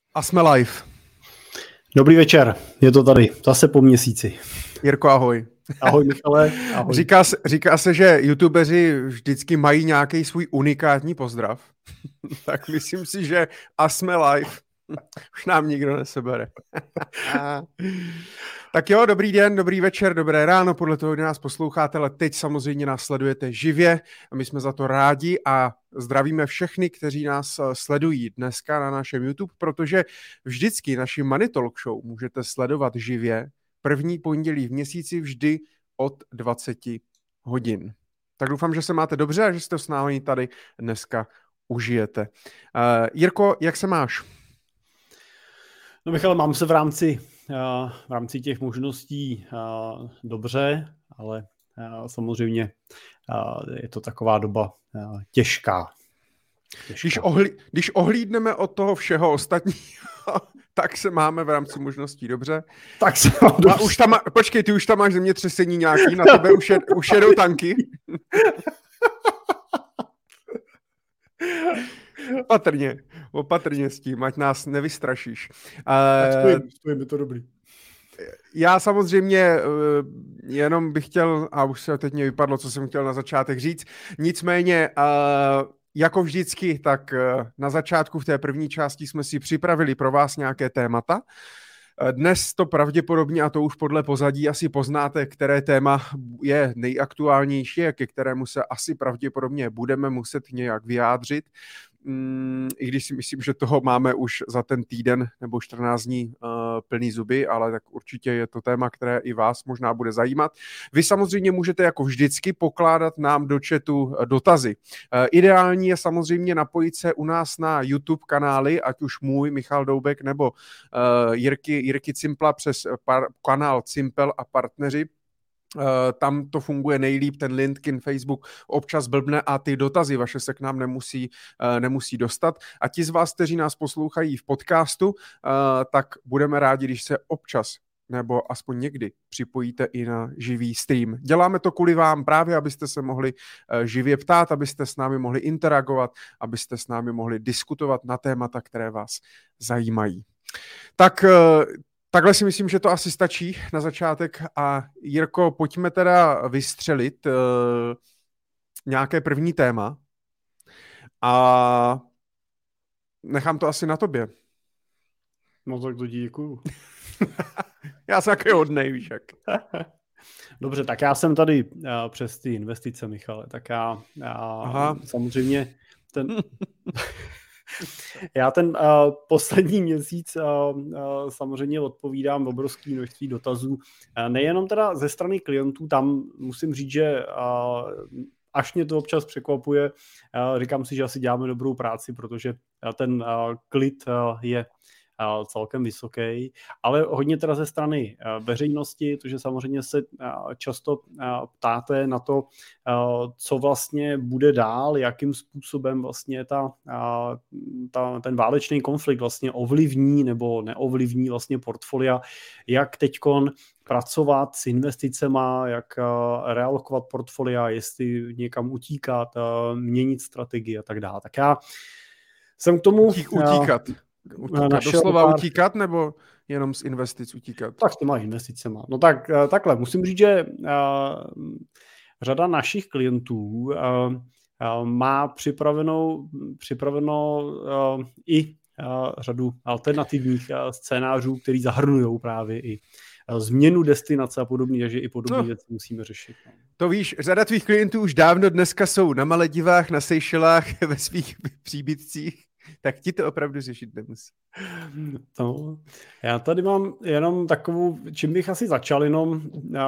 A jsme live. Dobrý večer, je to tady, zase po měsíci. Jirko, ahoj. Ahoj Michale, ahoj. Říká se, že youtubeři vždycky mají nějaký svůj unikátní pozdrav. Tak myslím si, že a jsme live. Už nám nikdo nesebere. Tak jo, dobrý den, dobrý večer, dobré ráno, podle toho, kdy nás posloucháte, ale teď samozřejmě nás sledujete živě a my jsme za to rádi a zdravíme všechny, kteří nás sledují dneska na našem YouTube, protože vždycky naši Money Talk Show můžete sledovat živě první pondělí v měsíci vždy od 20 hodin. Tak doufám, že se máte dobře a že si to s námi tady dneska užijete. Jirko, jak se máš? No Michale, mám se v rámci těch možností dobře, ale samozřejmě je to taková doba těžká. Když ohlídneme od toho všeho ostatního, tak se máme v rámci možností dobře. Tak se mám dobře. Počkej, ty už tam máš zemětřesení nějaký, na tebe už jedou tanky. Opatrně s tím, ať nás nevystrašíš. Stojím, je to dobrý. Já samozřejmě jenom bych chtěl, a už se teď mě vypadlo, co jsem chtěl na začátek říct, nicméně jako vždycky, tak na začátku v té první části jsme si připravili pro vás nějaké témata. Dnes to pravděpodobně, a to už podle pozadí asi poznáte, které téma je nejaktuálnější a ke kterému se asi pravděpodobně budeme muset nějak vyjádřit. I když si myslím, že toho máme už za ten týden nebo 14 dní plný zuby, ale tak určitě je to téma, které i vás možná bude zajímat. Vy samozřejmě můžete jako vždycky pokládat nám do chatu dotazy. Ideální je samozřejmě napojit se u nás na YouTube kanály, ať už můj, Michal Doubek, nebo Jirky Cimpla přes kanál Cimpel a partneři. Tam to funguje nejlíp, ten LinkedIn, Facebook občas blbne a ty dotazy vaše se k nám nemusí dostat. A ti z vás, kteří nás poslouchají v podcastu, tak budeme rádi, když se občas nebo aspoň někdy připojíte i na živý stream. Děláme to kvůli vám právě, abyste se mohli živě ptát, abyste s námi mohli interagovat, abyste s námi mohli diskutovat na témata, které vás zajímají. Tak takhle si myslím, že to asi stačí na začátek a Jirko, pojďme teda vystřelit nějaké první téma a nechám to asi na tobě. No tak to děkuju. Já jsem takový hodnej, víš jak. Dobře, tak já jsem tady přes ty investice, Michale, tak já samozřejmě Já ten poslední měsíc samozřejmě odpovídám obrovské množství dotazů. Nejenom teda ze strany klientů, tam musím říct, že až mě to občas překvapuje, říkám si, že asi děláme dobrou práci, protože ten klid je celkem vysoký, ale hodně teda ze strany veřejnosti, protože samozřejmě se často ptáte na to, co vlastně bude dál, jakým způsobem vlastně ten válečný konflikt vlastně ovlivní nebo neovlivní vlastně portfolia, jak teďkon pracovat s investicema, jak realokovat portfolia, jestli někam utíkat, měnit strategii a tak dále. Tak já jsem k tomu... Utíkat. Doslova utíkat, nebo jenom z investic utíkat? Tak s těma investicema. No tak takhle, musím říct, že řada našich klientů má připravenou i řadu alternativních scénářů, který zahrnují právě i změnu destinace a podobně, takže i podobné věci musíme řešit. To víš, řada tvých klientů už dávno dneska jsou na Maledivách, na Seychelách, ve svých příbytcích. Tak ti to opravdu řešit nemusí. No, já tady mám jenom takovou, čím bych asi začal jenom,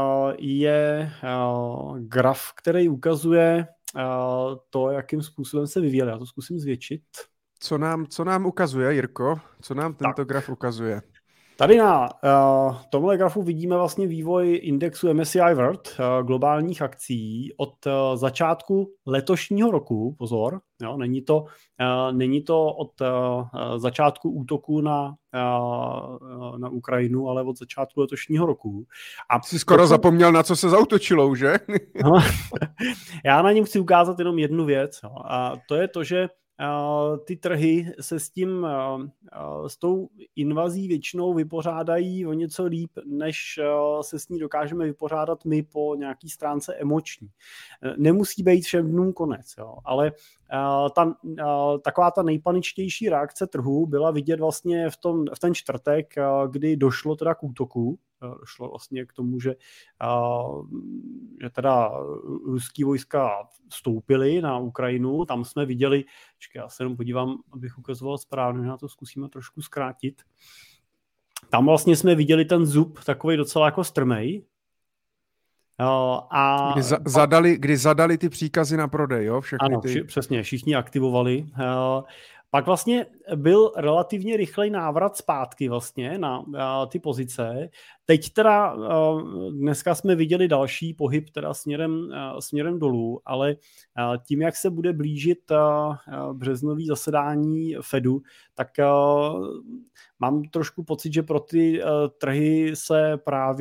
je graf, který ukazuje to, jakým způsobem se vyvíjel. Já to zkusím zvětšit. Co nám ukazuje, Jirko? Co nám tento graf ukazuje? Tady na tomhle grafu vidíme vlastně vývoj indexu MSCI World globálních akcí od začátku letošního roku, pozor, jo, není to od začátku útoku na Ukrajinu, ale od začátku letošního roku. A jsi skoro zapomněl, na co se zaútočilo, že? Já na něm chci ukázat jenom jednu věc, a to je to, že ty trhy se s tou invazí většinou vypořádají o něco líp, než se s ní dokážeme vypořádat my po nějaký stránce emoční. Nemusí být všem dnům konec, jo, ale taková ta nejpaničtější reakce trhu byla vidět vlastně v ten čtvrtek, kdy došlo teda k útoku. Došlo vlastně k tomu, že teda ruský vojska vstoupily na Ukrajinu. Tam jsme viděli, já se jenom podívám, abych ukazoval správně, já to zkusíme trošku zkrátit. Tam vlastně jsme viděli ten zub takovej docela jako strmej. Kdy zadali ty příkazy na prodej, jo? Ano, přesně, všichni aktivovali. Pak vlastně byl relativně rychlej návrat zpátky vlastně na ty pozice. Teď teda dneska jsme viděli další pohyb teda směrem dolů, ale tím, jak se bude blížit březnový zasedání Fedu, tak mám trošku pocit, že pro ty trhy se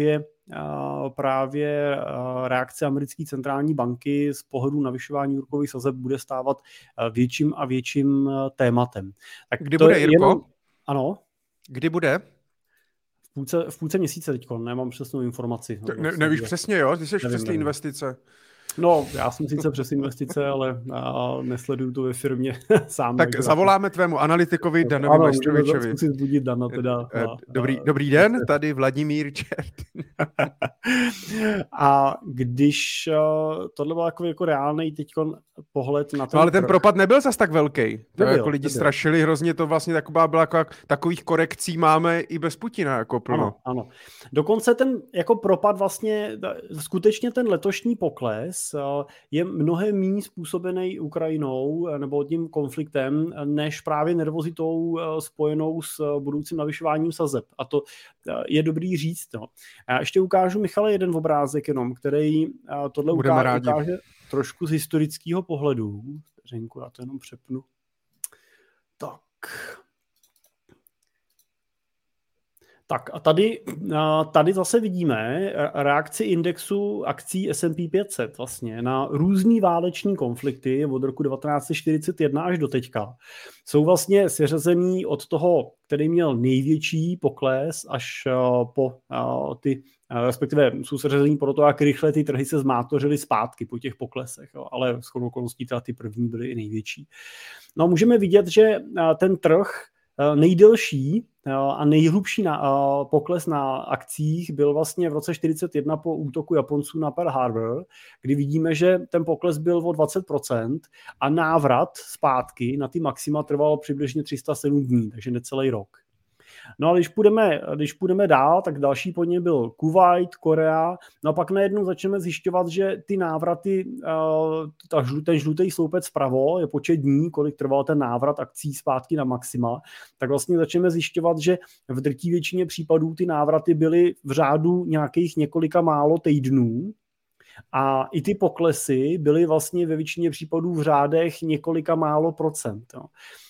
právě reakce americké centrální banky z pohledu navyšování úrokových sazeb bude stávat větším a větším tématem. Tak kdy bude, Jirko? Ano. Kdy bude? V půlce měsíce teďko, nemám přesnou informaci. Nevíš přesně, jo? Ty jsi přes ty investice. No, já jsem sice přes investice, ale nesleduju to ve firmě sám. Tak zavoláme tvému analytikovi Danovi Majstrovičovi. Ano, můžeme zbudit Dana teda. Dobrý den, tady Vladimír Čert. A když tohle byl jako reálnej teďkon pohled na to. No, ale ten propad nebyl zas tak velký. Jako lidi strašili hrozně, to vlastně byla takových korekcí máme i bez Putina jako plno. Ano. Dokonce ten jako propad vlastně, skutečně ten letošní pokles je mnohem méně způsobený Ukrajinou nebo tím konfliktem, než právě nervozitou spojenou s budoucím navyšováním sazeb. A to je dobrý říct. No. Já ještě ukážu, Michale, jeden obrázek jenom, který tohle ukáže trošku z historického pohledu. Vteřinku, já to jenom přepnu. Tak a tady zase vidíme reakci indexu akcí S&P 500 vlastně na různý váleční konflikty od roku 1941 až do teďka. Jsou vlastně seřazený od toho, který měl největší pokles, až po respektive jsou seřazený pro to, jak rychle ty trhy se zmátořily zpátky po těch poklesech, jo. Ale shodou okolností teda ty první byly i největší. No můžeme vidět, že ten trh nejdelší a nejhlubší pokles na akcích byl vlastně v roce 1941 po útoku Japonců na Pearl Harbor, kdy vidíme, že ten pokles byl o 20% a návrat zpátky na ty maxima trval přibližně 307 dní, takže necelý rok. No a když půjdeme dál, tak další po něm byl Kuwait, Korea, no a pak najednou začneme zjišťovat, že ty návraty, ten žlutý sloupec vpravo je počet dní, kolik trval ten návrat akcí zpátky na maxima, tak vlastně začneme zjišťovat, že v drtí většině případů ty návraty byly v řádu nějakých několika málo týdnů a i ty poklesy byly vlastně ve většině případů v řádech několika málo procent. Jo.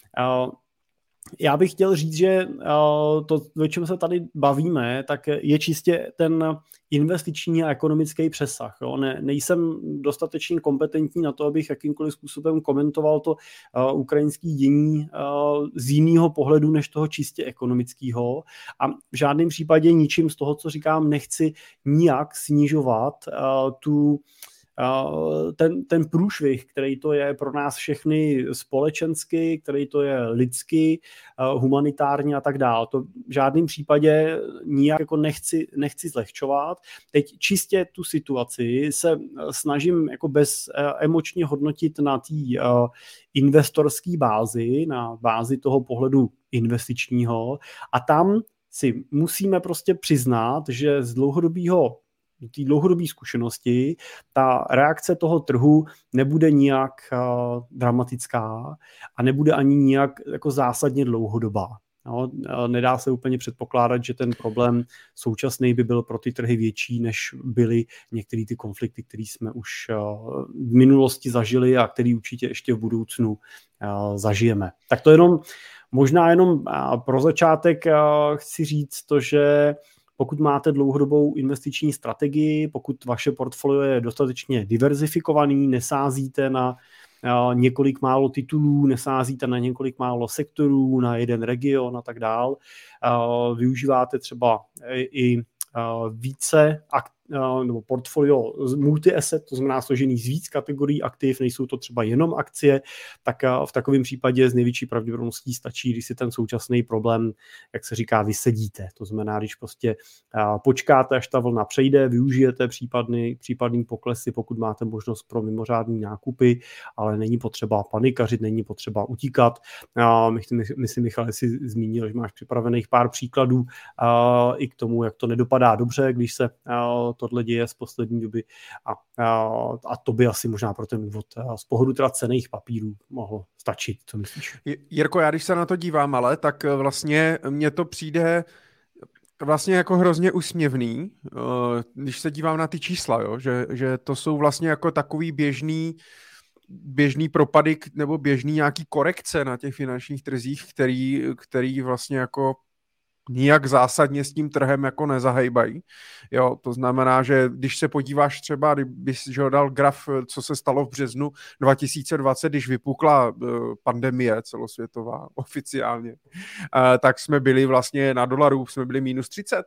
Já bych chtěl říct, že to, o čem se tady bavíme, tak je čistě ten investiční a ekonomický přesah. Jo. Nejsem dostatečně kompetentní na to, abych jakýmkoliv způsobem komentoval to ukrajinské dění z jiného pohledu než toho čistě ekonomického. A v žádném případě ničím z toho, co říkám, nechci nijak snižovat ten průšvih, který to je pro nás všechny společensky, který to je lidsky, humanitárně a tak dále. To v žádném případě nijak jako nechci zlehčovat. Teď čistě tu situaci se snažím jako bez emočně hodnotit na té investorské bázi, na bázi toho pohledu investičního a tam si musíme prostě přiznat, že z té dlouhodobé zkušenosti ta reakce toho trhu nebude nijak dramatická a nebude ani nijak jako zásadně dlouhodobá. No, nedá se úplně předpokládat, že ten problém současný by byl pro ty trhy větší, než byly některé ty konflikty, které jsme už v minulosti zažili a které určitě ještě v budoucnu zažijeme. Tak to možná jenom pro začátek chci říct to, že pokud máte dlouhodobou investiční strategii, pokud vaše portfolio je dostatečně diverzifikovaný, nesázíte na několik málo titulů, nesázíte na několik málo sektorů, na jeden region a tak dál. Využíváte třeba i více nebo portfolio multi-asset, to znamená složený z víc kategorií aktiv, nejsou to třeba jenom akcie, tak v takovém případě z největší pravděpodobností stačí, když si ten současný problém, jak se říká, vysedíte. To znamená, když prostě počkáte, až ta vlna přejde, využijete případný poklesy, pokud máte možnost pro mimořádný nákupy, ale není potřeba panikařit, není potřeba utíkat. Myslím, Michal, jsi zmínil, že máš připravených pár příkladů i k tomu, jak to nedopadá dobře, když se tohle děje z poslední doby a to by asi možná pro ten úvod z pohledu teda cenných papírů mohlo stačit. Co myslíš? Jirko, já když se na to dívám, ale tak vlastně mně to přijde vlastně jako hrozně úsměvný, když se dívám na ty čísla, jo? Že to jsou vlastně jako takový běžný propady nebo běžný nějaký korekce na těch finančních trzích, který vlastně jako nijak zásadně s tím trhem jako nezahejbají. Jo, to znamená, že když se podíváš třeba, kdybys dal graf, co se stalo v březnu 2020, když vypukla pandemie celosvětová oficiálně, tak jsme byli vlastně na dolaru, jsme byli minus 30.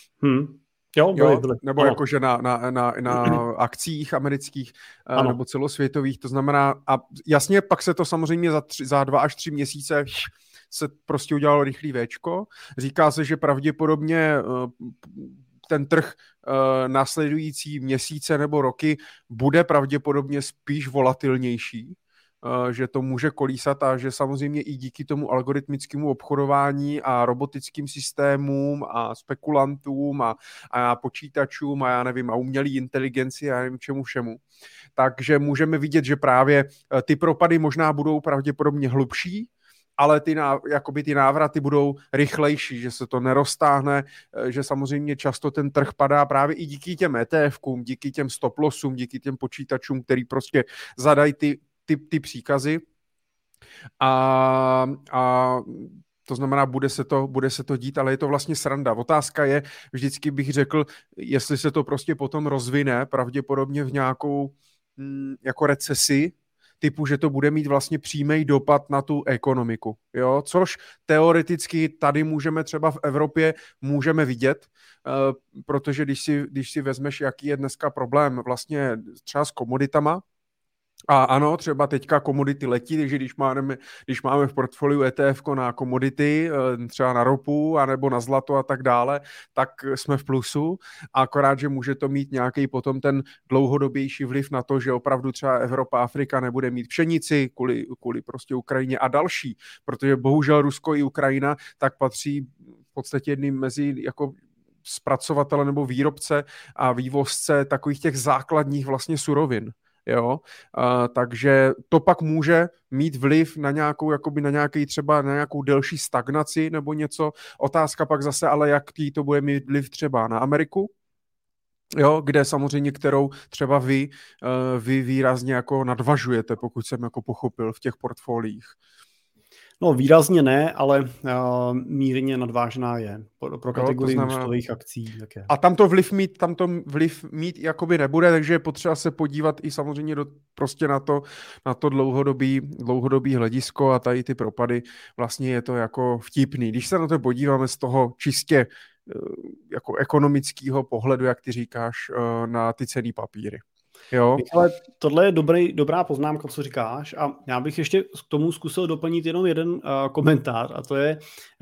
Jo, byli. Nebo ano. Jakože na akcích amerických nebo celosvětových, to znamená, a jasně pak se to samozřejmě za 2 až 3 měsíce se prostě udělalo rychlý véčko. Říká se, že pravděpodobně ten trh následující měsíce nebo roky bude pravděpodobně spíš volatilnější, že to může kolísat a že samozřejmě i díky tomu algoritmickému obchodování a robotickým systémům a spekulantům a počítačům a já nevím, a umělé inteligenci a já nevím čemu všemu. Takže můžeme vidět, že právě ty propady možná budou pravděpodobně hlubší, ale ty návraty budou rychlejší, že se to neroztáhne, že samozřejmě často ten trh padá právě i díky těm ETF-kům, díky těm stop-lossům, díky těm počítačům, který prostě zadají ty příkazy a to znamená, bude se to dít, ale je to vlastně sranda. Otázka je, vždycky bych řekl, jestli se to prostě potom rozvine pravděpodobně v nějakou jako recesi, typu, že to bude mít vlastně přímý dopad na tu ekonomiku. Jo? Což teoreticky tady můžeme třeba v Evropě můžeme vidět, protože když si vezmeš, jaký je dneska problém vlastně třeba s komoditama, a ano, třeba teďka komodity letí, takže když máme v portfoliu ETF na komodity, třeba na ropu, anebo na zlato a tak dále, tak jsme v plusu, akorát, že může to mít nějaký potom ten dlouhodobější vliv na to, že opravdu třeba Evropa, Afrika nebude mít pšenici kvůli prostě Ukrajině a další, protože bohužel Rusko i Ukrajina tak patří v podstatě jedním mezi jako zpracovatele nebo výrobce a vývozce takových těch základních vlastně surovin. Jo, takže to pak může mít vliv na nějakou delší stagnaci nebo něco. Otázka pak zase, ale jaký to bude mít vliv třeba na Ameriku, jo, kde samozřejmě, kterou třeba vy výrazně jako nadvažujete, pokud jsem jako pochopil v těch portfoliích. No výrazně ne, ale mírně nadvážná je pro kategorii účtových akcí. Tak je. A tam to vliv mít jakoby nebude, takže je potřeba se podívat i samozřejmě prostě na to dlouhodobý hledisko a tady ty propady. Vlastně je to jako vtipný. Když se na to podíváme z toho čistě jako ekonomického pohledu, jak ty říkáš, na ty cenné papíry. Jo. Ale tohle je dobrá poznámka, co říkáš, a já bych ještě k tomu zkusil doplnit jenom jeden komentář, a to je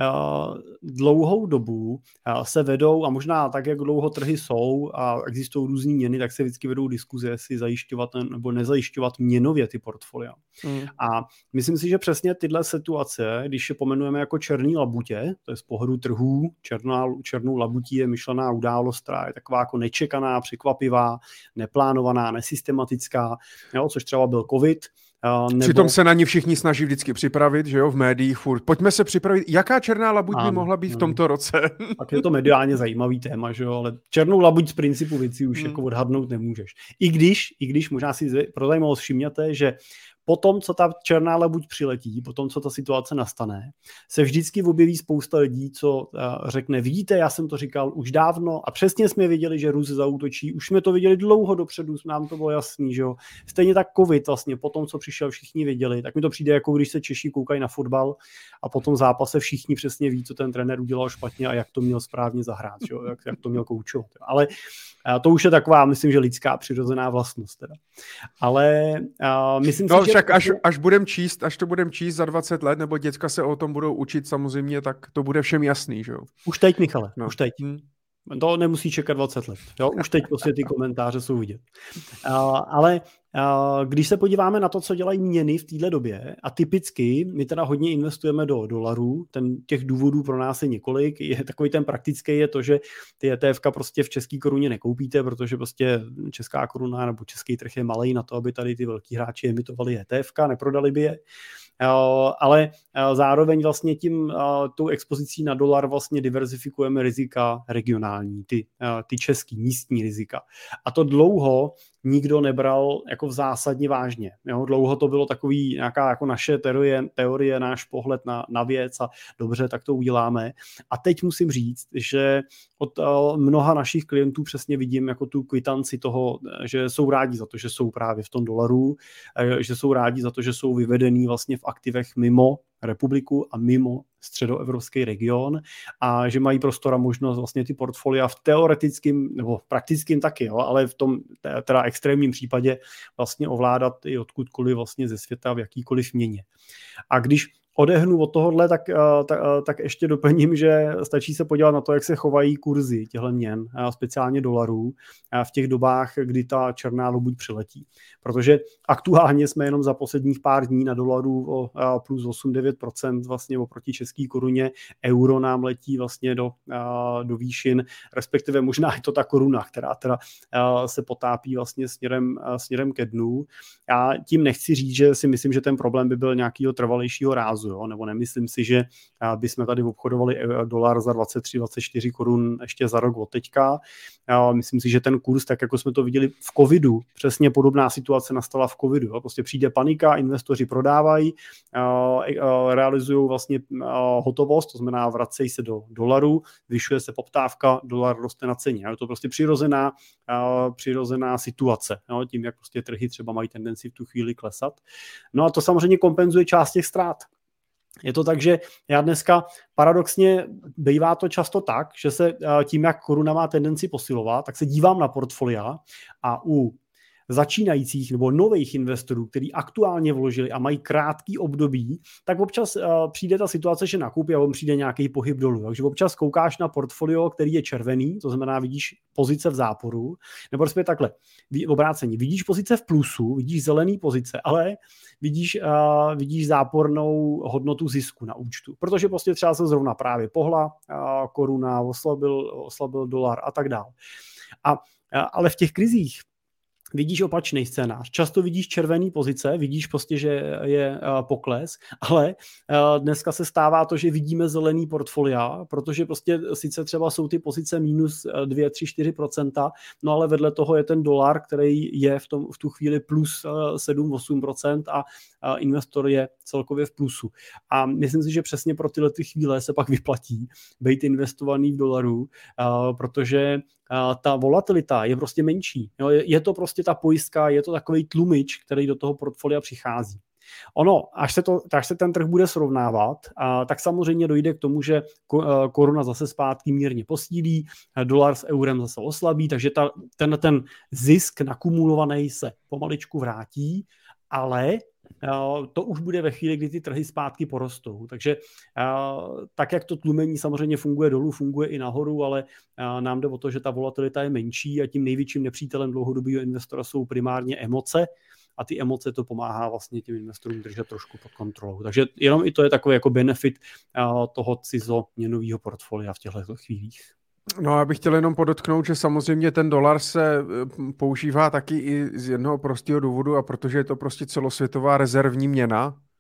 dlouhou dobu se vedou, a možná tak, jak dlouho trhy jsou a existují různý měny, tak se vždycky vedou diskuze, jestli zajišťovat nebo nezajišťovat měnově ty portfolia. A myslím si, že přesně tyhle situace, když je pomenujeme jako černý labutě, to je z pohledu trhů, černou labutí je myšlená událost, která je taková jako nečekaná, překvapivá, neplánovaná, nesystematická, jo, což třeba byl covid. Přitom se na ní všichni snaží vždycky připravit, že jo, v médiích furt. Pojďme se připravit, jaká černá labuť by mohla být v tomto roce. Tak je to mediálně zajímavý téma, že jo, ale černou labuť z principu věcí už jako odhadnout nemůžeš. I když možná si pro zajímavost všimněte, že potom, co ta černá labuť přiletí, potom, co ta situace nastane, se vždycky objeví spousta lidí, co řekne, vidíte, já jsem to říkal už dávno a přesně jsme věděli, že Rus zaútočí, už jsme to viděli dlouho dopředu, nám to bylo jasný, že jo. Stejně tak covid vlastně, potom, co přišel, všichni věděli, tak mi to přijde, jako když se Češi koukají na fotbal a po tom zápase všichni přesně ví, co ten trenér udělal špatně a jak to měl správně zahrát, že jo? Jak to měl koučovat. Ale to už je taková, myslím, že lidská přirozená vlastnost. Teda. Ale myslím si, že... Až to budem číst za 20 let, nebo děcka se o tom budou učit samozřejmě, tak to bude všem jasný, že jo? Už teď, Michale, už teď. To nemusí čekat 20 let. Jo? Už teď prostě ty komentáře jsou vidět. Ale když se podíváme na to, co dělají měny v této době, a typicky my teda hodně investujeme do dolarů, těch důvodů pro nás je několik, takový ten praktický je to, že ty ETF-ka prostě v české koruně nekoupíte, protože prostě česká koruna nebo český trh je malej na to, aby tady ty velký hráči emitovali ETF-ka, neprodali by je. Ale zároveň vlastně tou expozicí na dolar vlastně diverzifikujeme rizika regionální, ty český místní rizika. A to dlouho nikdo nebral jako v zásadně vážně. Jo? Dlouho to bylo takový nějaká jako naše teorie, náš pohled na věc a dobře, tak to uděláme. A teď musím říct, že od mnoha našich klientů přesně vidím jako tu kvitanci toho, že jsou rádi za to, že jsou právě v tom dolaru, že jsou rádi za to, že jsou vyvedený vlastně v aktivech mimo republiku a mimo středoevropský region a že mají prostor a možnost vlastně ty portfolia v teoretickém nebo praktickém taky, jo, ale v tom teda extrémním případě vlastně ovládat i odkudkoliv vlastně ze světa v jakýkoliv měně. A když odehnu od tohohle, tak ještě doplním, že stačí se podívat na to, jak se chovají kurzy těchto měn, speciálně dolarů, v těch dobách, kdy ta černá lobuť přiletí. Protože aktuálně jsme jenom za posledních pár dní na dolaru o plus 8-9% vlastně oproti české koruně. Euro nám letí vlastně do výšin, respektive možná je to ta koruna, která teda se potápí vlastně směrem ke dnu. Já tím nechci říct, že si myslím, že ten problém by byl nějakého trvalejšího rázu, jo? Nebo nemyslím si, že bychom tady obchodovali dolar za 23-24 korun ještě za rok od teďka. Myslím si, že ten kurz, tak jako jsme to viděli v covidu, přesně podobná situace nastala v covidu. Jo? Prostě přijde panika, investoři prodávají, realizují vlastně hotovost, to znamená vracejí se do dolaru, zvyšuje se poptávka, dolar roste na ceně. Je to prostě přirozená situace, jo? Tím, jak prostě trhy třeba mají tendenci v tu chvíli klesat. No a to samozřejmě kompenzuje část těch ztrát. Je to tak, že já dneska paradoxně bývá to často tak, že se tím, jak koruna má tendenci posilovat, tak se dívám na portfolia a u začínajících nebo nových investorů, kteří aktuálně vložili a mají krátký období, tak občas přijde ta situace, že nakoupí a on přijde nějaký pohyb dolů. Takže občas koukáš na portfolio, který je červený, to znamená vidíš pozice v záporu, nebo respektive takhle, obrácení. Vidíš pozice v plusu, vidíš zelený pozice, ale vidíš zápornou hodnotu zisku na účtu, protože prostě třeba se zrovna právě pohla koruna, oslabil dolar a tak dále. Ale v těch krizích vidíš opačný scénář. Často vidíš červený pozice, vidíš prostě, že je pokles, ale dneska se stává to, že vidíme zelený portfolia, protože prostě sice třeba jsou ty pozice minus 2, 3, 4%, no ale vedle toho je ten dolar, který je v tu chvíli plus 7-8% a investor je celkově v plusu. A myslím si, že přesně pro tyhle ty chvíle se pak vyplatí být investovaný v dolaru, protože ta volatilita je prostě menší. Jo? Je to prostě ta pojistka, je to takový tlumič, který do toho portfolia přichází. Až se ten trh bude srovnávat, tak samozřejmě dojde k tomu, že koruna zase zpátky mírně posílí, dolar s eurem zase oslabí, takže ten zisk nakumulovaný se pomaličku vrátí, ale to už bude ve chvíli, kdy ty trhy zpátky porostou. Takže tak, jak to tlumení samozřejmě funguje dolů, funguje i nahoru, ale nám jde o to, že ta volatilita je menší a tím největším nepřítelem dlouhodobého investora jsou primárně emoce a ty emoce to pomáhá vlastně těm investorům držet trošku pod kontrolou. Takže jenom i to je takový jako benefit toho cizoměnového portfolia v těchto chvílích. No, já bych chtěl jenom podotknout, že samozřejmě ten dolar se používá taky i z jednoho prostého důvodu a protože je to prostě celosvětová rezervní měna,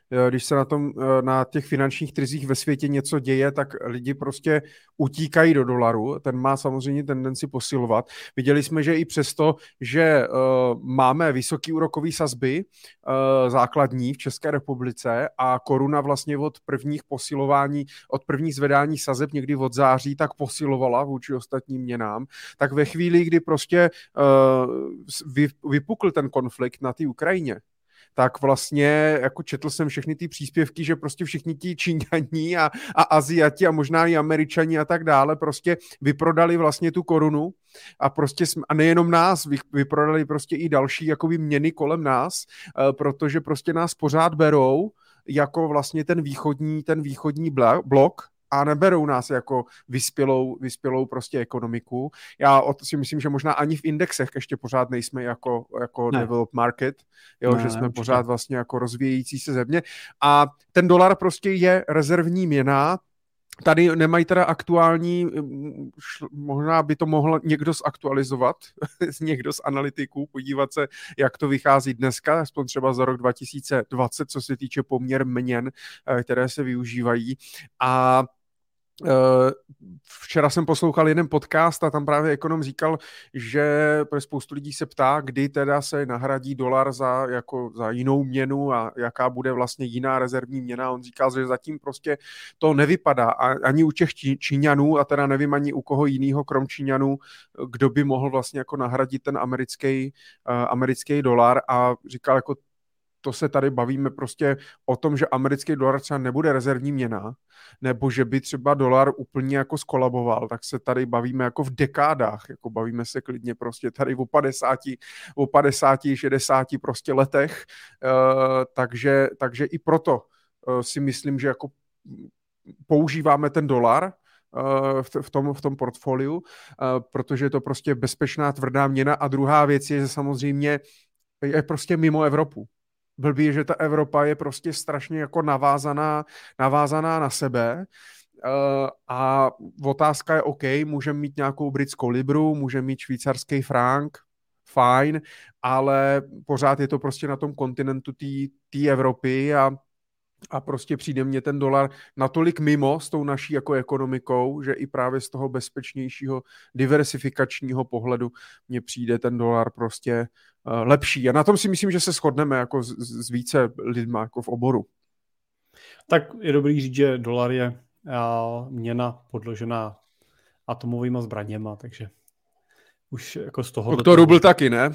Když se na těch finančních trzích ve světě něco děje, tak lidi prostě utíkají do dolaru. Ten má samozřejmě tendenci posilovat. Viděli jsme, že i přesto, že máme vysoký úrokový sazby základní v České republice a koruna vlastně od prvních zvedání sazeb někdy od září tak posilovala vůči ostatním měnám, tak ve chvíli, kdy prostě vypukl ten konflikt na té Ukrajině, tak vlastně jako četl jsem všechny ty příspěvky, že prostě všichni ti Číňaní a Aziati a možná i Američani a tak dále prostě vyprodali vlastně tu korunu a prostě a nejenom nás, vyprodali prostě i další jakoby měny kolem nás, protože prostě nás pořád berou jako vlastně ten východní blok a neberou nás jako vyspělou prostě ekonomiku. Já si myslím, že možná ani v indexech ještě pořád nejsme jako developed market, jo, že jsme pořád vlastně jako rozvíjející se země. A ten dolar prostě je rezervní měna. Tady nemají teda aktuální, možná by to mohl někdo zaktualizovat, někdo z analytiků, podívat se, jak to vychází dneska, aspoň třeba za rok 2020, co se týče poměr měn, které se využívají. A včera jsem poslouchal jeden podcast a tam právě ekonom říkal, že spoustu lidí se ptá, kdy teda se nahradí dolar za jinou měnu a jaká bude vlastně jiná rezervní měna. On říkal, že zatím prostě to nevypadá ani u těch Číňanů a teda nevím ani u koho jiného krom Číňanů, kdo by mohl vlastně jako nahradit ten americký dolar a říkal jako to se tady bavíme prostě o tom, že americký dolar třeba nebude rezervní měna, nebo že by třeba dolar úplně jako skolaboval, tak se tady bavíme jako v dekádách, jako bavíme se klidně prostě tady o 50, 60 prostě letech, takže i proto si myslím, že jako používáme ten dolar v tom portfoliu, protože je to prostě bezpečná tvrdá měna a druhá věc je, že samozřejmě je prostě mimo Evropu. Blbý je, že ta Evropa je prostě strašně jako navázaná na sebe a otázka je OK, můžeme mít nějakou britskou libru, můžeme mít švýcarský frank, fajn, ale pořád je to prostě na tom kontinentu té Evropy a prostě přijde mně ten dolar natolik mimo s tou naší jako ekonomikou, že i právě z toho bezpečnějšího diversifikačního pohledu mně přijde ten dolar prostě lepší. A na tom si myslím, že se shodneme jako s více lidma jako v oboru. Tak je dobrý říct, že dolar je měna podložená atomovými zbraněma, takže už jako z toho... To rubl taky, ne?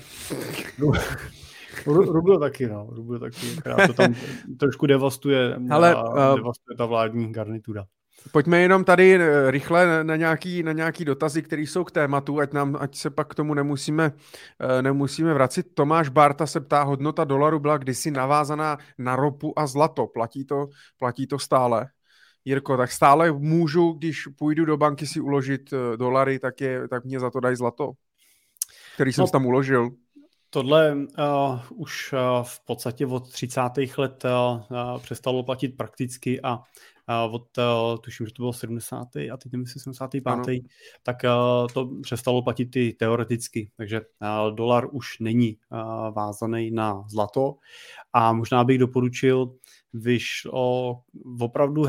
Rubl taky, no. Rubl taky. To tam trošku devastuje ta vládní garnitura. Pojďme jenom tady rychle na nějaký dotazy, které jsou k tématu, ať se pak k tomu nemusíme vracet. Tomáš Barta se ptá, hodnota dolaru byla kdysi navázaná na ropu a zlato. Platí to stále? Jirko, tak stále můžu, když půjdu do banky si uložit dolary, tak mě za to dají zlato, který jsem tam uložil. Tohle už v podstatě od 30. let přestalo platit prakticky a tuším, že to bylo 70. a teď nemyslím 75. Ano. Tak to přestalo platit i teoreticky, takže dolar už není vázaný na zlato a možná bych doporučil opravdu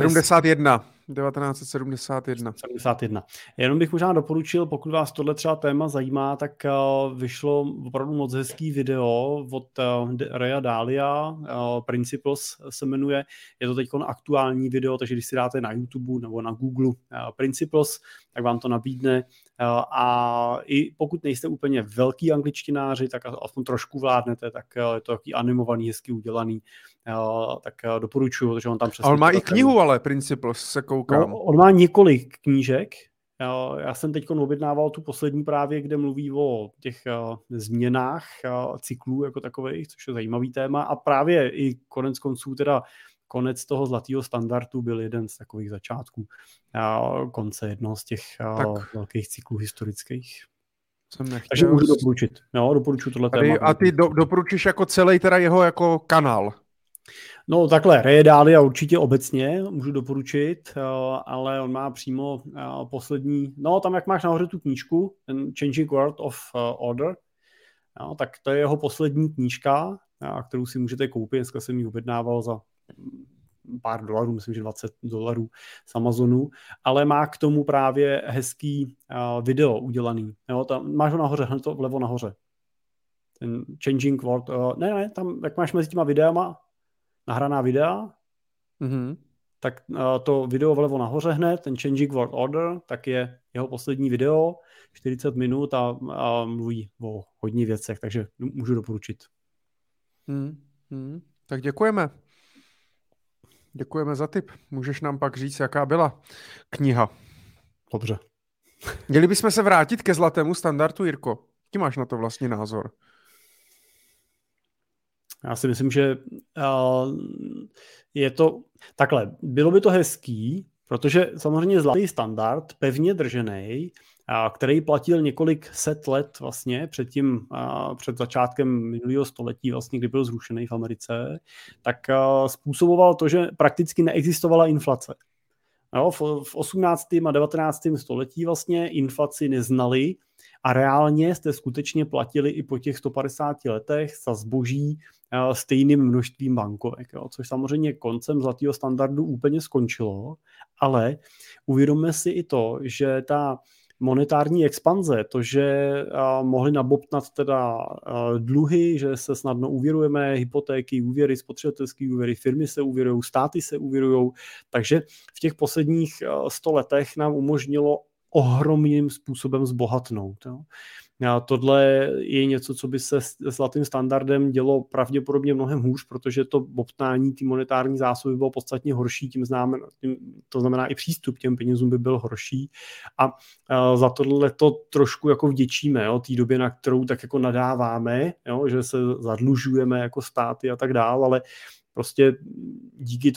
1971. Jenom bych možná doporučil, pokud vás tohle třeba téma zajímá, tak vyšlo opravdu moc hezký video od Raya Dalia, Principles se jmenuje. Je to teď aktuální video, takže když si dáte na YouTube nebo na Google Principles, tak vám to nabídne. A i pokud nejste úplně velký angličtináři, tak aspoň trošku vládnete, tak je to taky animovaný, hezky udělaný. Tak doporučuju, protože on tam přesně... Ale on má i knihu, ale Principles se koukám. No, on má několik knížek. Já jsem teď objednával tu poslední právě, kde mluví o těch změnách cyklů jako takových, což je zajímavý téma. A právě i konec konců teda konec toho zlatého standardu byl jeden z takových začátků konce jednoho z těch velkých cyklů historických. Takže můžu doporučit. Jo, doporučuji tohle téma. A ty doporučíš jako celý teda jeho jako kanál? No takhle, Ray Dalia určitě obecně můžu doporučit, ale on má přímo poslední, tam jak máš nahoře tu knížku, ten Changing World of Order, tak to je jeho poslední knížka, kterou si můžete koupit, dneska jsem ji objednával za pár dolarů, myslím, že $20 z Amazonu, ale má k tomu právě hezký video udělaný. Jo, tam máš ho nahoře, hned to vlevo nahoře. Ten Changing World, ne, tam, jak máš mezi těma videama, nahraná videa, tak to video vlevo nahoře hned, ten Changing World Order, tak je jeho poslední video, 40 minut a mluví o hodně věcech, takže můžu doporučit. Tak děkujeme. Děkujeme za tip. Můžeš nám pak říct, jaká byla kniha. Dobře. Měli bychom se vrátit ke zlatému standardu, Jirko. Jaký máš na to vlastně názor? Já si myslím, že je to takhle. Bylo by to hezký, protože samozřejmě zlatý standard, pevně držený, který platil několik set let vlastně před začátkem minulého století, vlastně, kdy byl zrušený v Americe, tak způsoboval to, že prakticky neexistovala inflace. Jo, v 18. a 19. století vlastně inflaci neznali a reálně jste skutečně platili i po těch 150 letech za zboží stejným množstvím bankovek, jo, což samozřejmě koncem zlatého standardu úplně skončilo, ale uvědomme si i to, že ta monetární expanze, to, že mohli nabobtnat teda dluhy, že se snadno úvěrujeme, hypotéky, úvěry, spotřebitelské úvěry, firmy se úvěrují, státy se úvěrují, takže v těch posledních 100 letech nám umožnilo ohromným způsobem zbohatnout. Jo. A tohle je něco, co by se s zlatým standardem dělo pravděpodobně mnohem hůř, protože to bobtnání té monetární zásoby bylo podstatně horší, to znamená i přístup k těm penězům by byl horší a za tohle to trošku jako vděčíme, jo, té době, na kterou tak jako nadáváme, jo, že se zadlužujeme jako státy a tak dál, ale prostě díky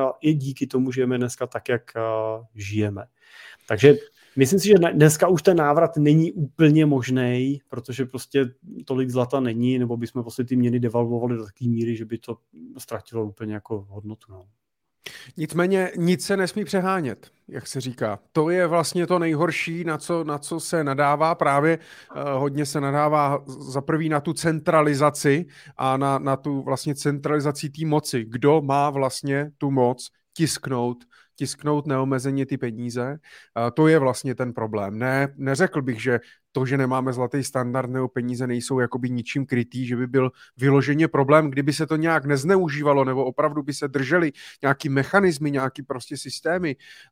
tomu žijeme dneska tak, jak žijeme. Takže myslím si, že dneska už ten návrat není úplně možný, protože prostě tolik zlata není, nebo bychom prostě ty měny devalvovali do takové míry, že by to ztratilo úplně jako hodnotu. No. Nicméně nic se nesmí přehánět, jak se říká. To je vlastně to nejhorší, na co se nadává. Právě hodně se nadává za prvý na tu centralizaci a na tu vlastně centralizaci té moci. Kdo má vlastně tu moc tisknout neomezeně ty peníze. To je vlastně ten problém. Neřekl bych, že to, že nemáme zlatý standard nebo peníze nejsou jakoby ničím krytý, že by byl vyloženě problém, kdyby se to nějak nezneužívalo nebo opravdu by se držely nějaký mechanismy, nějaký prostě systémy,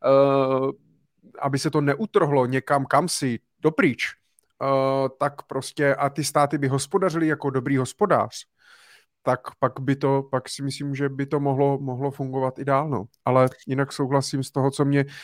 aby se to neutrhlo někam kamsi dopryč, tak prostě a ty státy by hospodařily jako dobrý hospodář, tak pak si myslím, že by to mohlo fungovat i dál. No. Ale jinak souhlasím z toho,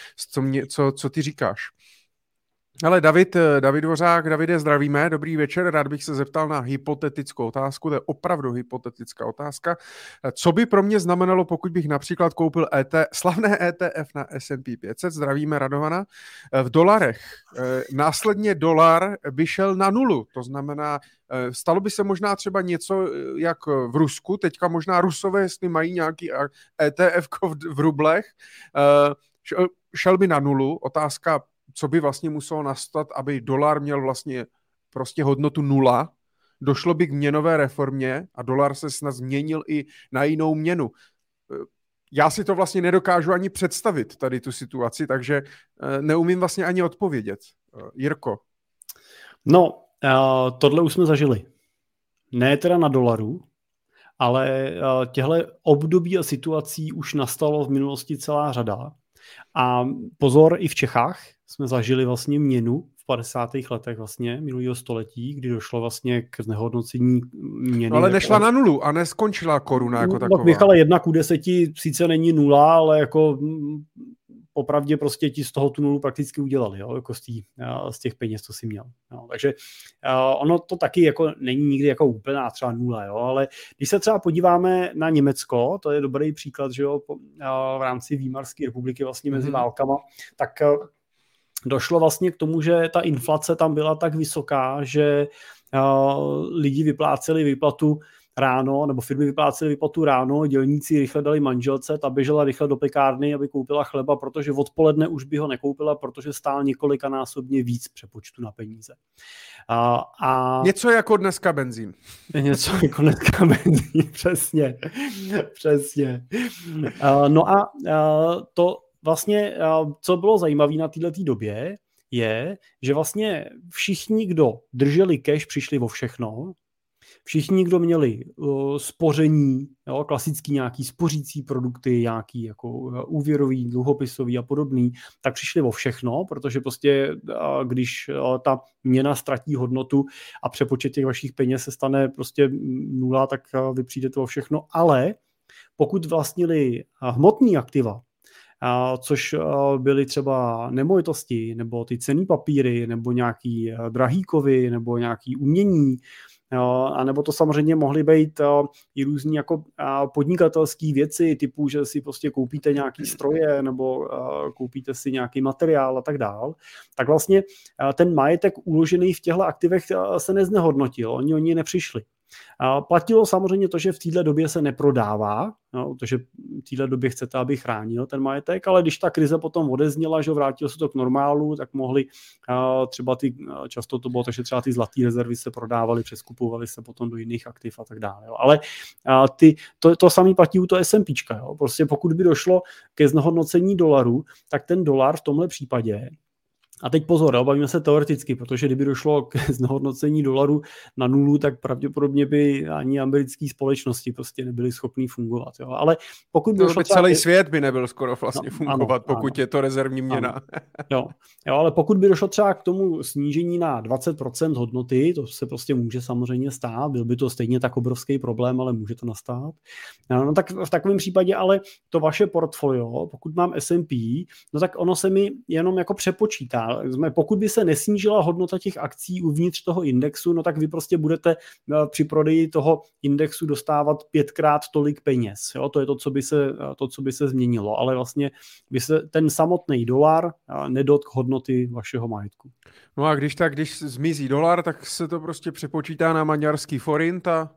co ty říkáš. Ale David Dvořák, Davide, zdravíme, dobrý večer, rád bych se zeptal na hypotetickou otázku, to je opravdu hypotetická otázka. Co by pro mě znamenalo, pokud bych například koupil slavné ETF na S&P 500, zdravíme Radovana, v dolarech. Následně dolar by šel na nulu, to znamená, stalo by se možná třeba něco jak v Rusku, teďka možná Rusové, jestli mají nějaký ETF v rublech, šel by na nulu, otázka, co by vlastně muselo nastat, aby dolar měl vlastně prostě hodnotu 0, došlo by k měnové reformě a dolar se snad změnil i na jinou měnu. Já si to vlastně nedokážu ani představit, tady tu situaci, takže neumím vlastně ani odpovědět. Jirko. No, tohle už jsme zažili. Ne teda na dolaru, ale těchto období a situací už nastalo v minulosti celá řada. A pozor, i v Čechách jsme zažili vlastně měnu v 50. letech vlastně minulého století, kdy došlo vlastně k znehodnocení měny. No ale nešla na nulu a neskončila koruna jako taková. Tak Michale, 1:10 sice není nula, ale jako popravdě prostě ti z toho tu nulu prakticky udělali, jo, jako z těch peněz, co si měl. Jo, takže ono to taky jako není nikdy jako úplná třeba nula, jo, ale když se třeba podíváme na Německo, to je dobrý příklad, že jo, v rámci Výmarské republiky vlastně mezi válkama, tak došlo vlastně k tomu, že ta inflace tam byla tak vysoká, že lidi vypláceli výplatu ráno, nebo firmy vyplácely výplatu ráno, dělníci rychle dali manželce, ta běžela rychle do pekárny, aby koupila chleba, protože odpoledne už by ho nekoupila, protože stál několikanásobně víc přepočtu na peníze. Něco jako dneska benzín. Něco jako dneska benzín, přesně. No a to vlastně, co bylo zajímavé na této době, je, že vlastně všichni, kdo drželi cash, přišli o všechno. Všichni, kdo měli spoření, jo, klasický nějaký spořící produkty, nějaký jako úvěrový, dluhopisový a podobný, tak přišli o všechno, protože prostě když ta měna ztratí hodnotu a přepočet těch vašich peněz se stane prostě nula, tak vy přijdete o všechno, ale pokud vlastnili hmotný aktiva, což byly třeba nemovitosti, nebo ty cenný papíry, nebo nějaký drahý kovy, nebo nějaký umění, a nebo to samozřejmě mohly být i různý jako podnikatelské věci, typu, že si prostě koupíte nějaký stroje nebo koupíte si nějaký materiál a tak dál, tak vlastně ten majetek uložený v těchto aktivech se neznehodnotil, oni o ní nepřišli. Platilo samozřejmě to, že v této době se neprodává, no, protože v této době chcete, aby chránil ten majetek, ale když ta krize potom odezněla, že vrátilo se to k normálu, tak mohli třeba často to bylo, takže třeba ty zlaté rezervy se prodávaly, přeskupovaly se potom do jiných aktiv a tak dále. Jo. Ale to samé platí u toho S&Pčka. Jo. Prostě pokud by došlo ke znehodnocení dolaru, tak ten dolar v tomhle případě, a teď pozor, bavíme se teoreticky, protože kdyby došlo k znehodnocení dolaru na nulu, tak pravděpodobně by ani americké společnosti prostě nebyly schopný fungovat. Jo. Ale pokud by došlo celý svět by nebyl skoro vlastně fungovat, pokud je to rezervní měna. Jo, ale pokud by došlo třeba k tomu snížení na 20% hodnoty, to se prostě může samozřejmě stát, byl by to stejně tak obrovský problém, ale může to nastat. No tak v takovém případě ale to vaše portfolio, pokud mám S&P, no tak ono se mi jenom jako přepočítá. Pokud by se nesnížila hodnota těch akcí uvnitř toho indexu, no tak vy prostě budete při prodeji toho indexu dostávat 5x tolik peněz. Jo? To je to, co by se změnilo. Ale vlastně by se ten samotný dolar nedotk hodnoty vašeho majetku. No a když zmizí dolar, tak se to prostě přepočítá na maďarský forint a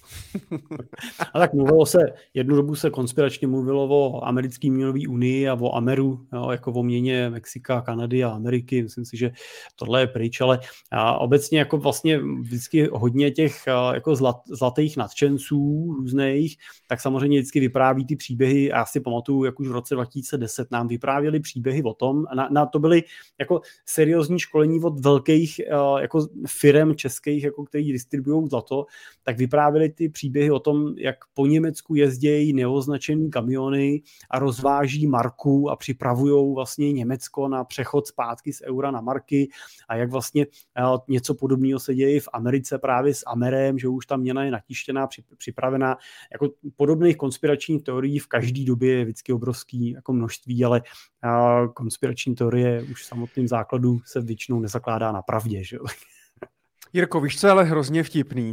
a tak jednu dobu se konspiračně mluvilo o americké měnové unii a o Ameru, jo, jako o měně Mexika, Kanady a Ameriky. Myslím si, že tohle je pryč, ale obecně jako vlastně vždycky hodně těch jako zlatých nadšenců různých, tak samozřejmě vždycky vypráví ty příběhy. Já si pamatuju, jak už v roce 2010 nám vyprávěli příběhy o tom, na to byly jako seriózní školení od velkých jako firem českých, jako který distribuují zlato, tak vyprávěli ty příběhy o tom, jak po Německu jezdějí neoznačený kamiony a rozváží marku a připravují vlastně Německo na přechod zpátky z eura na marky a jak vlastně něco podobného se děje v Americe právě s Amerem, že už ta měna je natištěná, připravená. Jako podobných konspiračních teorií v každé době je vždycky obrovský jako množství, ale konspirační teorie už v samotném základu se většinou nezakládá na pravdě. Že? Jirko, víš, co je ale hrozně vtipný?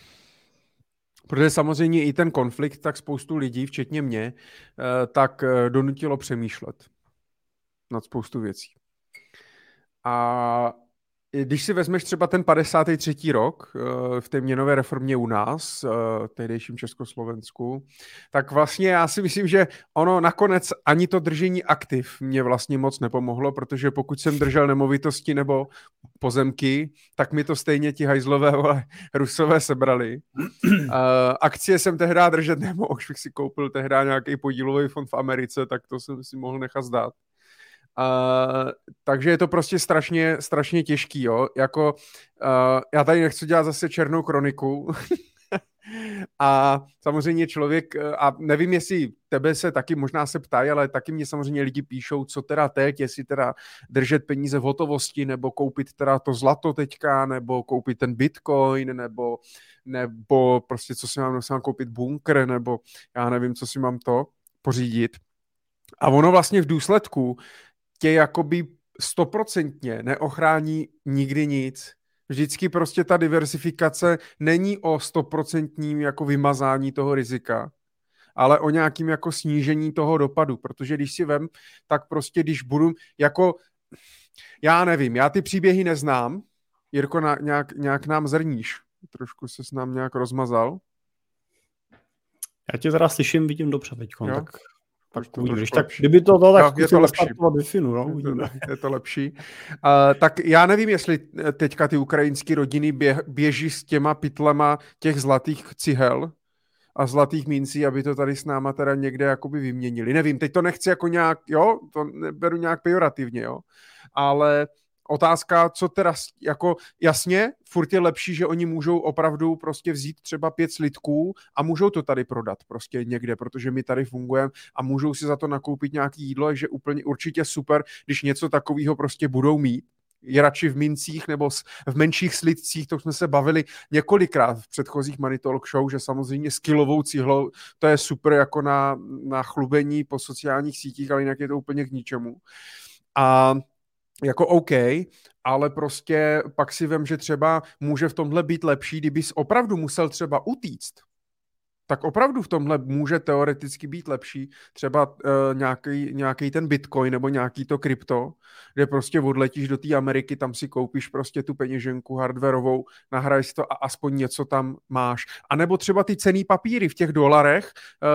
Protože samozřejmě i ten konflikt, tak spoustu lidí, včetně mě, tak donutilo přemýšlet nad spoustu věcí. A když si vezmeš třeba ten 53. rok v té měnové reformě u nás, v tehdejším Československu, tak vlastně já si myslím, že ono nakonec ani to držení aktiv mě vlastně moc nepomohlo, protože pokud jsem držel nemovitosti nebo pozemky, tak mi to stejně ti hajzlové Rusové sebrali. Akcie jsem tehdy držet nemohl, už bych si koupil tehdy nějaký podílový fond v Americe, tak to jsem si mohl nechat zdát. Takže je to prostě strašně těžký, jo. Jako, já tady nechci dělat zase černou kroniku. A samozřejmě člověk, a nevím, jestli tebe se taky možná se ptají, ale taky mě samozřejmě lidi píšou, co teda teď, jestli teda držet peníze v hotovosti, nebo koupit teda to zlato teďka, nebo koupit ten bitcoin, nebo prostě co si mám koupit bunkr, nebo já nevím, co si mám to pořídit. A ono vlastně v důsledku tě jakoby 100% neochrání nikdy nic. Vždycky prostě ta diversifikace není o 100% jako vymazání toho rizika, ale o nějakým jako snížení toho dopadu, protože když si vem, tak prostě když budu jako, já nevím, já ty příběhy neznám, Jirko, nějak nám zrníš, trošku ses nám nějak rozmazal. Já tě teda slyším, vidím dobře teďkon, tak uvidíme. Kdyby to tak zkusím nastartovat Wi-Fi, no, uvidíme. Je to lepší. Tak já nevím, jestli teďka ty ukrajinské rodiny běží s těma pytlema těch zlatých cihel a zlatých mincí, aby to tady s náma teda někde jakoby vyměnili. Nevím, teď to nechci jako nějak, jo, to neberu nějak pejorativně, jo, ale otázka, co teda, jako jasně, furt je lepší, že oni můžou opravdu prostě vzít třeba 5 slitků a můžou to tady prodat prostě někde, protože my tady fungujeme a můžou si za to nakoupit nějaký jídlo, takže úplně určitě super, když něco takového prostě budou mít. Je radši v mincích nebo v menších slitcích, to jsme se bavili několikrát v předchozích Money Talk Show, že samozřejmě s kilovou cihlou to je super jako na chlubení po sociálních sítích, ale jinak je to úplně k ničemu. A jako OK, ale prostě pak si vem, že třeba může v tomhle být lepší, kdybys opravdu musel třeba utíct, tak opravdu v tomhle může teoreticky být lepší třeba nějaký ten Bitcoin nebo nějaký to krypto, kde prostě odletíš do té Ameriky, tam si koupíš prostě tu peněženku hardwarovou, nahraješ to a aspoň něco tam máš. A nebo třeba ty cenný papíry v těch dolarech,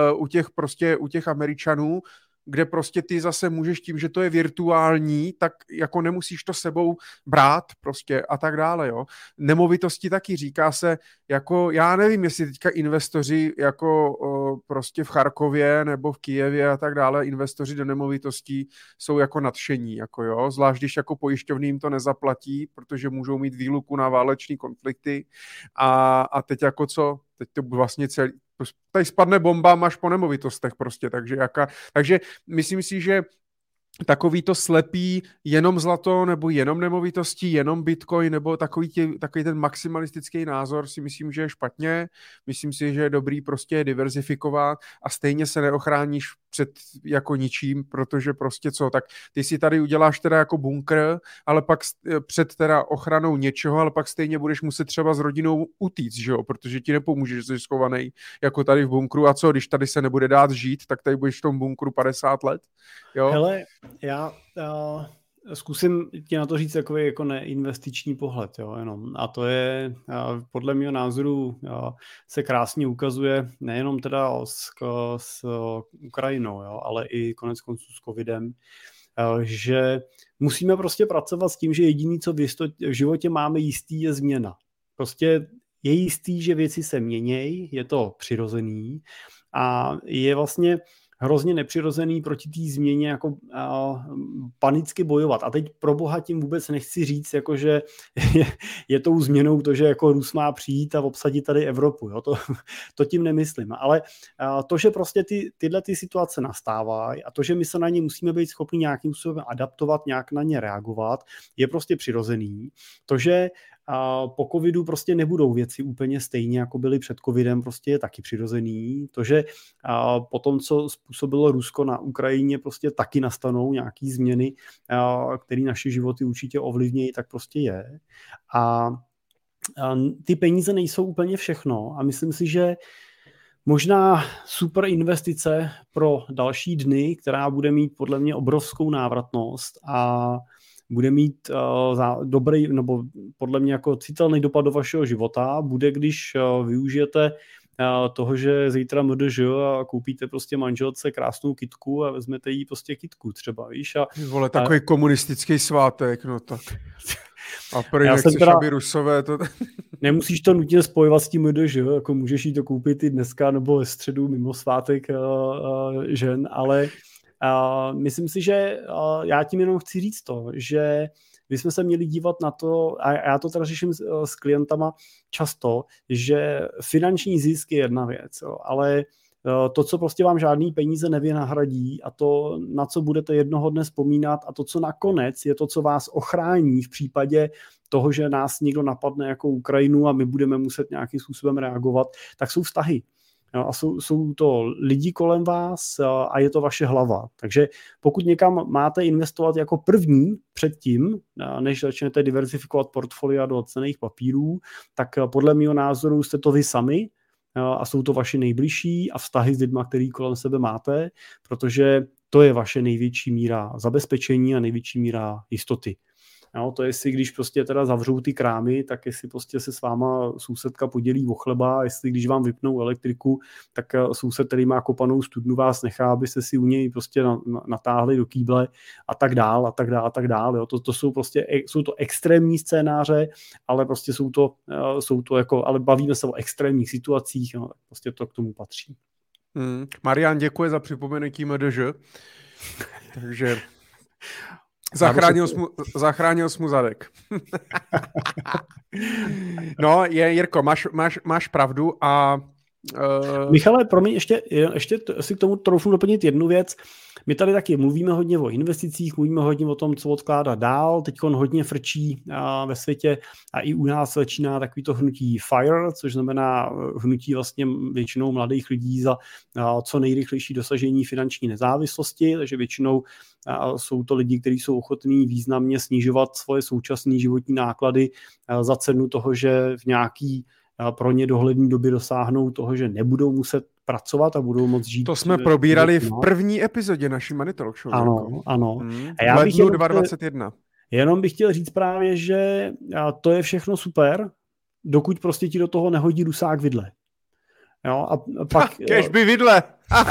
u těch Američanů, kde prostě ty zase můžeš tím, že to je virtuální, tak jako nemusíš to sebou brát prostě a tak dále, jo. Nemovitosti taky říká se, jako já nevím, jestli teďka investoři jako prostě v Charkově nebo v Kyjevě a tak dále, investoři do nemovitostí jsou jako nadšení, jako jo, zvlášť když jako pojišťovny jim to nezaplatí, protože můžou mít výluku na váleční konflikty a teď jako co, teď to vlastně celý, tady spadne bomba, máš po nemovitostech prostě, takže myslím si, že takový to slepý jenom zlato nebo jenom nemovitosti, jenom Bitcoin nebo takový ten maximalistický názor si myslím, že je špatně. Myslím si, že je dobrý prostě diverzifikovat a stejně se neochráníš před jako ničím, protože prostě co, tak ty si tady uděláš teda jako bunkr, ale pak před teda ochranou něčeho, ale pak stejně budeš muset třeba s rodinou utíct, že jo, protože ti nepomůže, že jsi schovaný jako tady v bunkru a co, když tady se nebude dát žít, tak tady budeš v tom bunkru 50 let, jo. Hele, já zkusím ti na to říct takový jako neinvestiční pohled, jo, jenom. A to je, podle mého názoru, se krásně ukazuje nejenom teda s Ukrajinou, jo, ale i konec konců s covidem, že musíme prostě pracovat s tím, že jediný, co v životě máme jistý, je změna. Prostě je jistý, že věci se měnějí, je to přirozený a je vlastně hrozně nepřirozený proti té změně jako panicky bojovat. A teď pro boha tím vůbec nechci říct, jako že je tou změnou to, že jako Rus má přijít a obsadit tady Evropu. Jo? To tím nemyslím. Ale to, že prostě tyhle situace nastávají a to, že my se na ně musíme být schopni nějakým způsobem adaptovat, nějak na ně reagovat, je prostě přirozený. To, že po covidu prostě nebudou věci úplně stejně, jako byly před covidem, prostě je taky přirozený. To, že po tom, co způsobilo Rusko na Ukrajině, prostě taky nastanou nějaký změny, které naše životy určitě ovlivnějí, tak prostě je. A ty peníze nejsou úplně všechno a myslím si, že možná super investice pro další dny, která bude mít podle mě obrovskou návratnost a bude mít dobrý, nebo podle mě jako citelný dopad do vašeho života, bude, když využijete toho, že zítra MDŽ a koupíte prostě manželce krásnou kytku a vezmete jí prostě kytku třeba, víš. Vole, takový komunistický svátek, no tak. A prý nechceš, aby Rusové to... Nemusíš to nutně spojovat s tím MDŽ, jako můžeš jí to koupit i dneska nebo ve středu mimo svátek žen, ale myslím si, že já tím jenom chci říct to, že bychom se měli dívat na to, a já to teda řeším s klientama často, že finanční zisk je jedna věc, ale to, co prostě vám žádný peníze nevynahradí a to, na co budete jednoho dne vzpomínat a to, co nakonec je to, co vás ochrání v případě toho, že nás někdo napadne jako Ukrajinu a my budeme muset nějakým způsobem reagovat, tak jsou vztahy. A jsou to lidi kolem vás a je to vaše hlava. Takže pokud někam máte investovat jako první předtím, než začnete diversifikovat portfolia do cenných papírů, tak podle mého názoru jste to vy sami a jsou to vaši nejbližší a vztahy s lidmi, který kolem sebe máte, protože to je vaše největší míra zabezpečení a největší míra jistoty. Jo, to jestli když prostě teda zavřou ty krámy, tak jestli prostě se s váma sousedka podělí o chleba, jestli když vám vypnou elektriku, tak soused, který má kopanou studnu, vás nechá, abyste si u něj prostě natáhli do kýble a tak dál a tak dál a tak dál. Jo. To jsou prostě, jsou to extrémní scénáře, ale prostě jsou to jako, ale bavíme se o extrémních situacích, jo, tak prostě to k tomu patří. Marian, děkuji za připomenutí MDŽ. Takže zachránil jsi mu zadek. No, Jirko, máš pravdu a... Michale, promiň, ještě si k tomu troufnu doplnit jednu věc. My tady taky mluvíme hodně o investicích, mluvíme hodně o tom, co odkládat dál. Teď hodně frčí ve světě a i u nás začíná takový to hnutí FIRE, což znamená hnutí vlastně většinou mladých lidí za co nejrychlejší dosažení finanční nezávislosti, takže většinou jsou to lidi, kteří jsou ochotní významně snižovat svoje současné životní náklady za cenu toho, že v nějaký pro ně dohledné době dosáhnou toho, že nebudou muset pracovat a budou moct žít. To jsme probírali v první epizodě naší Money Talk Show. Ano. A já bych 2021. Jenom bych chtěl říct právě, že to je všechno super, dokud prostě ti do toho nehodí dusák vidle. Jo, a pak... Kežby vidle!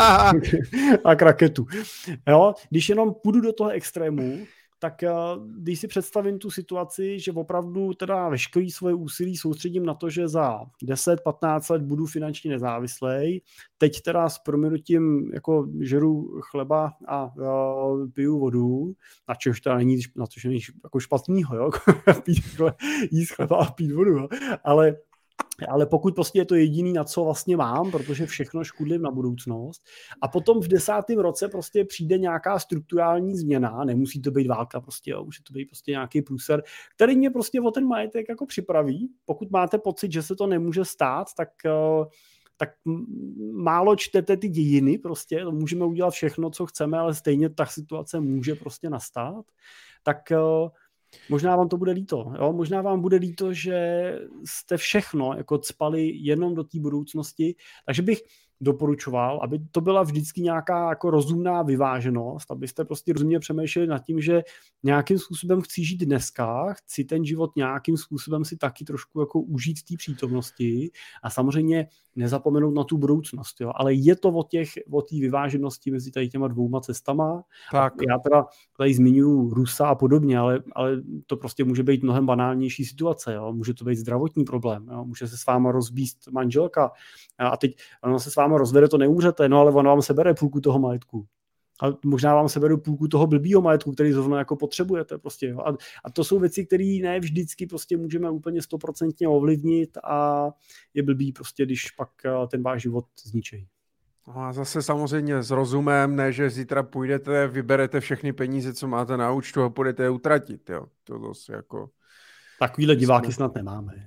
A raketu. Jo, když jenom půjdu do toho extrému, tak když si představím tu situaci, že opravdu teda veškerý svoje úsilí soustředím na to, že za 10-15 let budu finančně nezávislej, teď teda s prominutím jako žeru chleba a piju vodu, na což teda není jako špatnýho, jo? Jíst chleba a pít vodu, jo? Ale pokud prostě je to jediný, na co vlastně mám, protože všechno škudlím na budoucnost a potom v 10. roce prostě přijde nějaká strukturální změna, nemusí to být válka prostě, jo, může to být prostě nějaký průser, který mě prostě o ten majetek jako připraví. Pokud máte pocit, že se to nemůže stát, tak málo čtete ty dějiny prostě, můžeme udělat všechno, co chceme, ale stejně ta situace může prostě nastat, tak možná vám to bude líto. Jo? Možná vám bude líto, že jste všechno jako cpali jenom do té budoucnosti. Takže bych doporučoval, aby to byla vždycky nějaká jako rozumná vyváženost, abyste prostě rozumně přemýšleli nad tím, že nějakým způsobem chci žít dneska, chci ten život nějakým způsobem si taky trošku jako užít v té přítomnosti a samozřejmě nezapomenout na tu budoucnost. Jo? Ale je to o té vyváženosti mezi tady těma dvouma cestama. Tak. Já teda tady zmiňuji Rusa a podobně, ale to prostě může být mnohem banálnější situace. Jo? Může to být zdravotní problém. Jo? Může se s váma rozbíst manželka a teď ono se s váma rozvede, to neumřete, no ale ono vám sebere půlku toho majetku. A možná vám seberu půlku toho blbýho majetku, který zrovna jako potřebujete. Prostě, jo. A to jsou věci, které ne vždycky prostě můžeme úplně 100% ovlivnit a je blbý prostě, když pak ten váš život zničí. No a zase samozřejmě s rozumem, ne, že zítra půjdete, vyberete všechny peníze, co máte na účtu a půjdete je utratit. Jo. To zase jako... Takovýhle diváky snad nemáme.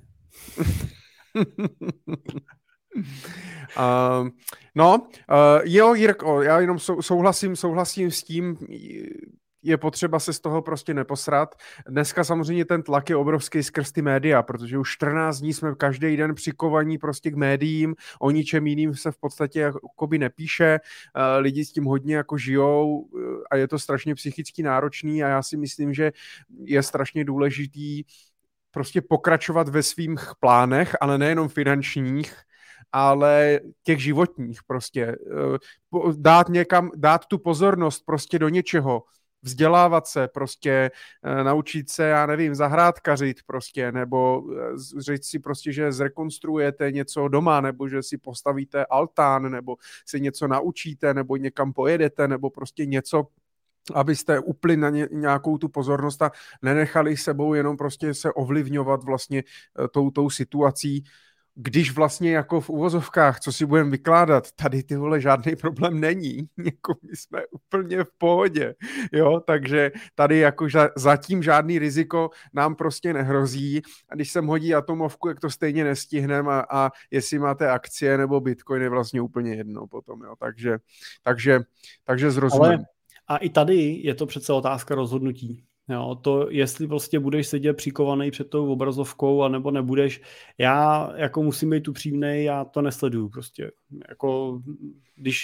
Jo, Jirko, já jenom souhlasím s tím, je potřeba se z toho prostě neposrat. Dneska samozřejmě ten tlak je obrovský skrz ty média, protože už 14 dní jsme každý den přikovaní prostě k médiím, o ničem jiným se v podstatě jakoby nepíše, lidi s tím hodně jako žijou a je to strašně psychicky náročný a já si myslím, že je strašně důležitý prostě pokračovat ve svých plánech, ale nejenom finančních, ale těch životních prostě. Dát tu pozornost prostě do něčeho, vzdělávat se prostě, naučit se, já nevím, zahrádkařit prostě, nebo říct si prostě, že zrekonstruujete něco doma, nebo že si postavíte altán, nebo si něco naučíte, nebo někam pojedete, nebo prostě něco, abyste upli na nějakou tu pozornost a nenechali sebou jenom prostě se ovlivňovat vlastně tou situací, když vlastně jako v uvozovkách, co si budeme vykládat, tady ty vole žádný problém není, jako my jsme úplně v pohodě, jo, takže tady jako zatím žádný riziko nám prostě nehrozí a když sem hodí atomovku, jak to stejně nestihneme a jestli máte akcie nebo bitcoin je vlastně úplně jedno potom, jo, takže zrozumím. A i tady je to přece otázka rozhodnutí. Jo, to, jestli prostě budeš sedět přikovaný před tou obrazovkou, anebo nebudeš, já jako musím být upřímnej, já to nesleduju prostě. Jako, když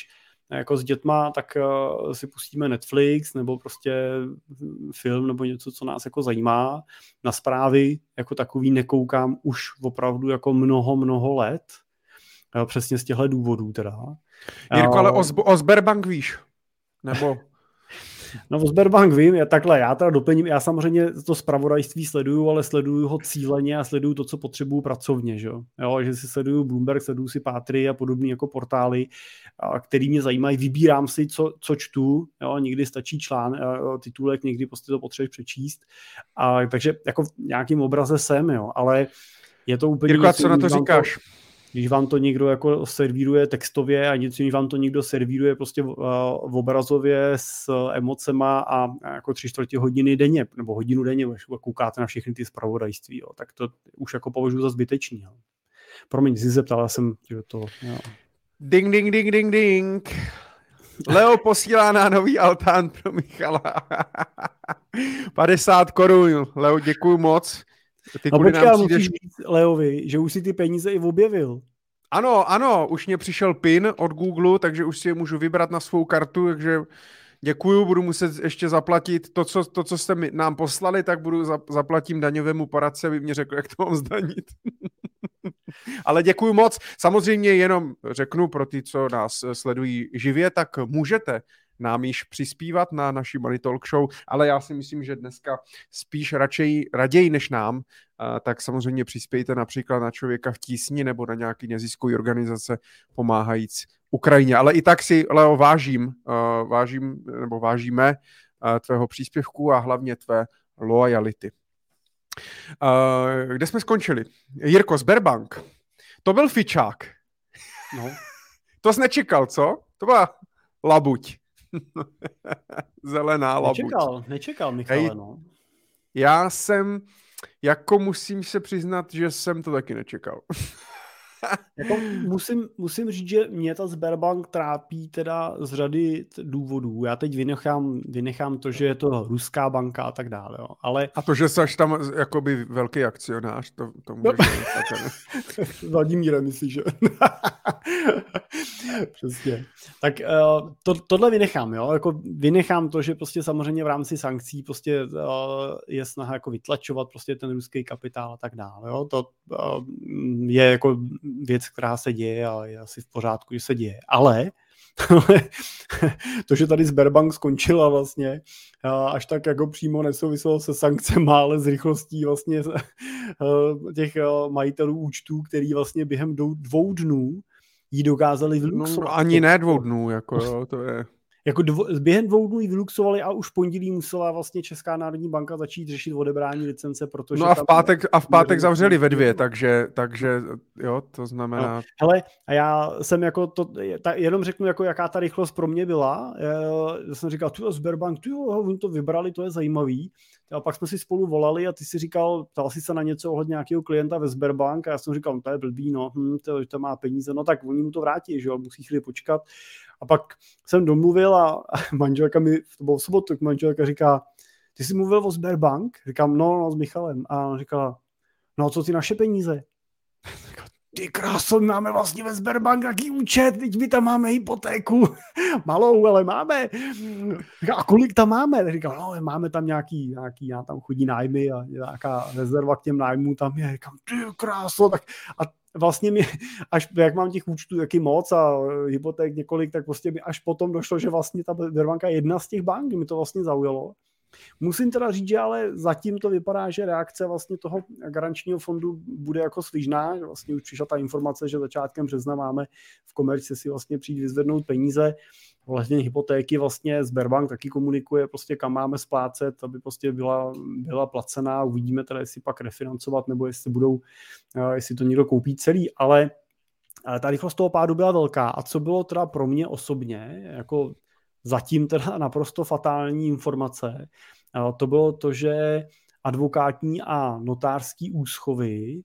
jako s dětma, tak si pustíme Netflix nebo prostě film nebo něco, co nás jako zajímá. Na zprávy jako takový nekoukám už opravdu jako mnoho let. Přesně z těchto důvodů teda. Jirko, ale o Sberbank víš? Nebo... No o Sberbank vím, já teda doplním, já samozřejmě to zpravodajství sleduju, ale sleduju ho cíleně a sleduju to, co potřebuju pracovně, že si sleduju Bloomberg, sleduju si Pátry a podobné jako portály, který mě zajímají, vybírám si, co čtu, jo, někdy stačí titulek, někdy prostě to potřebuješ přečíst, takže jako v nějakým obraze jsem, jo, ale je to úplně... Jirko, co na to říkáš? Když vám to někdo jako servíruje textově a něco, když vám to někdo servíruje prostě v obrazově s emocema a jako 3/4 hodiny denně, nebo hodinu denně, když koukáte na všechny ty zpravodajství, jo, tak to už jako považuji za zbytečný. Jo. Promiň, jsi zeptal, já jsem že to... Jo. Ding, ding, ding, ding, ding. Leo posílá na nový altán pro Michala. 50 korun. Leo, děkuju moc. Ty počkej, musíš říct Leovi, že už si ty peníze i objevil. Ano, už mě přišel PIN od Google, takže už si je můžu vybrat na svou kartu, takže děkuju, budu muset ještě zaplatit to, co jste nám poslali, tak zaplatím daňovému poradci, aby mě řekl, jak to mám zdanit. Ale děkuju moc. Samozřejmě jenom řeknu pro ty, co nás sledují živě, tak můžete nám již přispívat na naší Money Talk Show, ale já si myslím, že dneska spíš raději než nám, tak samozřejmě přispějte například na Člověka v tísni nebo na nějaký neziskový organizace pomáhajíc Ukrajině. Ale i tak si, Leo, vážíme tvého příspěvku a hlavně tvé loajality. Kde jsme skončili? Jirko, Sberbank. To byl fičák. No. To jsi nečekal, co? To byla labuť. Zelená labuť. Nečekal, Michale, no. Já musím se přiznat, že jsem to taky nečekal. Jako musím říct, že mě ta Sberbank trápí teda z řady důvodů. Já teď vynechám to, že je to ruská banka a tak dále. Jo. Ale... A to, že jsi tam jakoby velký akcionář, to můžeš Vladimíre, myslíš, že? Přesně. Tak tohle vynechám, jo. Jako vynechám to, že prostě samozřejmě v rámci sankcí prostě je snaha jako vytlačovat prostě ten ruský kapitál a tak dále. Jo. To je jako věc, která se děje a je asi v pořádku, že se děje. Ale to, že tady Sberbank skončila vlastně, až tak jako přímo nesouviselo se sankcemi, ale s rychlostí vlastně těch majitelů účtů, který vlastně během 2 dnů jí dokázali vyluxovat. No, ani ne 2 dnů, jako jo, to je... Jako během 2 dnů ji vyluxovali a už v pondělí musela vlastně Česká národní banka začít řešit odebrání licence, protože... No a v pátek zavřeli ve 2, takže jo, to znamená... No, hele, a já jsem jako jenom řeknu, jako jaká ta rychlost pro mě byla. Já jsem říkal, Sberbank, oni to vybrali, to je zajímavý. A pak jsme si spolu volali a ty si říkal, ptal si se na něco ohledně nějakého klienta ve Sberbank a já jsem říkal, to je blbý, no, to má peníze, no tak oni mu to vrátí, že jo, musí chvíli počkat. A pak jsem domluvil a manželka to bylo v sobotu, manželka říká, ty jsi mluvil o Sberbank? Říkám, no, s Michalem. A on říkala, no, co ty naše peníze? Říkám, ty kráso, máme vlastně ve Sberbank jaký účet, teď my tam máme hypotéku, malou, ale máme. Říkám, a kolik tam máme? Říkám, no, máme tam nějaký tam chodí nájmy a nějaká rezerva k těm nájmům tam je. Říkám, ty kráso, tak a vlastně mi, až jak mám těch účtů taky moc a hypoték několik, tak prostě mi až potom došlo, že vlastně ta Sberbanka je jedna z těch bank, mi to vlastně zaujalo. Musím teda říct, že ale zatím to vypadá, že reakce vlastně toho garančního fondu bude jako svižná. Vlastně už přišla ta informace, že začátkem března máme v Komerci si vlastně přijít vyzvednout peníze. Vlastně hypotéky vlastně Sberbank taky komunikuje, prostě kam máme splácet, aby prostě byla placená. Uvidíme teda, jestli pak refinancovat, nebo jestli to někdo koupí celý, ale ta rychlost toho pádu byla velká. A co bylo teda pro mě osobně, jako zatím teda naprosto fatální informace, to bylo to, že advokátní a notářský úschovy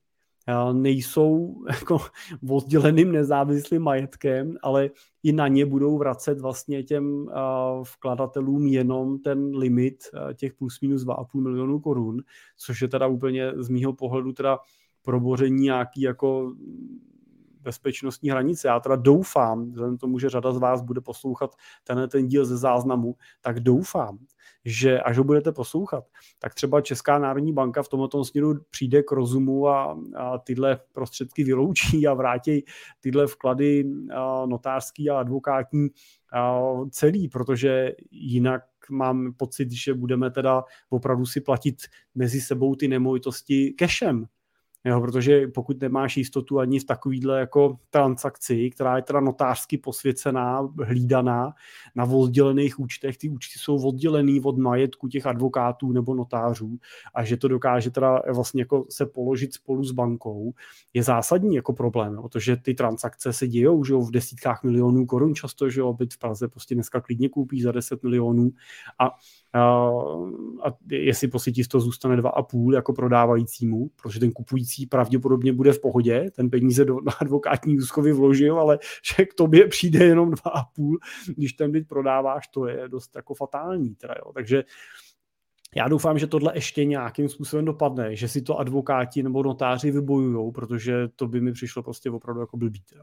nejsou jako odděleným nezávislým majetkem, ale i na ně budou vracet vlastně těm vkladatelům jenom ten limit těch plus minus 2,5 milionu korun, což je teda úplně z mýho pohledu teda proboření nějaký jako bezpečnostní hranice. Já teda doufám, vzhledem k tomu, že řada z vás bude poslouchat ten díl ze záznamu, tak doufám, že až ho budete poslouchat, tak třeba Česká národní banka v tomto směru přijde k rozumu a tyhle prostředky vyloučí a vrátí tyhle vklady notářský a advokátní celý, protože jinak mám pocit, že budeme teda opravdu si platit mezi sebou ty nemovitosti cashem. Jo, protože pokud nemáš jistotu ani v takovýhle jako transakci, která je teda notářsky posvěcená, hlídaná na oddělených účtech, ty účty jsou oddělený od majetku těch advokátů nebo notářů a že to dokáže teda vlastně jako se položit spolu s bankou, je zásadní jako problém, protože ty transakce se dějou, že jo, v desítkách milionů korun často, že jo, byt v Praze prostě dneska klidně koupí za 10 milionů a jestli prostě ti z toho zůstane 2,5 jako prodávajícímu, protože ten kupující pravděpodobně bude v pohodě, ten peníze do advokátní úschovy vložil, ale že k tobě přijde jenom 2,5, když ten byt prodáváš, to je dost jako fatální. Teda, jo. Takže já doufám, že tohle ještě nějakým způsobem dopadne, že si to advokáti nebo notáři vybojujou, protože to by mi přišlo prostě opravdu jako blbý. Teda.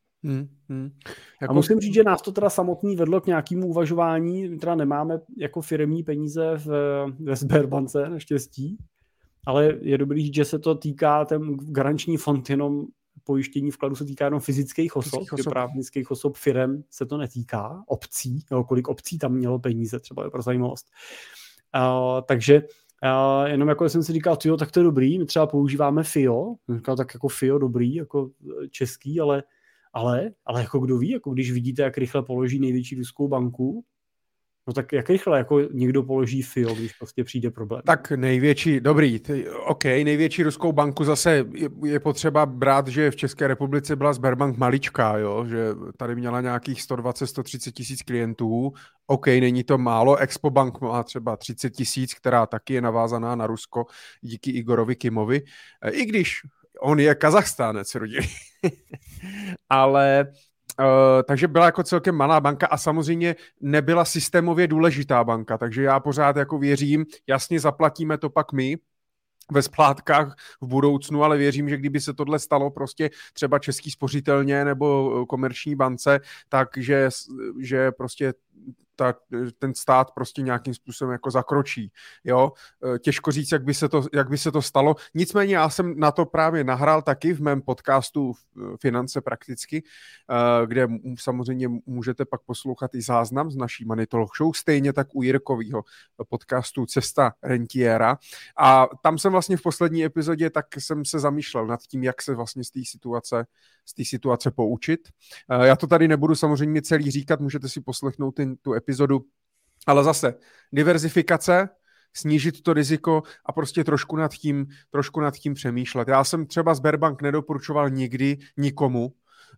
A musím říct, že nás to teda samotný vedlo k nějakému uvažování, my teda nemáme jako firemní peníze ve Sberbance, naštěstí, ale je dobrý říct, že se to týká, ten garanční fond jenom pojištění vkladu se týká jenom fyzických osob, že právnických osob, firem se to netýká, obcí, jo, kolik obcí tam mělo peníze, třeba je pro zajímavost. Takže jenom jako jsem si říkal, tyjo, tak to je dobrý, my třeba používáme FIO, říkal, tak jako FIO dobrý, jako český, ale jako kdo ví, jako když vidíte, jak rychle položí největší ruskou banku, no tak jak rychle jako někdo položí FIO, když prostě přijde problém. Tak největší největší ruskou banku zase je potřeba brát, že v České republice byla Sberbank maličká, jo? Že tady měla nějakých 120-130 tisíc klientů. Není to málo, Expo Bank má třeba 30 tisíc, která taky je navázaná na Rusko díky Igorovi Kimovi, i když on je Kazachstánec rodiny. Ale takže byla jako celkem malá banka a samozřejmě nebyla systémově důležitá banka, takže já pořád jako věřím, jasně zaplatíme to pak my ve splátkách v budoucnu, ale věřím, že kdyby se tohle stalo prostě třeba Český spořitelně nebo Komerční bance, takže že prostě ten stát prostě nějakým způsobem jako zakročí. Jo? Těžko říct, jak by se to stalo. Nicméně já jsem na to právě nahrál taky v mém podcastu Finance prakticky, kde samozřejmě můžete pak poslouchat i záznam z naší Money Talk Show, stejně tak u Jirkovýho podcastu Cesta rentiéra. A tam jsem vlastně v poslední epizodě tak jsem se zamýšlel nad tím, jak se vlastně z té situace poučit. Já to tady nebudu samozřejmě celý říkat, můžete si poslechnout tu epizodu, ale zase diverzifikace, snížit to riziko a prostě trošku nad tím přemýšlet. Já jsem třeba Sberbank nedoporučoval nikdy nikomu,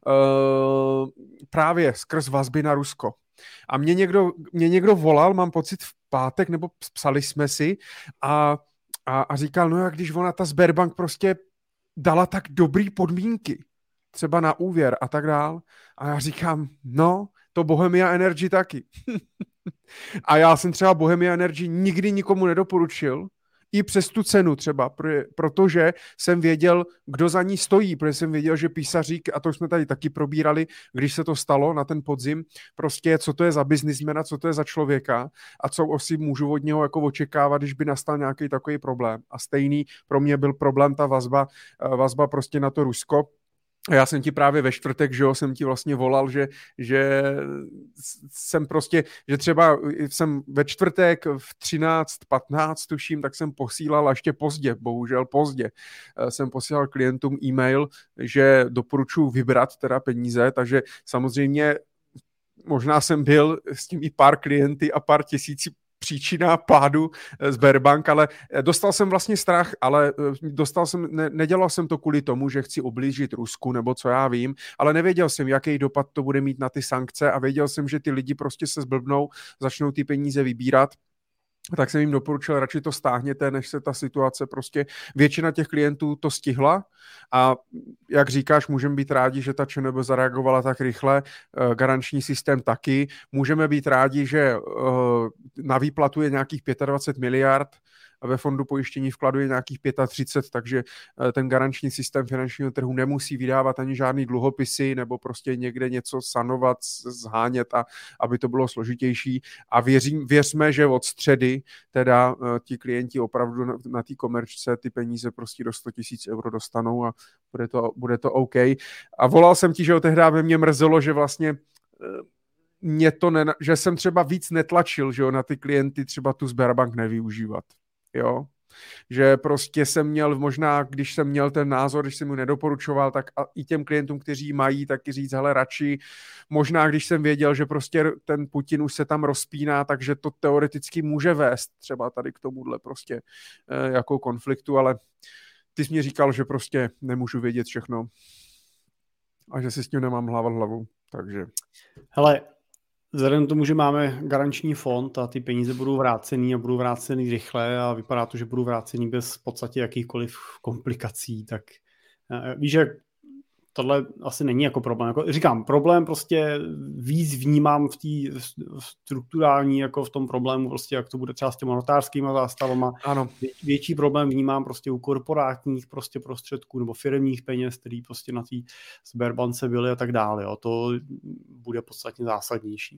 právě skrz vazby na Rusko. A mě někdo volal, mám pocit v pátek, nebo psali jsme si a říkal, no jak když ona ta Sberbank prostě dala tak dobrý podmínky, třeba na úvěr a tak dál. A já říkám, no, to Bohemia Energy taky. A já jsem třeba Bohemia Energy nikdy nikomu nedoporučil, i přes tu cenu třeba, protože jsem věděl, kdo za ní stojí, protože jsem věděl, že písařík, a to už jsme tady taky probírali, když se to stalo na ten podzim, prostě co to je za biznismena, co to je za člověka a co si můžu od něho jako očekávat, když by nastal nějaký takový problém. A stejný pro mě byl problém ta vazba prostě na to Rusko. Já jsem ti právě ve čtvrtek, že jo, jsem ti vlastně volal, že jsem prostě, že třeba jsem ve čtvrtek v 13:15 tuším, tak jsem posílal ještě bohužel pozdě, jsem posílal klientům e-mail, že doporučuji vybrat teda peníze, takže samozřejmě možná jsem byl s tím i pár klienty a pár tisíci příčina pádu Sberbank, ale dostal jsem vlastně strach, ale nedělal jsem to kvůli tomu, že chci ublížit Rusku, nebo co já vím, ale nevěděl jsem, jaký dopad to bude mít na ty sankce a věděl jsem, že ty lidi prostě se zblbnou, začnou ty peníze vybírat. Tak jsem jim doporučil, radši to stáhněte, než se ta situace prostě, většina těch klientů to stihla a jak říkáš, můžeme být rádi, že ta ČNB zareagovala tak rychle, garanční systém taky, můžeme být rádi, že na výplatu je nějakých 25 miliard, ve fondu pojištění vkladu je nějakých 35, takže ten garanční systém finančního trhu nemusí vydávat ani žádný dluhopisy nebo prostě někde něco sanovat, zhánět, a aby to bylo složitější. A věřme, že od středy teda ti klienti opravdu na té komerčce ty peníze prostě do 100 000 euro dostanou a bude to OK. A volal jsem ti, že tehdy by mě mrzelo, že vlastně že jsem třeba víc netlačil, že jo, na ty klienty třeba tu Sberbank nevyužívat, jo. Že prostě jsem měl možná, když jsem měl ten názor, když jsem mu nedoporučoval, tak i těm klientům, kteří mají, taky říct, hele, radši, možná když jsem věděl, že prostě ten Putin už se tam rozpíná, takže to teoreticky může vést třeba tady k tomuhle prostě jako konfliktu, ale ty jsi mi říkal, že prostě nemůžu vědět všechno a že si s tím nemám hlavat hlavu, takže... Hele, vzhledem k tomu, že máme garanční fond a ty peníze budou vrácený a budou vrácený rychle a vypadá to, že budou vrácený bez v podstatě jakýchkoliv komplikací, tak víš, že tohle asi není jako problém. Jako, říkám, problém prostě víc vnímám v té strukturální, jako v tom problému, prostě jak to bude třeba s těma notářskýma zástavama. Ano. Větší problém vnímám prostě u korporátních prostě prostředků nebo firemních peněz, který prostě na té Sberbance byly a tak dále. Jo. To bude podstatně zásadnější.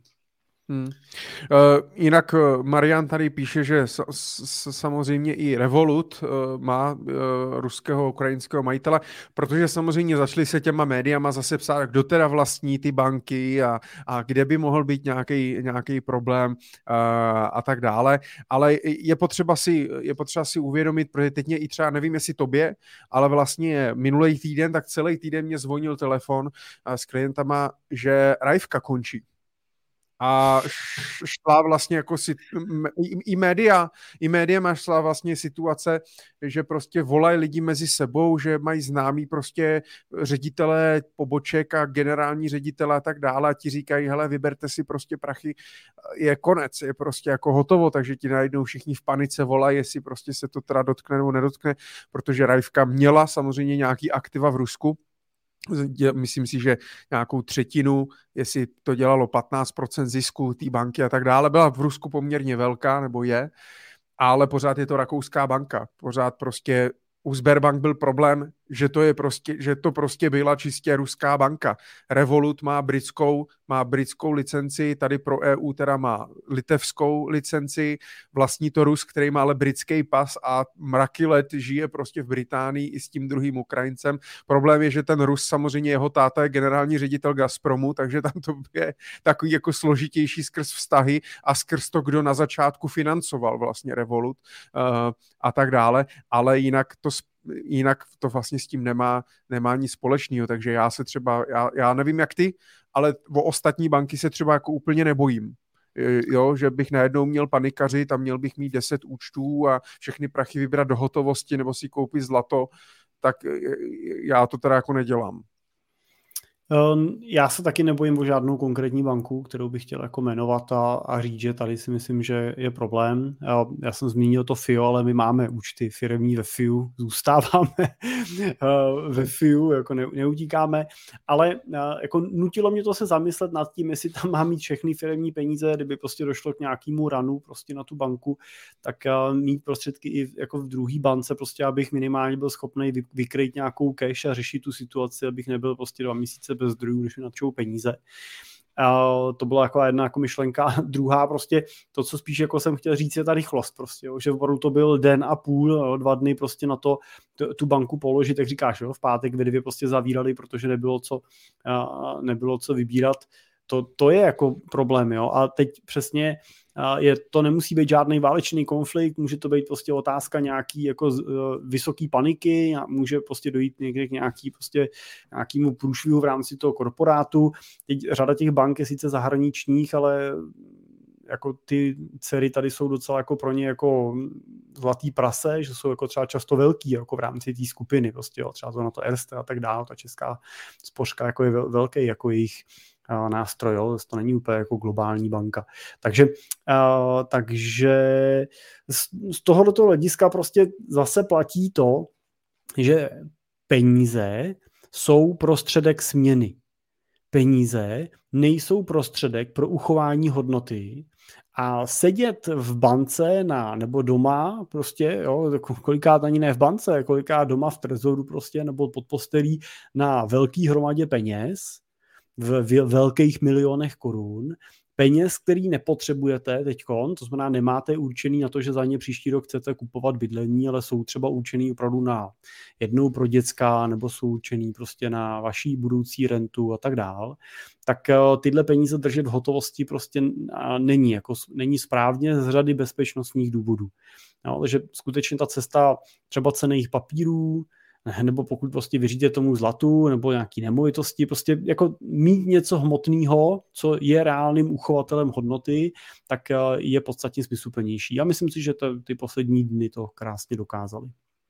Jinak Marian tady píše, že samozřejmě i Revolut má ruského, ukrajinského majitele, protože samozřejmě začali se těma médiama zase psát, kdo teda vlastní ty banky a kde by mohl být nějaký problém a tak dále, ale je potřeba si uvědomit, protože teď mě i třeba, nevím jestli tobě, ale vlastně minulý týden, tak celý týden mě zvonil telefon s klientama, že Rajvka končí. A šla vlastně jako i média šla vlastně situace, že prostě volají lidi mezi sebou, že mají známí prostě ředitelé poboček a generální ředitele a tak dále a ti říkají, hele, vyberte si prostě prachy, je konec, je prostě jako hotovo, takže ti najednou všichni v panice volají, jestli prostě se to teda dotkne nebo nedotkne, protože Rajvka měla samozřejmě nějaký aktiva v Rusku. Myslím si, že nějakou třetinu, jestli to dělalo 15% zisku té banky a tak dále, byla v Rusku poměrně velká, nebo je, ale pořád je to rakouská banka. Pořád prostě u Sberbank byl problém, že to prostě byla čistě ruská banka. Revolut má britskou licenci, tady pro EU teda má litevskou licenci, vlastní to Rus, který má ale britský pas a mraky let žije prostě v Británii i s tím druhým Ukrajincem. Problém je, že ten Rus, samozřejmě jeho táta je generální ředitel Gazpromu, takže tam to je takový jako složitější skrz vztahy a skrz to, kdo na začátku financoval vlastně Revolut a tak dále, ale jinak to vlastně s tím nemá nic společného, takže já nevím jak ty, ale o ostatní banky se třeba jako úplně nebojím. Jo, že bych najednou měl panikařit a měl bych mít 10 účtů a všechny prachy vybrat do hotovosti nebo si koupit zlato, tak já to teda jako nedělám. Já se taky nebojím o žádnou konkrétní banku, kterou bych chtěl jako jmenovat a říct, že tady si myslím, že je problém. Já jsem zmínil to FIO, ale my máme účty firemní ve FIU, zůstáváme ve FIU, jako neutíkáme, ale jako nutilo mě to se zamyslet nad tím, jestli tam má mít všechny firemní peníze, kdyby prostě došlo k nějakému ranu prostě na tu banku, tak mít prostředky i jako v druhé bance, prostě abych minimálně byl schopný vykrýt nějakou cash a řešit tu situaci, abych nebyl prostě 2 měsíce bez zdrojů, když mi natčou peníze. To byla jako jedna jako myšlenka. Druhá prostě, to, co spíš jako jsem chtěl říct, je ta rychlost prostě, jo, že opravdu to byl den a půl, 2 dny prostě na to tu banku položit, tak říkáš, jo, v pátek ve 2 prostě zavírali, protože nebylo co vybírat. To je jako problém, jo, a teď přesně to nemusí být žádný válečný konflikt, může to být prostě otázka nějaký jako vysoký paniky, může prostě dojít někde k nějakému průšvihu v rámci toho korporátu. Teď řada těch bank je sice zahraničních, ale jako ty dcery tady jsou docela jako pro ně jako zlatý prase, že jsou jako třeba často velký jako v rámci té skupiny, prostě, jo, třeba to na to Erste a tak dále, ta česká spořka jako je velký jako jejich nástroj, jo? To není úplně jako globální banka. Takže z tohoto hlediska prostě zase platí to, že peníze jsou prostředek směny. Peníze nejsou prostředek pro uchování hodnoty A sedět v bance nebo doma prostě, jo, kolikrát ani ne v bance, kolikrát doma v trezoru prostě, nebo pod postelí na velký hromadě peněz, v velkých milionech korun, peněz, který nepotřebujete teďkon, to znamená nemáte určený na to, že za ně příští rok chcete kupovat bydlení, ale jsou třeba určený opravdu na jednou pro děcka, nebo jsou určený prostě na vaší budoucí rentu a tak dál, tak tyhle peníze držet v hotovosti prostě není správně z řady bezpečnostních důvodů. No, takže skutečně ta cesta třeba cenných papírů, nebo pokud prostě věříte tomu zlatu nebo nějaký nemovitosti, prostě jako mít něco hmotného, co je reálným uchovatelem hodnoty, tak je podstatně smysluplnější. Já myslím si, že ty poslední dny to krásně dokázaly.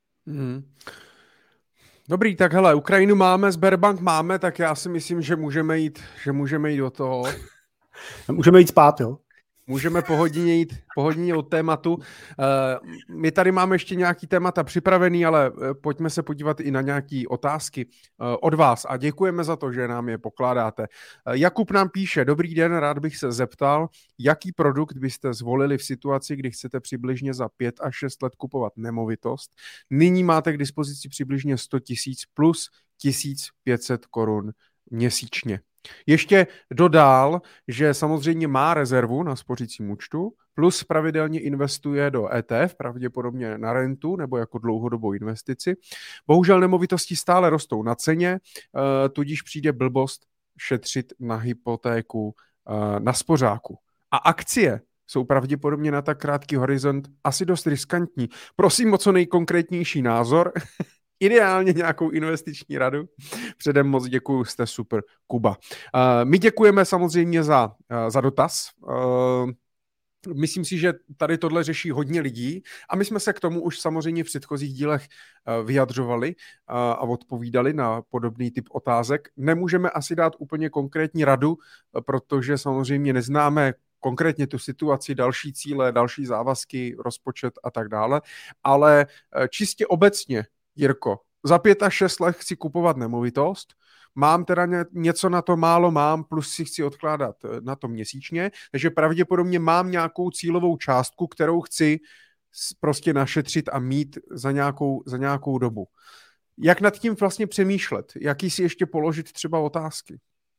Dobrý, tak hele, Ukrajinu máme, Sberbank máme, tak já si myslím, že můžeme jít do toho. Můžeme jít spát, jo? Můžeme pohodině od tématu. My tady máme ještě nějaký témata připravený, ale pojďme se podívat i na nějaké otázky od vás a děkujeme za to, že nám je pokládáte. Jakub nám píše, dobrý den, rád bych se zeptal, jaký produkt byste zvolili v situaci, kdy chcete přibližně za 5 až 6 let kupovat nemovitost. Nyní máte k dispozici přibližně 100 000 plus 1500 korun měsíčně. Ještě dodal, že samozřejmě má rezervu na spořícím účtu, plus pravidelně investuje do ETF, pravděpodobně na rentu nebo jako dlouhodobou investici. Bohužel nemovitosti stále rostou na ceně, tudíž přijde blbost šetřit na hypotéku na spořáku. A akcie jsou pravděpodobně na tak krátký horizont asi dost riskantní. Prosím o co nejkonkrétnější názor. Ideálně nějakou investiční radu. Předem moc děkuju, jste super, Kuba. My děkujeme samozřejmě za dotaz. Myslím si, že tady tohle řeší hodně lidí a my jsme se k tomu už samozřejmě v předchozích dílech vyjadřovali a odpovídali na podobný typ otázek. Nemůžeme asi dát úplně konkrétní radu, protože samozřejmě neznáme konkrétně tu situaci, další cíle, další závazky, rozpočet a tak dále, ale čistě obecně, Jirko, za 5 až 6 let chci kupovat nemovitost, mám teda něco na to málo mám, plus si chci odkládat na to měsíčně, takže pravděpodobně mám nějakou cílovou částku, kterou chci prostě našetřit a mít za nějakou dobu. Jak nad tím vlastně přemýšlet? Jaký si ještě položit třeba otázky?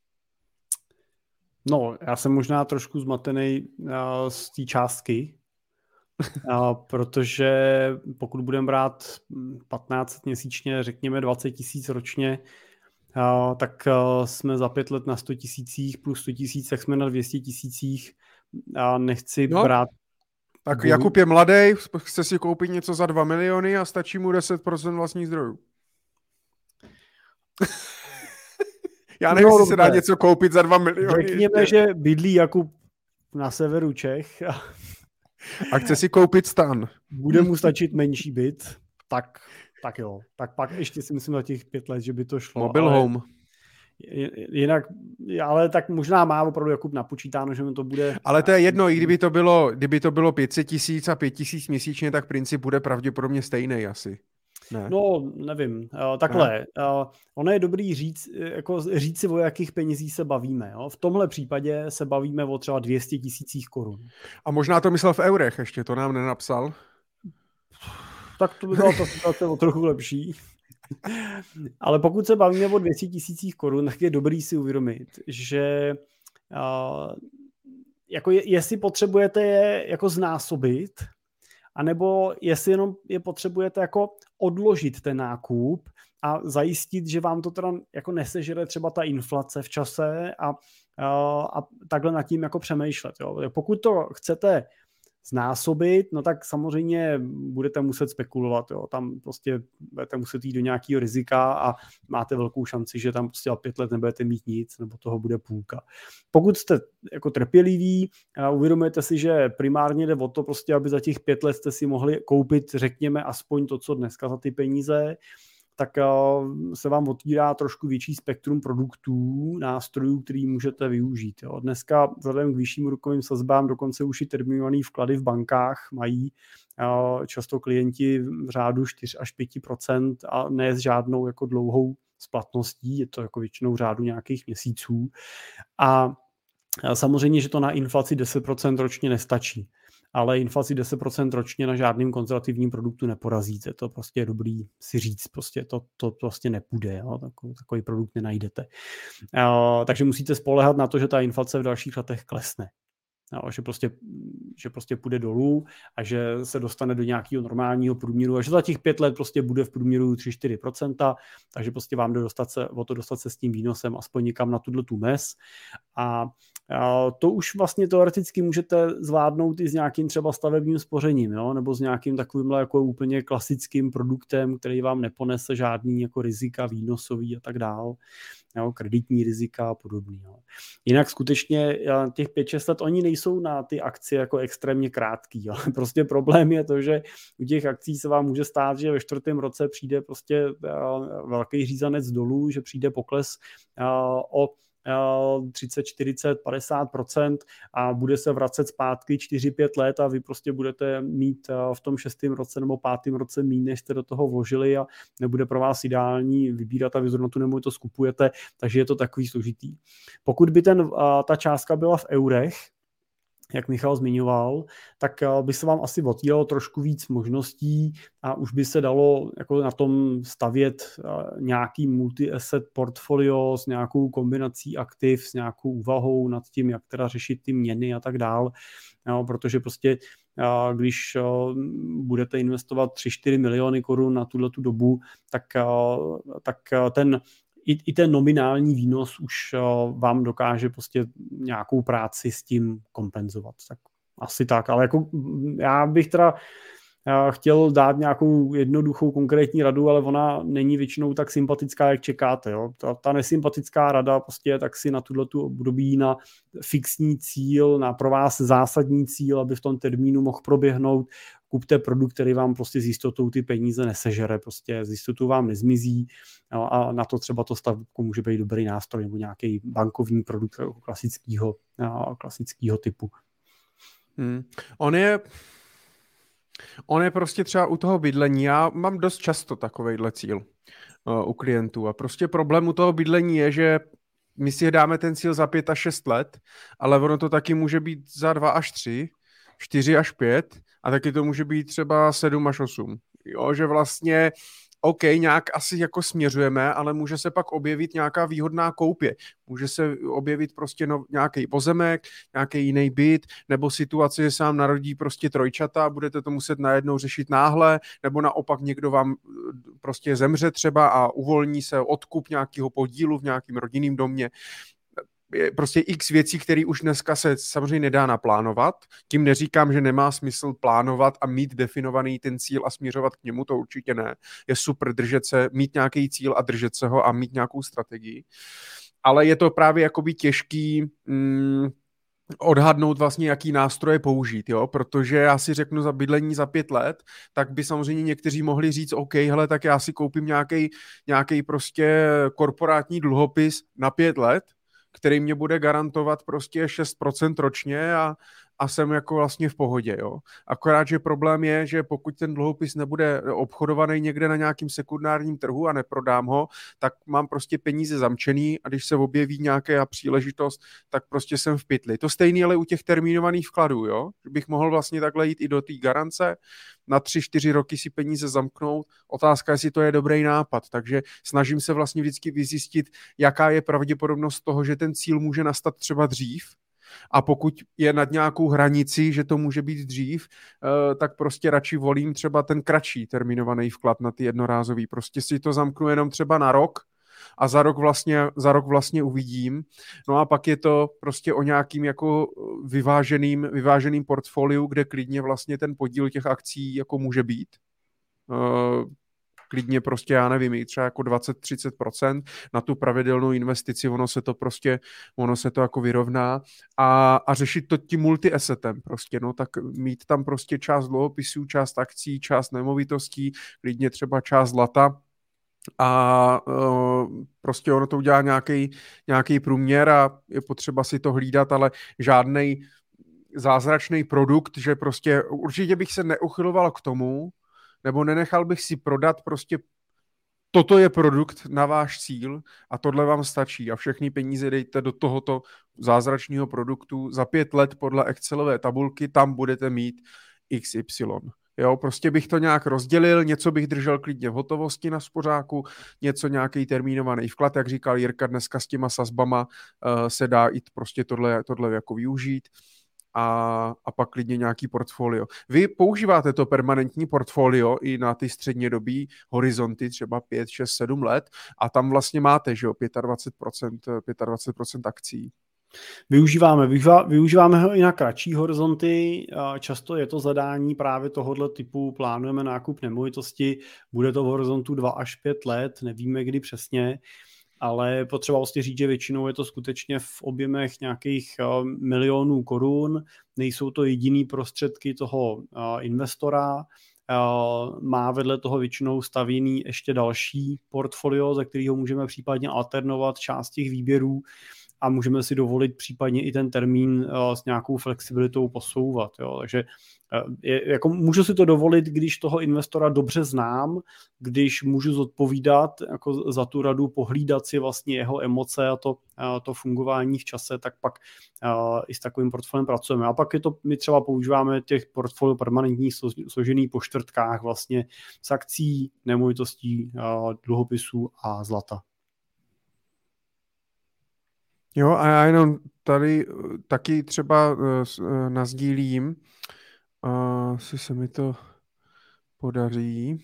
No, já jsem možná trošku zmatený z té částky, protože pokud budeme brát 15 měsíčně, řekněme 20 000 ročně, tak jsme za 5 let na 100 000 plus 100 000, tak jsme na 200 000 a nechci brát. Tak Jakub je mladý, chce si koupit něco za 2 miliony a stačí mu 10% vlastních zdrojů. Já nevím, jestli se dá něco koupit za 2 miliony. Řekněme, že bydlí Jakub na severu Čech. A chce si koupit stan. Bude mu stačit menší byt, tak jo. Tak pak ještě si myslím za těch 5 let, že by to šlo. Mobil home. Jinak, ale tak možná má opravdu Jakub napočítáno, že mi to bude... Ale to je jedno, i kdyby to bylo 500 000 a 5 000 měsíčně, tak princip bude pravděpodobně stejný asi. Ne. No, nevím. Takhle. Ono je dobrý říct si, o jakých penězích se bavíme. Jo? V tomhle případě se bavíme o třeba 200 000 korun. A možná to myslel v eurech ještě, to nám nenapsal. Tak to by byla ta situace o trochu lepší. Ale pokud se bavíme o 200 000 korun, tak je dobrý si uvědomit, že jako jestli potřebujete je jako znásobit, anebo jestli jenom je potřebujete jako odložit ten nákup a zajistit, že vám to teda jako nesežere třeba ta inflace v čase a takhle nad tím jako přemýšlet. Jo. Pokud to chcete znásobit, no tak samozřejmě budete muset spekulovat. Jo. Tam prostě budete muset jít do nějakého rizika a máte velkou šanci, že tam prostě 5 let nebudete mít nic, nebo toho bude půlka. Pokud jste jako trpěliví a uvědomujete si, že primárně jde o to prostě, aby za těch 5 let jste si mohli koupit, řekněme, aspoň to, co dneska za ty peníze, tak se vám otvírá trošku větší spektrum produktů, nástrojů, který můžete využít. Jo. Dneska vzhledem k vyšším úrokovým sazbám dokonce už i termínované vklady v bankách mají často klienti v řádu 4 až 5% a ne s žádnou jako dlouhou splatností, je to jako většinou v řádu nějakých měsíců. A Samozřejmě, že to na inflaci 10% ročně nestačí, ale inflaci 10% ročně na žádným konzervativním produktu neporazíte. To prostě je dobrý si říct, prostě to prostě nepůjde, jo? Takový produkt nenajdete. Takže musíte spoléhat na to, že ta inflace v dalších letech klesne. Jo, že prostě půjde dolů a že se dostane do nějakého normálního průměru a že za těch 5 let prostě bude v průměru 3-4%, takže prostě vám jde dostat se s tím výnosem aspoň někam na tu mez a to už vlastně teoreticky můžete zvládnout i s nějakým třeba stavebním spořením, jo? Nebo s nějakým takovýmhle jako úplně klasickým produktem, který vám neponese žádný jako rizika výnosový a tak dál. Jo, kreditní rizika a podobný. Jo. Jinak skutečně těch 5-6 let oni nejsou na ty akcie jako extrémně krátký. Jo. Prostě problém je to, že u těch akcí se vám může stát, že ve 4. roce přijde prostě velký řízanec dolů, že přijde pokles o 30, 40, 50% a bude se vracet zpátky 4-5 let a vy prostě budete mít v tom 6. roce nebo 5. roce míň, než jste do toho vložili a nebude pro vás ideální vybírat a vy zrovna tu nemovitost skupujete, takže je to takový složitý. Pokud by ta částka byla v eurech, jak Michal zmiňoval, tak by se vám asi otvíralo trošku víc možností a už by se dalo jako na tom stavět nějaký multi-asset portfolio s nějakou kombinací aktiv, s nějakou úvahou nad tím, jak teda řešit ty měny a tak dál. Jo, protože prostě když budete investovat 3-4 miliony korun na tuhletu dobu, tak i ten nominální výnos už vám dokáže prostě nějakou práci s tím kompenzovat. Tak asi tak, ale jako já bych teda chtěl dát nějakou jednoduchou konkrétní radu, ale ona není většinou tak sympatická, jak čekáte. Jo? Ta nesympatická rada prostě je tak si na tuhletu období na fixní cíl, na pro vás zásadní cíl, aby v tom termínu mohl proběhnout. Kupte produkt, který vám prostě s jistotou ty peníze nesežere, prostě s jistotou vám nezmizí, jo, a na to třeba to stavku může být dobrý nástroj nebo nějaký bankovní produkt klasického typu. On je prostě třeba u toho bydlení, já mám dost často takovejhle cíl u klientů a prostě problém u toho bydlení je, že my si dáme ten cíl za 5 až 6 let, ale ono to taky může být za 2 až 3, 4 až 5 a taky to může být třeba 7 až 8. Jo, že vlastně OK, nějak asi jako směřujeme, ale může se pak objevit nějaká výhodná koupě. Může se objevit prostě nějaký pozemek, nějaký jiný byt, nebo situace, že se vám narodí prostě trojčata, budete to muset najednou řešit náhle, nebo naopak někdo vám prostě zemře třeba a uvolní se odkup nějakého podílu v nějakém rodinném domě. Prostě x věcí, které už dneska se samozřejmě nedá naplánovat. Tím neříkám, že nemá smysl plánovat a mít definovaný ten cíl a směřovat k němu, to určitě ne. Je super mít nějaký cíl a držet se ho a mít nějakou strategii. Ale je to právě jakoby těžký odhadnout vlastně, jaký nástroje použít, jo? Protože já si řeknu za bydlení za 5 let, tak by samozřejmě někteří mohli říct, OK, hele, tak já si koupím nějaký prostě korporátní dluhopis na 5 let, který mě bude garantovat prostě 6% ročně a jsem jako vlastně v pohodě, jo. Akorát, že problém je, že pokud ten dluhopis nebude obchodovaný někde na nějakým sekundárním trhu a neprodám ho, tak mám prostě peníze zamčený a když se objeví nějaká příležitost, tak prostě jsem v pytli. To stejný ale u těch termínovaných vkladů, jo. Že bych mohl vlastně takhle jít i do té garance, na 3-4 roky si peníze zamknout. Otázka, jestli to je dobrý nápad. Takže snažím se vlastně vždycky vyzjistit, jaká je pravděpodobnost toho, že ten cíl může nastat třeba dřív. A pokud je nad nějakou hranici, že to může být dřív, tak prostě radši volím třeba ten kratší terminovaný vklad na ty jednorázový. Prostě si to zamknu jenom třeba na rok a za rok vlastně uvidím. No a pak je to prostě o nějakým jako vyváženým portfoliu, kde klidně vlastně ten podíl těch akcí jako může být. Klidně prostě, já nevím, třeba jako 20-30% na tu pravidelnou investici, ono se to jako vyrovná a řešit to tím multi-assetem prostě, no, tak mít tam prostě část dluhopisů, část akcí, část nemovitostí, klidně třeba část zlata a prostě ono to udělá nějaký průměr a je potřeba si to hlídat, ale žádnej zázračný produkt, že prostě určitě bych se neuchyloval k tomu, nebo nenechal bych si prodat prostě toto je produkt na váš cíl a tohle vám stačí a všechny peníze dejte do tohoto zázračného produktu. Za 5 let podle Excelové tabulky tam budete mít XY. Jo, prostě bych to nějak rozdělil, něco bych držel klidně v hotovosti na spořáku, něco nějaký termínovaný vklad, jak říkal Jirka, dneska s těma sazbama se dá i prostě tohle jako využít a pak klidně nějaký portfolio. Vy používáte to permanentní portfolio i na ty střednědobý horizonty, třeba 5, 6, 7 let a tam vlastně máte, že jo, 25% akcí. Využíváme ho i na kratší horizonty. Často je to zadání právě tohoto typu. Plánujeme nákup nemovitosti, bude to v horizontu 2 až 5 let, nevíme kdy přesně, ale potřeba vlastně říct, že většinou je to skutečně v objemech nějakých milionů korun. Nejsou to jediný prostředky toho investora. Má vedle toho většinou stavěný ještě další portfolio, ze kterého můžeme případně alternovat část těch výběrů a můžeme si dovolit případně i ten termín s nějakou flexibilitou posouvat. Jo. Takže jako můžu si to dovolit, když toho investora dobře znám, když můžu zodpovídat jako za tu radu, pohlídat si vlastně jeho emoce a to fungování v čase, tak pak i s takovým portfoliem pracujeme. A pak my třeba používáme těch portfolio permanentních složený po čtvrtkách vlastně s akcí, nemovitostí, dluhopisů a zlata. Jo, a já jenom tady taky třeba nasdílím, si se mi to podaří.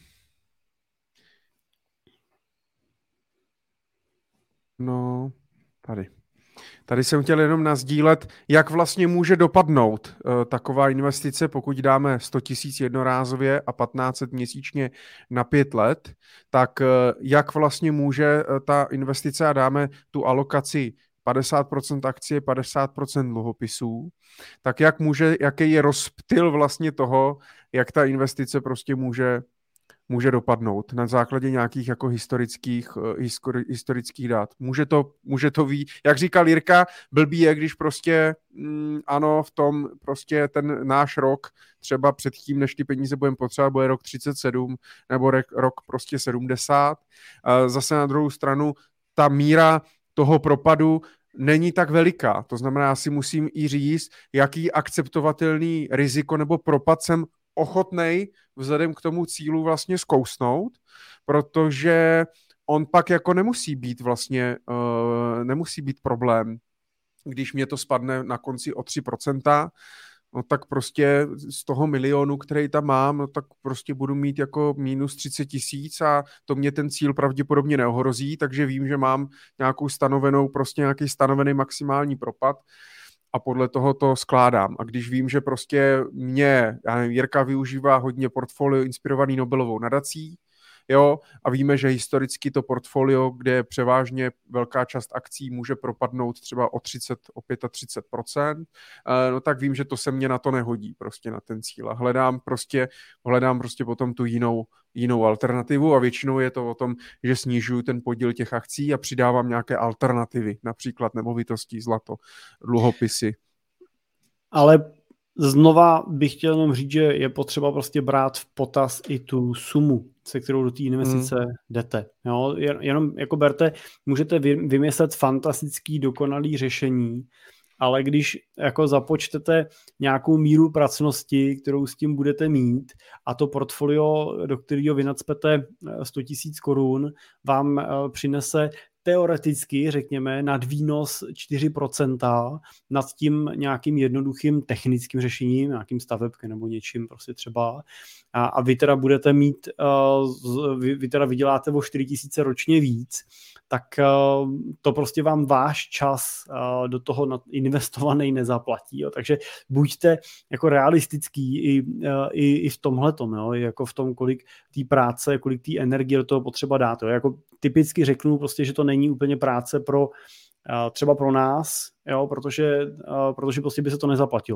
No, Tady jsem chtěl jenom nasdílet, jak vlastně může dopadnout taková investice, pokud dáme 100 000 jednorázově a 1500 měsíčně na 5 let, tak jak vlastně může ta investice a dáme tu alokaci 50% akcie, 50% dluhopisů, tak jaký je rozptyl vlastně toho, jak ta investice prostě může dopadnout na základě nějakých jako historických dat. Může to být, jak říkal Jirka, blbý je, když prostě ano, v tom prostě ten náš rok, třeba předtím, než ty peníze budeme potřebovat, bude rok 37 nebo rok prostě 70. Zase na druhou stranu ta míra toho propadu není tak veliká. To znamená, já si musím i říct, jaký akceptovatelný riziko nebo propad jsem ochotnej vzhledem k tomu cílu vlastně zkousnout, protože on pak jako nemusí být problém, když mě to spadne na konci o 3%, no tak prostě z toho milionu, který tam mám, no tak prostě budu mít jako minus 30 000 a to mě ten cíl pravděpodobně neohrozí, takže vím, že mám nějaký stanovený maximální propad a podle toho to skládám. A když vím, že prostě Jirka využívá hodně portfolio inspirovaný Nobelovou nadací, jo, a víme, že historicky to portfolio, kde je převážně velká část akcí může propadnout třeba o 35%, no tak vím, že to se mně na to nehodí prostě na ten cíl. A hledám prostě potom tu jinou alternativu a většinou je to o tom, že snižuju ten podíl těch akcí a přidávám nějaké alternativy, například nemovitosti, zlato, dluhopisy. Ale znova bych chtěl jenom říct, že je potřeba prostě brát v potaz i tu sumu, se kterou do té investice jdete. Jo? Jenom jako berte, můžete vymyslet fantastický, dokonalý řešení, ale když jako započtete nějakou míru pracnosti, kterou s tím budete mít a to portfolio, do kterého vy nacpete 100 000 korun, vám přinese teoreticky, řekněme, nadvýnos 4% nad tím nějakým jednoduchým technickým řešením, nějakým stavebkem nebo něčím prostě třeba. A vy teda budete mít, vy teda vyděláte o 4 000 ročně víc, tak to prostě vám váš čas do toho investovaný nezaplatí. Jo. Takže buďte jako realistický i v tomhletom, jo. Jako v tom, kolik té práce, kolik té energie do toho potřeba dát. Jo. Jako typicky řeknu prostě, že to není úplně práce třeba pro nás, jo, protože prostě by se to nezaplatilo.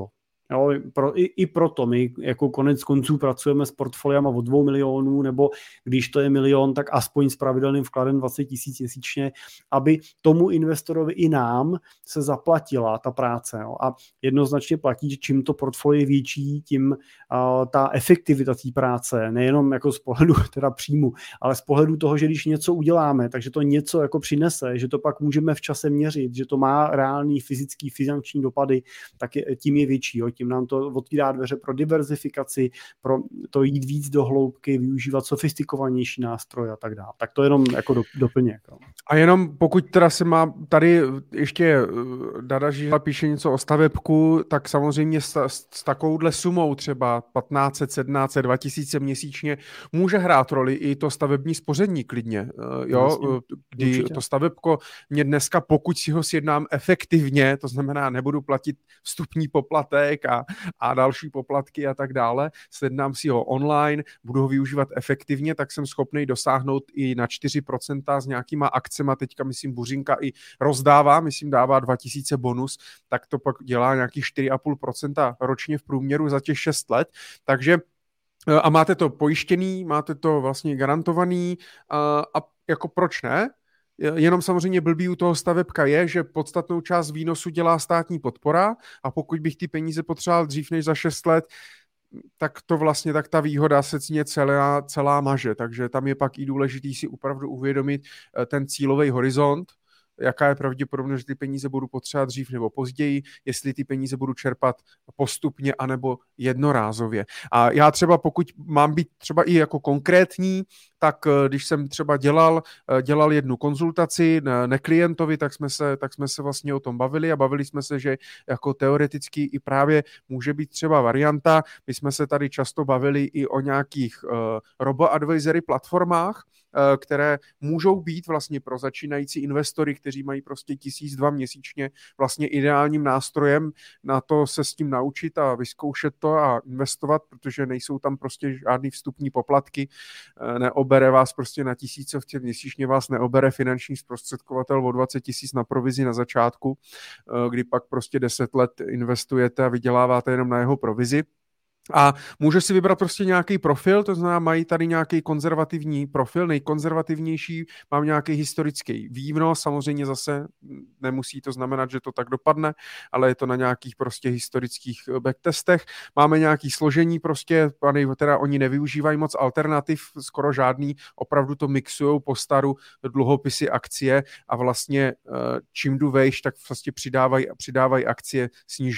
Jo, i proto my jako konec konců pracujeme s portfoliama od 2 milionů, nebo když to je 1 milion, tak aspoň s pravidelným vkladem 20 000 měsíčně, aby tomu investorovi i nám se zaplatila ta práce. Jo. A jednoznačně platí, že čím to portfolio je větší, tím ta efektivita té práce, nejenom jako z pohledu teda příjmu, ale z pohledu toho, že když něco uděláme, takže to něco jako přinese, že to pak můžeme v čase měřit, že to má reálný fyzický, finanční dopady, tak tím je větší. Jo. Tím nám to otvírá dveře pro diverzifikaci, pro to jít víc do hloubky, využívat sofistikovanější nástroje a tak dále. Tak to jenom jako doplněk. Jo. A jenom pokud teda se má tady ještě Dada Žihla píše něco o stavebku, tak samozřejmě s takovouhle sumou třeba 1500, 1700, 2000 měsíčně může hrát roli i to stavební spoření klidně. Jo? Kdy určitě. To stavebko mě dneska, pokud si ho sjednám efektivně, to znamená nebudu platit vstupní poplatek a další poplatky a tak dále, sjednám si ho online, budu ho využívat efektivně, tak jsem schopný dosáhnout i na 4% s nějakýma akcema, teďka myslím Buřinka i rozdává, myslím dává 2000 bonus, tak to pak dělá nějakých 4,5% ročně v průměru za těch 6 let, takže a máte to pojištěný, máte to vlastně garantovaný a jako proč ne? Jenom samozřejmě blbý u toho stavebka je, že podstatnou část výnosu dělá státní podpora a pokud bych ty peníze potřeboval dřív než za 6 let, tak to vlastně, tak ta výhoda se cíně celá maže, takže tam je pak i důležitý si opravdu uvědomit ten cílový horizont, jaká je pravděpodobnost, že ty peníze budu potřebovat dřív nebo později, jestli ty peníze budu čerpat postupně anebo jednorázově. A já třeba, pokud mám být třeba i jako konkrétní, tak když jsem třeba dělal jednu konzultaci ne klientovi, tak jsme se vlastně o tom bavili a bavili jsme se, že jako teoreticky i právě může být třeba varianta. My jsme se tady často bavili i o nějakých robo-advisory platformách, které můžou být vlastně pro začínající investory, kteří mají prostě 1000-2 měsíčně vlastně ideálním nástrojem na to se s tím naučit a vyzkoušet to a investovat, protože nejsou tam prostě žádný vstupní poplatky, neobere vás prostě na 1000 měsíčně, vás neobere finanční zprostředkovatel o 20 000 na provizi na začátku, kdy pak prostě 10 let investujete a vyděláváte jenom na jeho provizi. A může si vybrat prostě nějaký profil, to znamená, mají tady nějaký konzervativní profil, nejkonzervativnější, mám nějaký historický výnos, samozřejmě zase nemusí to znamenat, že to tak dopadne, ale je to na nějakých prostě historických backtestech. Máme nějaký složení prostě, teda oni nevyužívají moc alternativ, skoro žádný, opravdu to mixujou po staru dluhopisy, akcie a vlastně čím jdu vejš, tak vlastně přidávají akcie,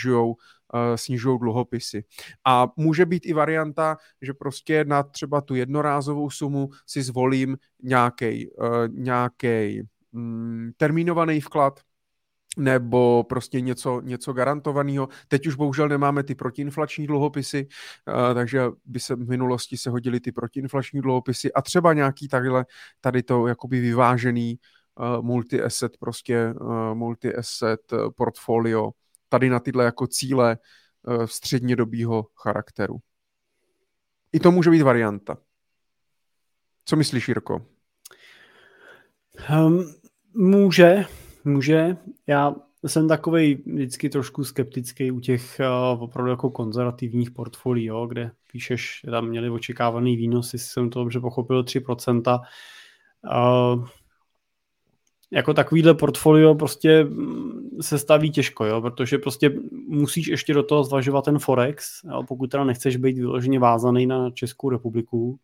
snižují dluhopisy. A může být i varianta, že prostě na třeba tu jednorázovou sumu si zvolím nějaký termínovaný vklad nebo prostě něco garantovaného. Teď už bohužel nemáme ty protiinflační dluhopisy, takže by se v minulosti se hodily ty protiinflační dluhopisy a třeba nějaký tady to jakoby vyvážený multi-asset portfolio tady na tyhle jako cíle střednědobýho charakteru. I to může být varianta. Co myslíš, Jirko? Může. Já jsem takovej vždycky trošku skeptický u těch opravdu jako konzervativních portfolií, kde píšeš, tam měli očekávaný výnos, jestli jsem to dobře pochopil, 3%. Jako takovýhle portfolio prostě se staví těžko, protože prostě musíš ještě do toho zvažovat ten Forex, pokud teda nechceš být vyloženě vázaný na Českou republiku.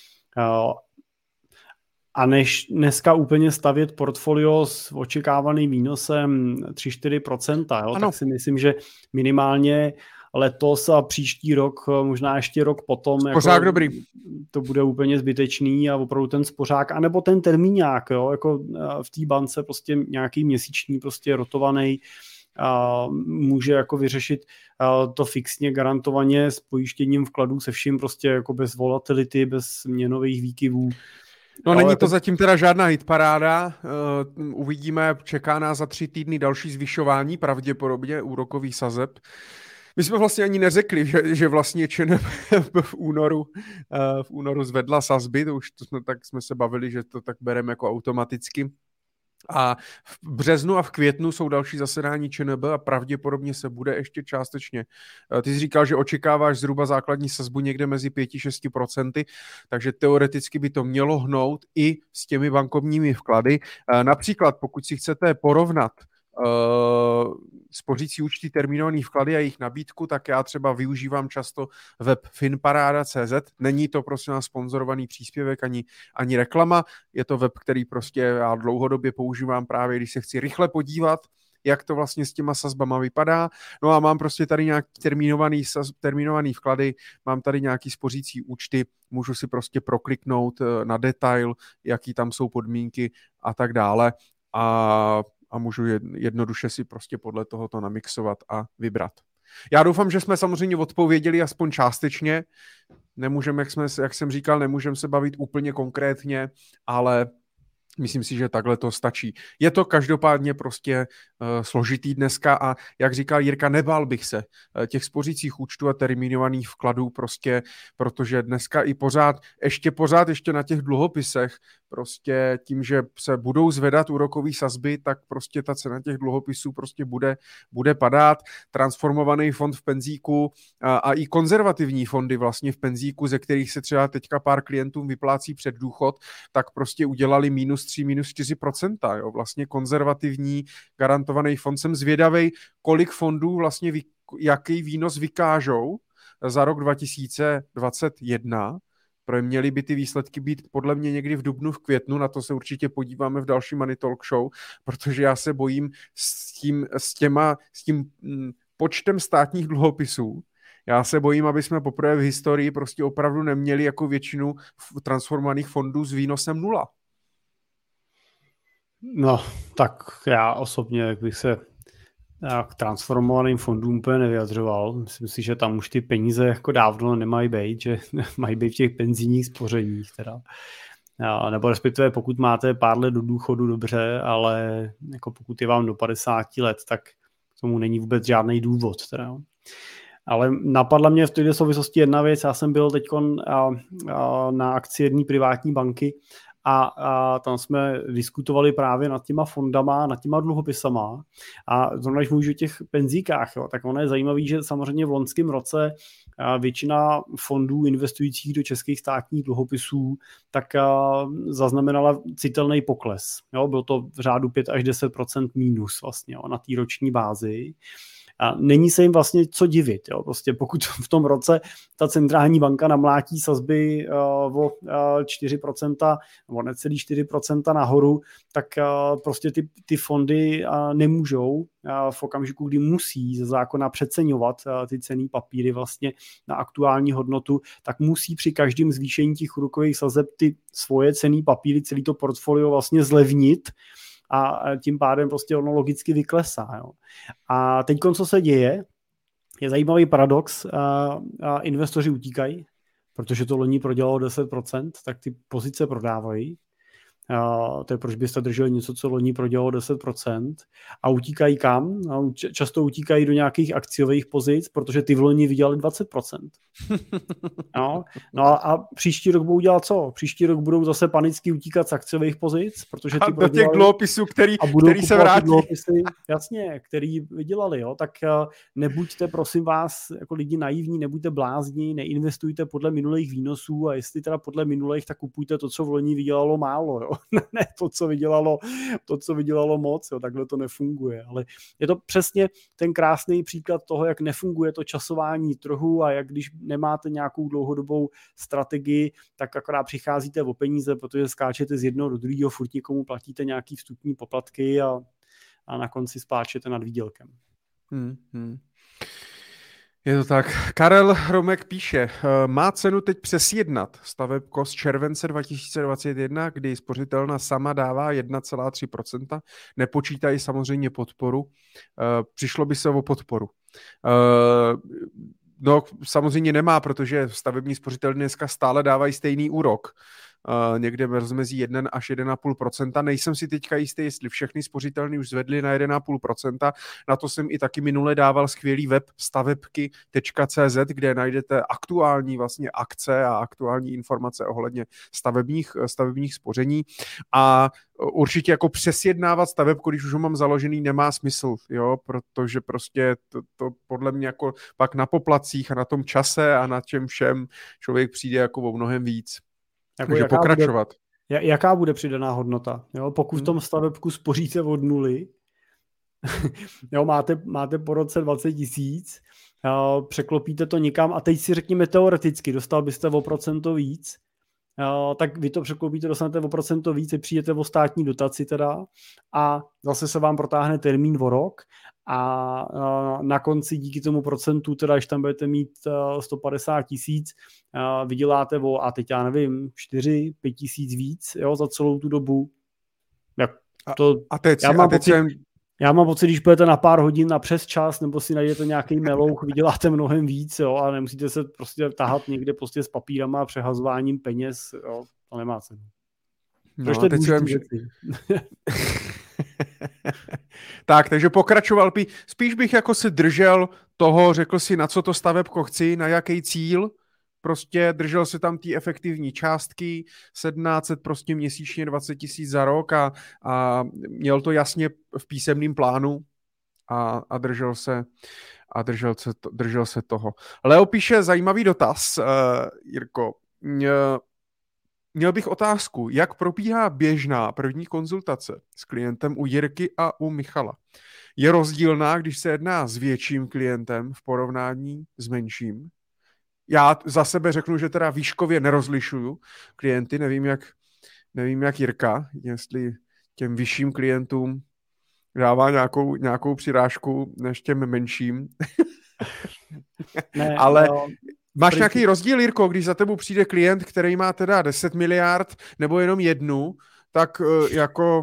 A než dneska úplně stavět portfolio s očekávaným výnosem 3-4%, tak si myslím, že minimálně letos a příští rok, možná ještě rok potom, spořák dobrý. To bude úplně zbytečný a opravdu ten spořák, anebo ten termíňák, jako v té bance prostě nějaký měsíční prostě rotovaný může jako vyřešit to fixně garantovaně s pojištěním vkladů se vším prostě jako bez volatility, bez měnových výkyvů. No není to zatím teda žádná hitparáda, uvidíme, čeká nás za 3 týdny další zvyšování, pravděpodobně úrokových sazeb. My jsme vlastně ani neřekli, že vlastně ČNB v únoru zvedla sazby, to už jsme se bavili, že to tak bereme jako automaticky. A v březnu a v květnu jsou další zasedání ČNB a pravděpodobně se bude ještě částečně. Ty jsi říkal, že očekáváš zhruba základní sazbu někde mezi 5-6%, takže teoreticky by to mělo hnout i s těmi bankovními vklady. Například, pokud si chcete porovnat spořící účty, termínovaný vklady a jejich nabídku, tak já třeba využívám často web finparada.cz. Není to prostě na sponzorovaný příspěvek ani reklama. Je to web, který prostě já dlouhodobě používám právě, když se chci rychle podívat, jak to vlastně s těma sazbama vypadá. No a mám prostě tady nějaký termínovaný vklady, mám tady nějaký spořící účty, můžu si prostě prokliknout na detail, jaký tam jsou podmínky a tak dále. A můžu jednoduše si prostě podle tohoto namixovat a vybrat. Já doufám, že jsme samozřejmě odpověděli aspoň částečně. Nemůžeme, jak jsem říkal, nemůžeme se bavit úplně konkrétně, ale myslím si, že takhle to stačí. Je to každopádně prostě složitý dneska a jak říkal Jirka, nebál bych se těch spořících účtů a termínovaných vkladů prostě, protože dneska i pořád ještě na těch dluhopisech prostě tím, že se budou zvedat úrokové sazby, tak prostě ta cena těch dluhopisů prostě bude padat. Transformovaný fond v penzíku a i konzervativní fondy vlastně v penzíku, ze kterých se třeba teďka pár klientům vyplácí před důchod, tak prostě udělali -3, -4%. Jo? Vlastně konzervativní garantovaný fond. Jsem zvědavej, kolik fondů vlastně jaký výnos vykážou za rok 2021. Měly by ty výsledky být podle mě někdy v dubnu, v květnu, na to se určitě podíváme v další Money Talk Show, protože já se bojím s tím počtem státních dluhopisů. Já se bojím, aby jsme poprvé v historii prostě opravdu neměli jako většinu transformovaných fondů s výnosem 0. No, tak já osobně bych se k transformovaným fondům úplně nevyjadřoval. Myslím si, že tam už ty peníze jako dávno nemají být, že mají být v těch penzijních spořeních teda. Nebo respektive pokud máte pár let do důchodu, dobře, ale jako pokud je vám do 50 let, tak tomu není vůbec žádný důvod teda. Ale napadla mě v této souvislosti jedna věc. Já jsem byl teď na akci jedné privátní banky a tam jsme diskutovali právě nad těma fondama, nad těma dluhopisama a zrovna, když mluvíš o těch penzíkách, jo, tak ono je zajímavé, že samozřejmě v loňském roce většina fondů investujících do českých státních dluhopisů tak zaznamenala citelný pokles. Jo, byl to v řádu 5-10% mínus vlastně jo, na té roční bázi. A není se jim vlastně co divit. Jo. Prostě pokud v tom roce ta centrální banka namlátí sazby o 4% nebo necelý 4% nahoru, tak prostě ty fondy nemůžou v okamžiku, kdy musí ze zákona přeceňovat ty cenné papíry vlastně na aktuální hodnotu, tak musí při každém zvýšení těch úrokových sazeb ty svoje cenné papíry, celý to portfolio vlastně zlevnit, a tím pádem prostě ono logicky vyklesá. Jo. A teď, co se děje, je zajímavý paradox. Investoři utíkají, protože to loni prodělalo 10%, tak ty pozice prodávají. To je proč byste drželi něco, co loni prodělalo 10%. A utíkají kam? Často utíkají do nějakých akciových pozic, protože ty v loni vydělali 20%. No a příští rok budou dělat co? Příští rok budou zase panicky utíkat z akciových pozic, protože ty do těch dluhopisů, který se vrátí. Dluhopisy, jasně, který vydělali. Jo? Tak nebuďte, prosím vás, jako lidi naivní, nebuďte blázni, neinvestujte podle minulých výnosů a jestli teda podle minulých, tak kupujte to, co v loni vydělalo málo. Jo? Ne to, co vydělalo moc, jo? Takhle to nefunguje. Ale je to přesně ten krásný příklad toho, jak nefunguje to časování trhu a jak když nemáte nějakou dlouhodobou strategii, tak akorát přicházíte o peníze, protože skáčete z jednoho do druhého, furt někomu platíte nějaký vstupní poplatky a na konci spláčete nad výdělkem. Je to tak. Karel Romek píše, má cenu teď přesjednat stavebko z července 2021, kdy spořitelna sama dává 1,3%. Nepočítají samozřejmě podporu. Přišlo by se o podporu. No samozřejmě nemá, protože stavební spořitelny dneska stále dávají stejný úrok. někde mezi 1 až 1,5%. Nejsem si teďka jistý, jestli všechny spořitelny už zvedly na 1,5%. Na to jsem i taky minule dával skvělý web stavebky.cz, kde najdete aktuální vlastně akce a aktuální informace ohledně stavebních spoření. A určitě jako přesjednávat stavebku, když už ho mám založený, nemá smysl, jo, protože prostě to podle mě jako pak na poplacích a na tom čase a na čem všem člověk přijde jako o mnohem víc. Jako Takže pokračovat. Jaká bude přidaná hodnota? Jo, pokud v tom stavebku spoříte od nuly, jo, máte po roce 20 000, překlopíte to někam a teď si řekněme teoreticky, dostal byste o procento víc, tak vy to překlopíte, dostanete o procento víc, přijete o státní dotaci teda a zase se vám protáhne termín o rok a na konci díky tomu procentu, teda když tam budete mít 150 000, vyděláte a teď já nevím, 4-5 tisíc víc, jo, za celou tu dobu. Já mám pocit, když budete na pár hodin na přes čas, nebo si najdete nějaký melouch, vyděláte mnohem víc, jo, a nemusíte se prostě tahat někde prostě s papírama a přehazováním peněz, jo, to nemá cenu. No, teď tak, takže pokračoval by. Spíš bych jako se držel toho, řekl si, na co to stavebko chci, na jaký cíl, prostě držel se tam té efektivní částky, 1700 prostě měsíčně, 20 000 za rok a měl to jasně v písemném plánu a držel se toho. Leo píše zajímavý dotaz, Jirko. Měl bych otázku, jak probíhá běžná první konzultace s klientem u Jirky a u Michala? Je rozdílná, když se jedná s větším klientem v porovnání s menším? Já za sebe řeknu, že teda výškově nerozlišuju klienty, nevím jak Jirka, jestli těm vyšším klientům dává nějakou přirážku než těm menším. Ne, ale máš nějaký rozdíl, Jirko, když za tebou přijde klient, který má teda 10 miliard nebo jenom 1, tak jako...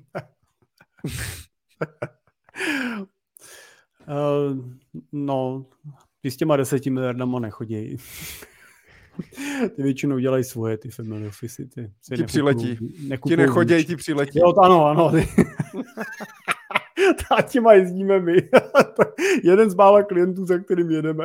No, ty s těma 10 miliardama nechodí. Ty většinou dělají svoje, ty family office. Ti přiletí. Ti nechodějí, ti přiletí. Jo, ano. Tátěma jezdíme my. Jeden z mála klientů, za kterým jedeme.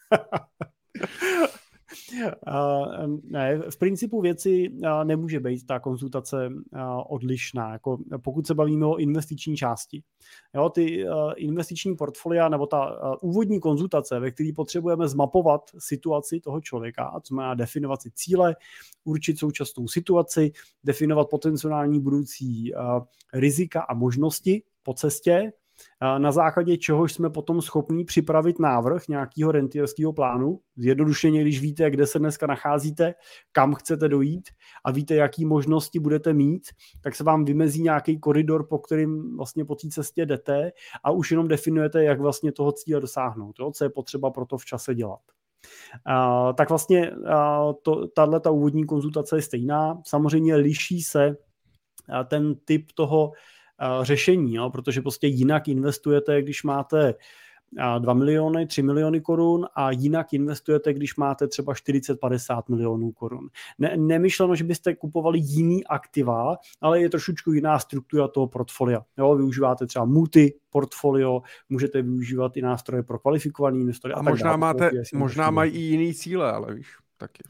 Ne, v principu věci nemůže být ta konzultace odlišná, jako pokud se bavíme o investiční části. Jo, ty investiční portfolia nebo ta úvodní konzultace, ve které potřebujeme zmapovat situaci toho člověka, co má definovat si cíle, určit současnou situaci, definovat potenciální budoucí rizika a možnosti po cestě, na základě čehož jsme potom schopni připravit návrh nějakého rentierského plánu. Zjednodušeně, když víte, kde se dneska nacházíte, kam chcete dojít a víte, jaký možnosti budete mít, tak se vám vymezí nějaký koridor, po kterým vlastně po té cestě jdete a už jenom definujete, jak vlastně toho cíle dosáhnout, co je potřeba pro to v čase dělat. Tak vlastně tato úvodní konzultace je stejná. Samozřejmě liší se ten typ toho řešení, jo, protože prostě jinak investujete, když máte 2 miliony, 3 miliony korun a jinak investujete, když máte třeba 40-50 milionů korun. Nemyšleno, že byste kupovali jiný aktiva, ale je trošičku jiná struktura toho portfolia. Jo, využíváte třeba multi-portfolio, můžete využívat i nástroje pro kvalifikovaný investory. A možná mají i jiný cíle, ale víš, taky.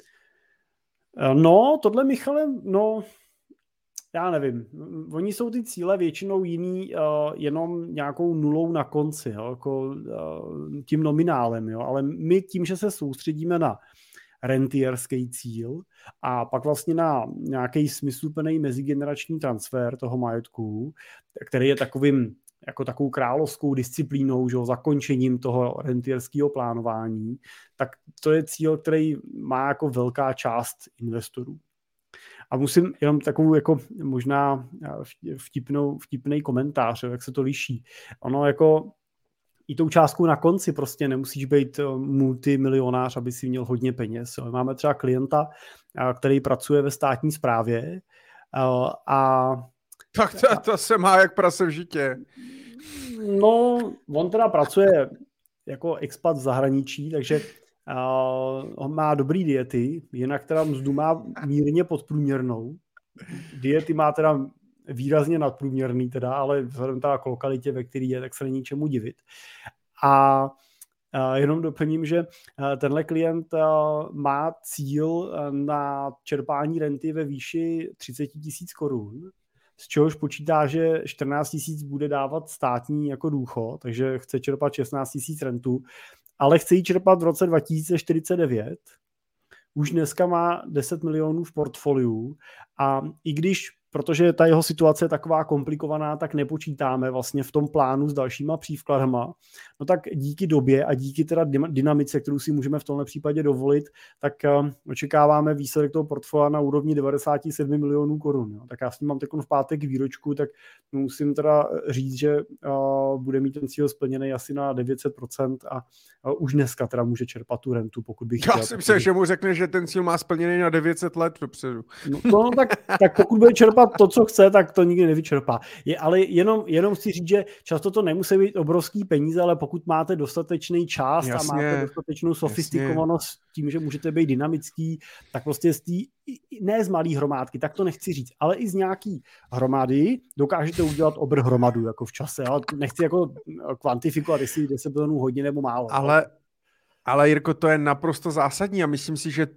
No, tohle, Michale, já nevím. Oni jsou ty cíle většinou jiný jenom nějakou nulou na konci, jo, jako tím nominálem, jo, ale my tím, že se soustředíme na rentierský cíl a pak vlastně na nějaký smysluplný mezigenerační transfer toho majetku, který je takovou královskou disciplínou, že, zakončením toho rentierského plánování, tak to je cíl, který má jako velká část investorů. A musím jenom takovou jako možná vtipný komentář, jak se to liší. Ono jako i tou částkou na konci prostě nemusíš být multimilionář, aby si měl hodně peněz. Máme třeba klienta, který pracuje ve státní správě a... Tak to se má jak prase v žitě. No, on teda pracuje jako expat v zahraničí, takže má dobrý diety, jinak teda mzdu má mírně podprůměrnou. Diety má teda výrazně nadprůměrný teda, ale vzhledem teda k lokalitě, ve který je, tak se není čemu divit. A jenom doplním, že tenhle klient má cíl na čerpání renty ve výši 30 000 korun, z čehož počítá, že 14 000 bude dávat státní jako důchod, takže chce čerpat 16 000 rentu, ale chce ji čerpat v roce 2049. Už dneska má 10 milionů v portfoliu a i když, protože ta jeho situace je taková komplikovaná, tak nepočítáme vlastně v tom plánu s dalšíma přívkladama, no tak díky době a díky teda dynamice, kterou si můžeme v tomhle případě dovolit, tak očekáváme výsledek toho portfolia na úrovni 97 milionů korun. Jo. Tak já s ním mám v pátek výročku, tak musím teda říct, že bude mít ten cíl splněný asi na 900% a už dneska teda může čerpat tu rentu, pokud bych chtěl. Já si myslím, že mu řekne, že ten cíl má splněný na 900 let dopředu. No tak pokud bude čerpat to, co chce, tak to nikdy nevyčerpá. Ale jenom chci říct, že často to nemusí být obrovský peníze, ale pokud máte dostatečný čas a máte dostatečnou sofistikovanost tím, že můžete být dynamický, tak prostě ne z malý hromádky, tak to nechci říct, ale i z nějaký hromady dokážete udělat obr hromadu jako v čase. Ale nechci jako kvantifikovat, jestli 10 milionů hodně nebo málo. Ale Jirko, to je naprosto zásadní a myslím si, že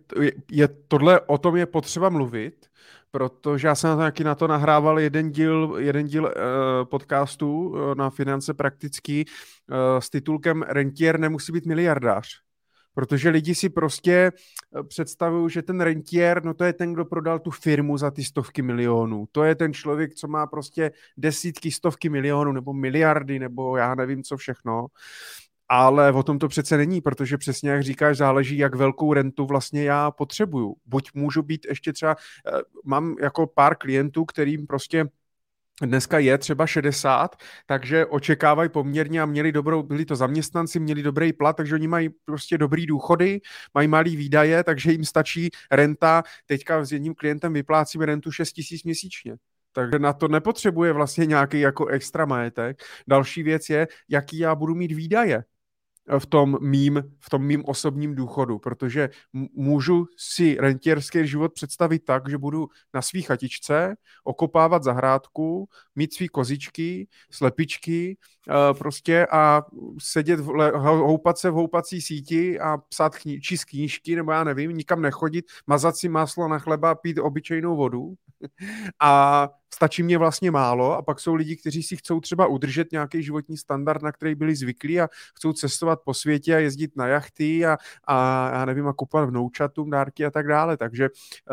o tom je potřeba mluvit, protože já jsem na to nahrával jeden díl podcastu na Finance prakticky s titulkem Rentier nemusí být miliardář. Protože lidi si prostě představují, že ten rentier, no to je ten, kdo prodal tu firmu za ty stovky milionů. To je ten člověk, co má prostě desítky, stovky milionů nebo miliardy, nebo já nevím co všechno. Ale o tom to přece není, protože přesně jak říkáš, záleží, jak velkou rentu vlastně já potřebuju. Buď můžu být ještě třeba, mám jako pár klientů, kterým prostě dneska je třeba 60, takže očekávají poměrně a byli to zaměstnanci, měli dobrý plat, takže oni mají prostě dobrý důchody, mají malý výdaje, takže jim stačí renta. Teďka s jedním klientem vyplácíme rentu 6 000 měsíčně. Takže na to nepotřebuje vlastně nějaký jako extra majetek. Další věc je, jaký já budu mít výdaje v tom mým osobním důchodu, protože můžu si rentierský život představit tak, že budu na svý chatičce okopávat zahrádku, mít svý kozičky, slepičky prostě a sedět, houpat se v houpací síti a psát číst knížky, nebo já nevím, nikam nechodit, mazat si máslo na chleba, pít obyčejnou vodu a stačí mě vlastně málo a pak jsou lidi, kteří si chcou třeba udržet nějaký životní standard, na který byli zvyklí a chcou cestovat po světě a jezdit na jachty a já nevím, a kupovat vnoučatům dárky a tak dále. Takže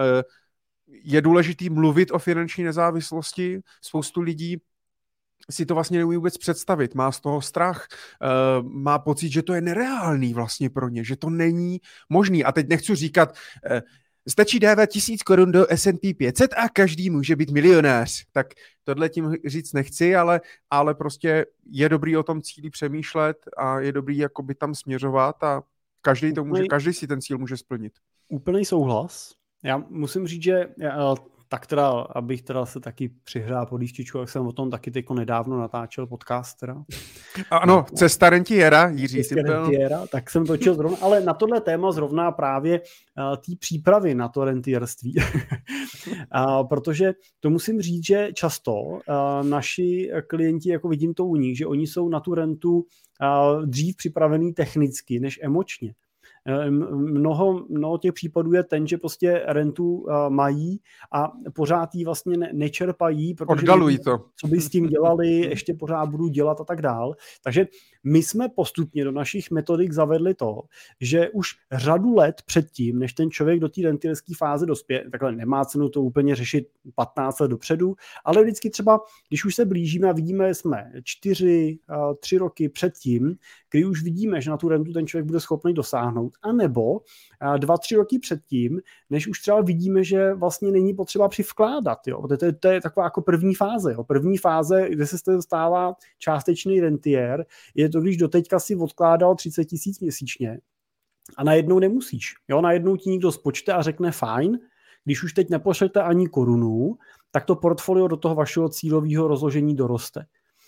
je důležitý mluvit o finanční nezávislosti. Spoustu lidí si to vlastně neumí vůbec představit, má z toho strach, má pocit, že to je nereálný vlastně pro ně, že to není možný. A teď nechci říkat, stačí dávat 1000 korun do S&P 500 a každý může být milionář. Tak tohle tím říct nechci, ale prostě je dobrý o tom cíli přemýšlet a je dobrý jakoby tam směřovat a každý si ten cíl může splnit. Úplný souhlas. Já musím říct, že tak teda, abych teda se taky přihrál pod líštičku, jak jsem o tom taky teďko nedávno natáčel podcast teda. Ano, Cesta rentiera, Jiří Simpel. Tak jsem točil zrovna, ale na tohle téma zrovna právě té přípravy na to rentierství. Protože to musím říct, že často naši klienti, jako vidím to u nich, že oni jsou na tu rentu dřív připravený technicky než emočně. Mnoho těch případů je ten, že prostě rentu mají a pořád ji vlastně nečerpají, protože oddalují to. Co by s tím dělali, ještě pořád budou dělat a tak dál. Takže my jsme postupně do našich metodik zavedli to, že už řadu let předtím, než ten člověk do té rentierské fáze dospěje, takhle nemá cenu to úplně řešit 15 let dopředu, ale vždycky třeba, když už se blížíme a vidíme, jsme 4-3 roky předtím, kdy už vidíme, že na tu rentu ten člověk bude schopný dosáhnout, anebo 2-3 roky předtím, než už třeba vidíme, že vlastně není potřeba přivkládat. Jo. To je taková jako první fáze. Jo. První fáze, kde se stává částečný rentier, je to, když doteďka si odkládal 30 000 měsíčně a najednou nemusíš. Jo. Najednou ti někdo spočte a řekne fajn, když už teď nepošlete ani korunu, tak to portfolio do toho vašeho cílového rozložení doroste.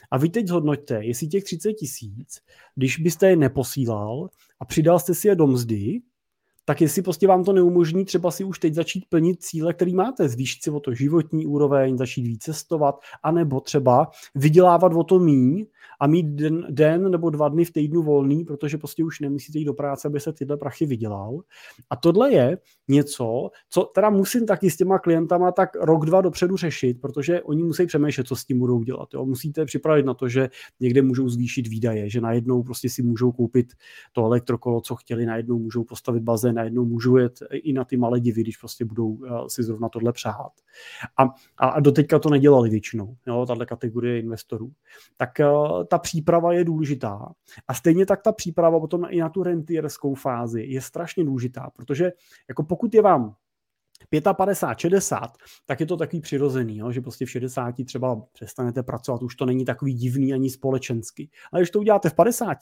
A vy teď zhodnoťte, jestli těch 30 000, když byste je neposílal a přidal jste si je do mzdy, tak jestli prostě vám to neumožní třeba si už teď začít plnit cíle, který máte, zvýšit si o to životní úroveň, začít víc cestovat, anebo třeba vydělávat o to míň a mít den nebo 2 dny v týdnu volný, protože prostě už nemusíte jít do práce, aby se tyhle prachy vydělal. A tohle je něco, co teda musím taky s těma klientama tak rok, 2 dopředu řešit, protože oni musí přemýšlet, co s tím budou dělat. Jo? Musíte připravit na to, že někde můžou zvýšit výdaje, že najednou prostě si můžou koupit to elektrokolo, co chtěli, najednou můžou postavit bazén, najednou můžou jet i na ty Maledivy, když prostě budou si zrovna tohle přát. A doteďka to nedělali většinou, jo, tato kategorie investorů. Tak ta příprava je důležitá. A stejně tak ta příprava potom i na tu rentierskou fázi je strašně důležitá, protože jako pokud je vám 55, 60, tak je to takový přirozený, jo? Že prostě v 60 třeba přestanete pracovat, už to není takový divný ani společensky. Ale když to uděláte v 50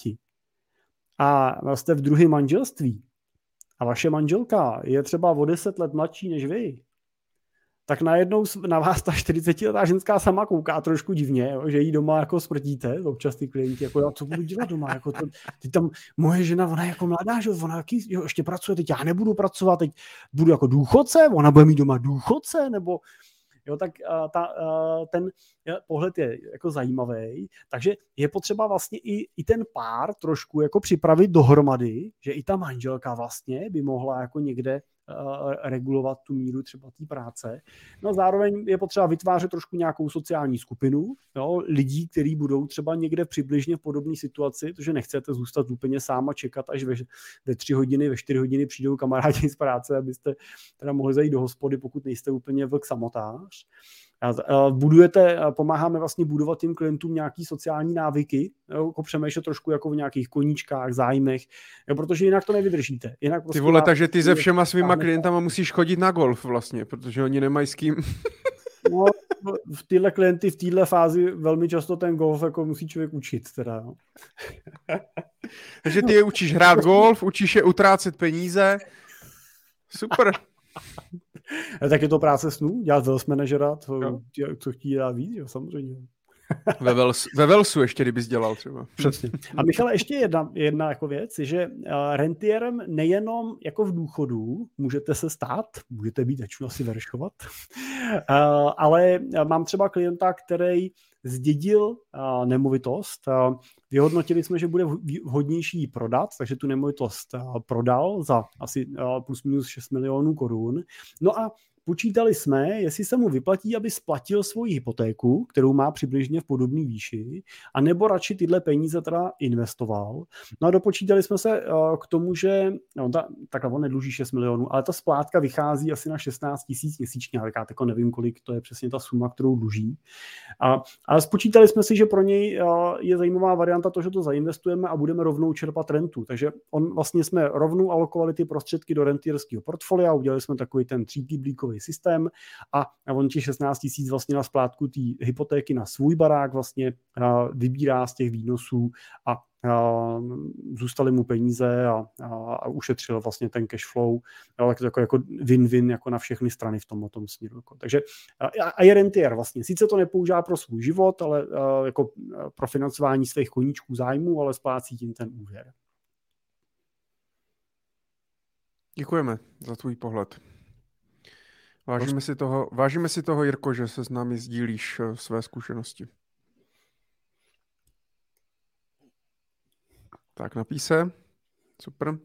a jste v druhém manželství a vaše manželka je třeba o 10 let mladší než vy, tak najednou na vás ta 40letá ženská sama kouká trošku divně, jo, že jí doma jako smrtíte, občas ty klienti, jako já co budu dělat doma, jako to, ty tam, moje žena, ona je jako mladá, že ona ještě pracuje, teď já nebudu pracovat, teď budu jako důchodce, ona bude mít doma důchodce, nebo jo, tak ten pohled je jako zajímavý, takže je potřeba vlastně i ten pár trošku jako připravit dohromady, že i ta manželka vlastně by mohla jako někde regulovat tu míru třeba té práce. No zároveň je potřeba vytvářet trošku nějakou sociální skupinu, jo, lidí, kteří budou třeba někde přibližně v podobné situaci, protože nechcete zůstat úplně sám a čekat, až ve 3 hodiny, ve 4 hodiny přijdou kamarádi z práce, abyste teda mohli zajít do hospody, pokud nejste úplně vlk samotář. Pomáháme vlastně budovat těm klientům nějaký sociální návyky, jo, jako přemýšlet trošku jako v nějakých koníčkách, zájmech, jo, protože jinak to nevydržíte. Jinak prostě ty vole, takže ty se všema svýma klientama musíš chodit na golf vlastně, protože oni nemají s kým. No, v tyhle klienty v téhle fázi velmi často ten golf jako musí člověk učit. Teda, no. Takže ty je učíš hrát golf, učíš je utrácet peníze. Super. Tak je to práce snů, dělat wealth managera, co chtějí dělat víc, jo, samozřejmě. Ve Walesu ještě, kdybys dělal třeba. Přesně. A Michale, ještě jedna jako věc, je, že rentierem nejenom jako v důchodu můžete se stát, můžete být, začnu asi veršovat, ale mám třeba klienta, který zdědil nemovitost. Vyhodnotili jsme, že bude vhodnější prodat, takže tu nemovitost prodal za asi plus minus 6 milionů korun. No a počítali jsme, jestli se mu vyplatí, aby splatil svoji hypotéku, kterou má přibližně v podobné výši, a nebo radši tyhle peníze teda investoval. No a dopočítali jsme se k tomu, že takhle on nedluží 6 milionů, ale ta splátka vychází asi na 16 000 měsíčně, ale já jako nevím, kolik to je přesně ta suma, kterou dluží. Ale spočítali jsme si, že pro něj je zajímavá varianta to, že to zainvestujeme a budeme rovnou čerpat rentu. Takže vlastně jsme rovnou alokovali ty prostředky do rentierského portfolia, udělali jsme takový ten 3P systém a on těch 16 000 vlastně na splátku té hypotéky na svůj barák vlastně vybírá z těch výnosů a zůstaly mu peníze a ušetřil vlastně ten cash flow, ale jako win-win jako na všechny strany v tom směru. Takže a je rentier vlastně. Sice to nepoužívá pro svůj život, ale jako pro financování svých koníčků zájmů, ale splácí tím ten úvěr. Děkujeme za tvůj pohled. Vážíme si toho, Jirko, že se s námi sdílíš své zkušenosti. Tak napíš se. Super.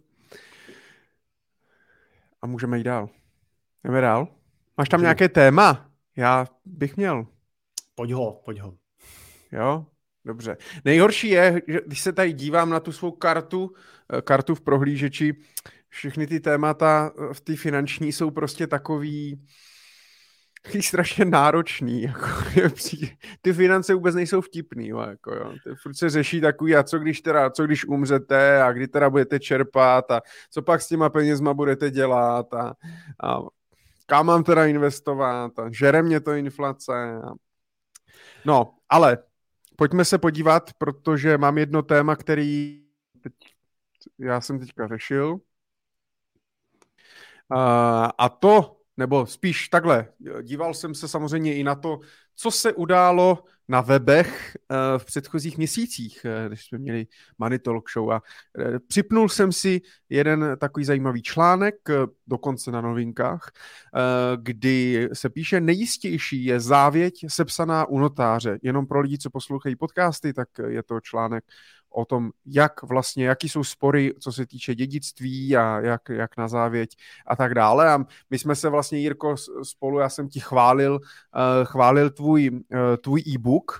A můžeme jít dál. Jdeme dál. Máš tam nějaké téma? Já bych měl. Pojď ho. Jo? Dobře. Nejhorší je, že když se tady dívám na tu svou kartu v prohlížeči, všechny ty témata v té finanční jsou prostě takový strašně náročný. Jako, ty finance vůbec nejsou vtipný. Jako, jo. Furt se řeší takový, a co když umřete a kdy teda budete čerpat a co pak s těma penězma budete dělat a kam mám teda investovat a žere mě to inflace. No, ale pojďme se podívat, protože mám jedno téma, který já jsem teďka řešil. A to nebo spíš takhle, díval jsem se samozřejmě i na to, co se událo na webech v předchozích měsících, když jsme měli Money Talk Show, a připnul jsem si jeden takový zajímavý článek, dokonce na Novinkách, kdy se píše: nejistější je závěť sepsaná u notáře. Jenom pro lidi, co poslouchají podcasty, tak je to článek o tom, jaký jsou spory, co se týče dědictví a jak na závěť a tak dále. A my jsme se vlastně, Jirko, spolu, já jsem ti chválil tvůj e-book,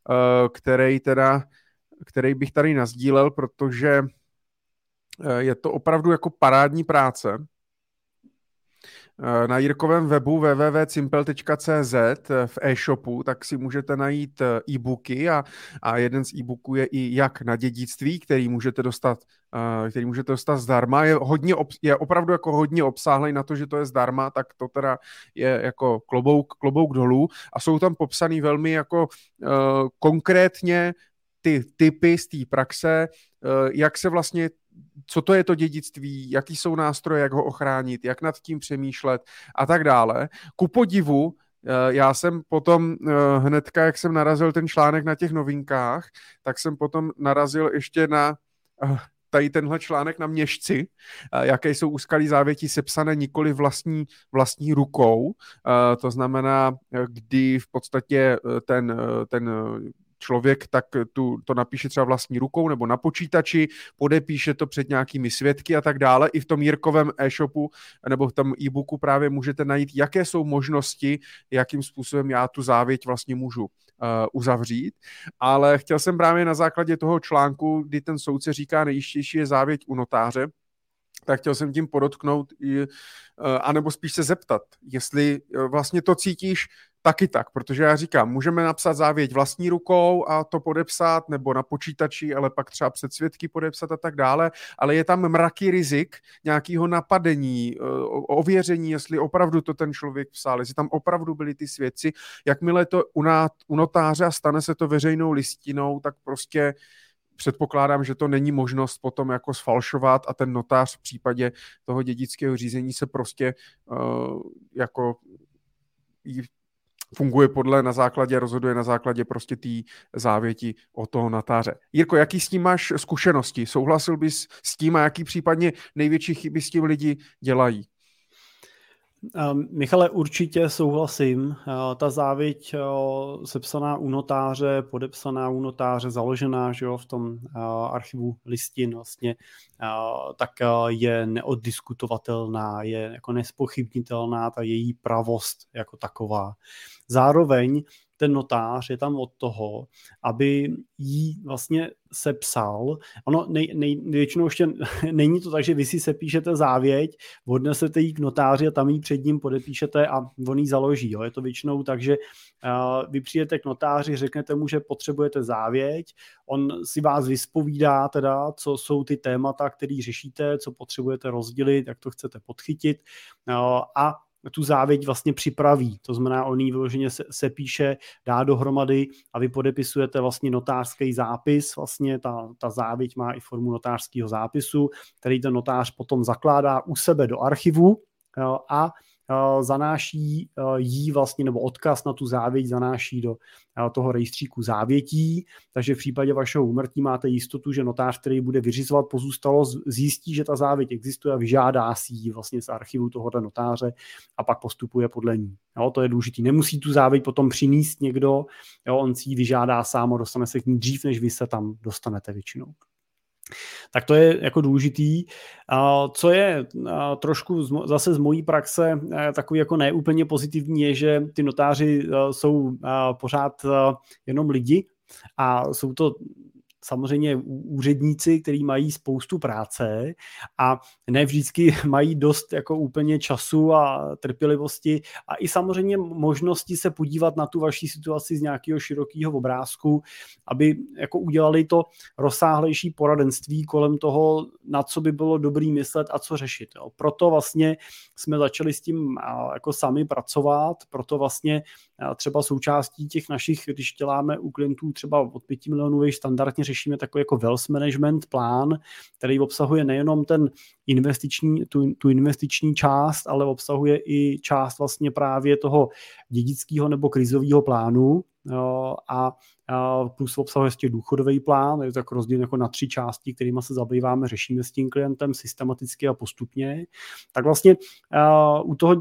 který bych tady nasdílel, protože je to opravdu jako parádní práce. Na Jirkovém webu www.cimpel.cz v e-shopu tak si můžete najít e-booky a jeden z e-booků je i jak na dědictví, který můžete dostat zdarma. Je opravdu jako hodně obsáhlej na to, že to je zdarma, tak to teda je jako klobouk dolů, a jsou tam popsaný velmi jako konkrétně ty typy z té praxe, jak se vlastně, co to je to dědictví, jaký jsou nástroje, jak ho ochránit, jak nad tím přemýšlet a tak dále. Ku podivu, já jsem potom hnedka, jak jsem narazil ten článek na těch Novinkách, tak jsem potom narazil ještě na tady tenhle článek na Měšci, jaké jsou úskalí závěti sepsané nikoli vlastní rukou. To znamená, kdy v podstatě ten člověk tak to napíše třeba vlastní rukou nebo na počítači, podepíše to před nějakými svědky a tak dále. I v tom Jirkovém e-shopu nebo v tom e-booku právě můžete najít, jaké jsou možnosti, jakým způsobem já tu závěť vlastně můžu uzavřít. Ale chtěl jsem právě na základě toho článku, kdy ten soudce říká, nejistější je závěť u notáře, tak chtěl jsem tím podotknout, anebo spíš se zeptat, jestli vlastně to cítíš taky tak, protože já říkám, můžeme napsat závěť vlastní rukou a to podepsat, nebo na počítači, ale pak třeba před svědky podepsat a tak dále, ale je tam mraky rizik nějakého napadení, ověření, jestli opravdu to ten člověk psal, jestli tam opravdu byli ty svědci. Jakmile to u notáře a stane se to veřejnou listinou, tak prostě předpokládám, že to není možnost potom jako sfalšovat a ten notář v případě toho dědického řízení se prostě jako funguje rozhoduje na základě prostě té závěti od toho notáře. Jirko, jaký s tím máš zkušenosti? Souhlasil bys s tím a jaký případně největší chyby s tím lidi dělají? Michale, určitě souhlasím. Ta závěť sepsaná u notáře, podepsaná u notáře, založená, že jo, v tom archivu listin vlastně, tak je neoddiskutovatelná, je jako nespochybnitelná ta její pravost jako taková. Zároveň ten notář je tam od toho, aby jí vlastně sepsal. Ono většinou ještě není to tak, že vy si sepíšete závěť, odnesete jí k notáři a tam jí před ním podepíšete a on jí založí. Jo. Je to většinou tak, že vy přijdete k notáři, řeknete mu, že potřebujete závěť, on si vás vyspovídá teda, co jsou ty témata, které řešíte, co potřebujete rozdělit, jak to chcete podchytit, a tu závěť vlastně připraví. To znamená, on ji vyloženě se píše, dá dohromady a vy podepisujete vlastně notářský zápis. Vlastně ta závěť má i formu notářského zápisu, který ten notář potom zakládá u sebe do archivu a zanáší jí vlastně, nebo odkaz na tu závěť zanáší do toho rejstříku závětí, takže v případě vašeho úmrtí máte jistotu, že notář, který bude vyřizovat pozůstalost, zjistí, že ta závěť existuje a vyžádá si ji vlastně z archivu tohoto notáře a pak postupuje podle ní. Jo, to je důležité. Nemusí tu závěť potom přinést někdo, jo, on si ji vyžádá sám a dostane se k ní dřív, než vy se tam dostanete většinou. Tak to je jako důležitý. Co je trošku zase z mojí praxe takový jako neúplně pozitivní, je, že ty notáři jsou pořád jenom lidi a jsou to samozřejmě úředníci, kteří mají spoustu práce a ne vždycky mají dost jako úplně času a trpělivosti a i samozřejmě možnosti se podívat na tu vaši situaci z nějakého širokého obrázku, aby jako udělali to rozsáhlejší poradenství kolem toho, na co by bylo dobrý myslet a co řešit. Jo. Proto vlastně jsme začali s tím jako sami pracovat, proto vlastně třeba součástí těch našich, když děláme u klientů třeba od 5 milionů, standardně řešíme takový jako wealth management plán, který obsahuje nejenom ten tu investiční část, ale obsahuje i část vlastně právě toho dědického nebo krizového plánu, a plus obsahuje ještě důchodový plán, je to tak rozdělen jako na 3 části, kterými se zabýváme, řešíme s tím klientem systematicky a postupně. Tak vlastně u toho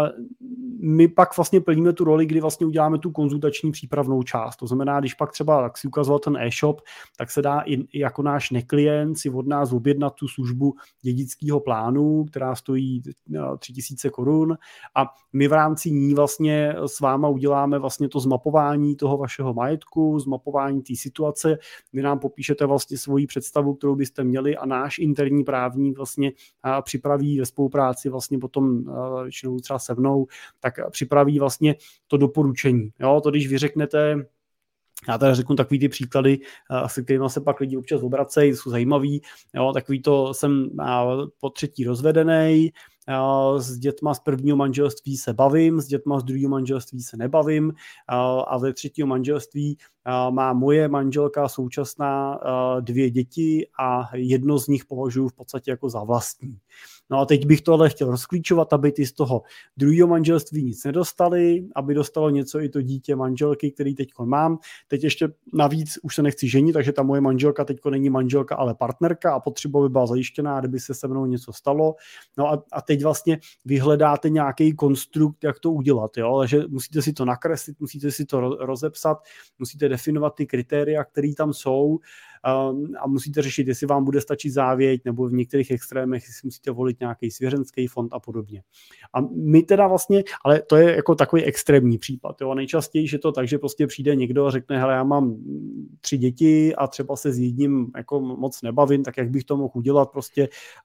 my pak vlastně plníme tu roli, kdy vlastně uděláme tu konzultační přípravnou část. To znamená, když pak třeba, jak si ukazoval ten e-shop, tak se dá i jako náš neklient si od nás objednat tu službu dědického plánu, která stojí 3000 korun, a my v rámci ní vlastně s váma uděláme vlastně to zmapování toho vašeho majetku, zmapování té situace, vy nám popíšete vlastně svoji představu, kterou byste měli, a náš interní právník vlastně připraví ve spolupráci vlastně potom většinou třeba se mnou, tak připraví vlastně to doporučení. Jo, to když vy řeknete, já tady řeknu takový ty příklady, se kterými se pak lidi občas obracejí, jsou zajímavý, jo, takový to jsem po 3. rozvedenej, s dětma z 1. manželství se bavím, s dětma z 2. manželství se nebavím, a ve 3. manželství má moje manželka současná 2 děti a jedno z nich považuji v podstatě jako za vlastní. No a teď bych tohle chtěl rozklíčovat, aby ty z toho 2. manželství nic nedostali, aby dostalo něco i to dítě manželky, který teď mám. Teď ještě navíc už se nechci ženit, takže ta moje manželka teď není manželka, ale partnerka, a potřeba by byla zajištěná, kdyby se mnou něco stalo. No a teď vlastně vyhledáte nějaký konstrukt, jak to udělat. Jo? Takže musíte si to nakreslit, musíte si to rozepsat, musíte definovat ty kritéria, které tam jsou, a musíte řešit, jestli vám bude stačit závěť, nebo v některých extrémech si musíte volit nějaký svěřenský fond a podobně. A my teda vlastně, ale to je jako takový extrémní případ. Jo? Nejčastěji je to tak, že prostě přijde někdo a řekne, hele, já mám 3 děti a třeba se s jedním jako moc nebavím, tak jak bych to mohl udělat prostě,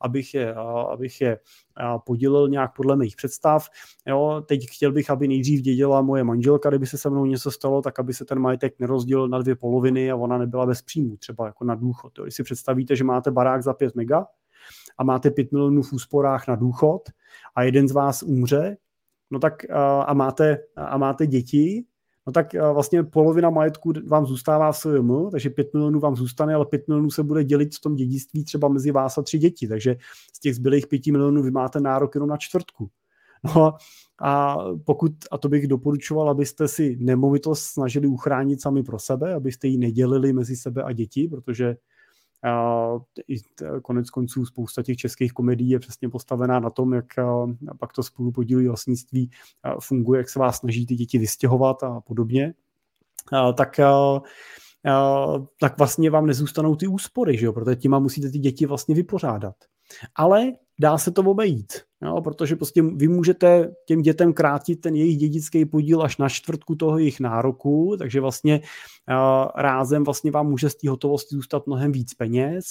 abych je podělil nějak podle mých představ. Jo? Teď chtěl bych, aby nejdřív dědila moje manželka, kdyby se mnou něco stalo, tak aby se ten majetek nerozdělil na 2 poloviny a ona nebyla bez příjmu, třeba jako na důchod. Jo? Když si představíte, že máte barák za 5 mega a máte 5 milionů v úsporách na důchod a jeden z vás umře, no tak a máte děti, no tak vlastně polovina majetku vám zůstává v SVM, takže 5 milionů vám zůstane, ale 5 milionů se bude dělit v tom dědictví třeba mezi vás a 3 děti, takže z těch zbylých 5 milionů vy máte nárok jenom na čtvrtku. No a to bych doporučoval, abyste si nemovitost snažili uchránit sami pro sebe, abyste ji nedělili mezi sebe a děti, protože konec konců spousta těch českých komedií je přesně postavená na tom, jak pak to spolupodílí vlastnictví funguje, jak se vás snaží ty děti vystěhovat a podobně, tak vlastně vám nezůstanou ty úspory, že jo? Protože tím musíte ty děti vlastně vypořádat. Ale dá se to obejít, jo? Protože prostě vy můžete těm dětem krátit ten jejich dědický podíl až na čtvrtku toho jejich nároku, takže vlastně rázem vlastně vám může z té hotovosti zůstat mnohem víc peněz.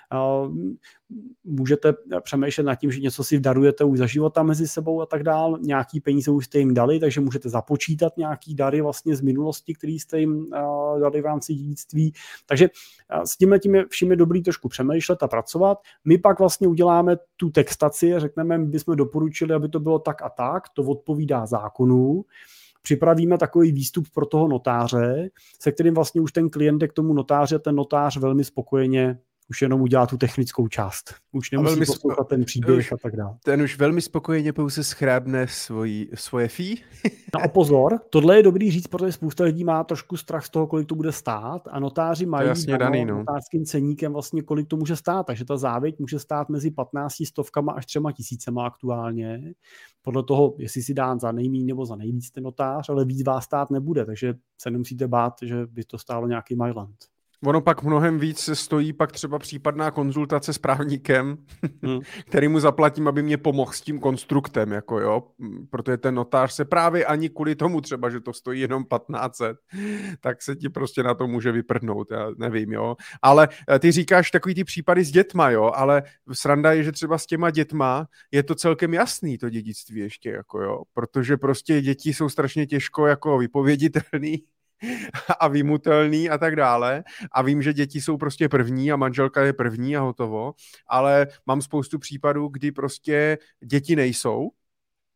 Můžete přemýšlet nad tím, že něco si darujete už za života mezi sebou a tak dál, nějaký peníze už jste jim dali, takže můžete započítat nějaký dary vlastně z minulosti, který jste jim dali v rámci dědictví. Takže s tím je vším je dobrý trošku přemýšlet a pracovat. My pak vlastně uděláme tu textaci a řekneme, my bychom doporučili, aby to bylo tak a tak, to odpovídá zákonu. Připravíme takový výstup pro toho notáře, se kterým vlastně už ten klient jde k tomu notáři a ten notář velmi spokojeně už jenom udělá tu technickou část. Už nemusí poslouchat ten příběh a tak dále. Ten už velmi spokojeně pouze schrábne svoje fee. No a pozor, tohle je dobrý říct, protože spousta lidí má trošku strach z toho, kolik to bude stát, a notáři mají notářským ceníkem vlastně, kolik to může stát, takže ta závěť může stát mezi 15 stovkama až 3 tisícema aktuálně, podle toho, jestli si dá za nejméně nebo za nejvíc ten notář, ale víc vás stát nebude, takže se nemusíte bát, že by to stálo nějaký Mailand. Ono pak mnohem víc stojí pak třeba případná konzultace s právníkem, který mu zaplatím, aby mě pomohl s tím konstruktem, jako jo, protože ten notář se právě ani kvůli tomu třeba, že to stojí jenom 1500, tak se ti prostě na to může vyprdnout, já nevím, jo. Ale ty říkáš takový ty případy s dětma, jo, ale sranda je, že třeba s těma dětma je to celkem jasný, to dědictví ještě, jako jo, protože prostě děti jsou strašně těžko jako vypověditelný a vymutelný a tak dále. A vím, že děti jsou prostě první a manželka je první a hotovo, ale mám spoustu případů, kdy prostě děti nejsou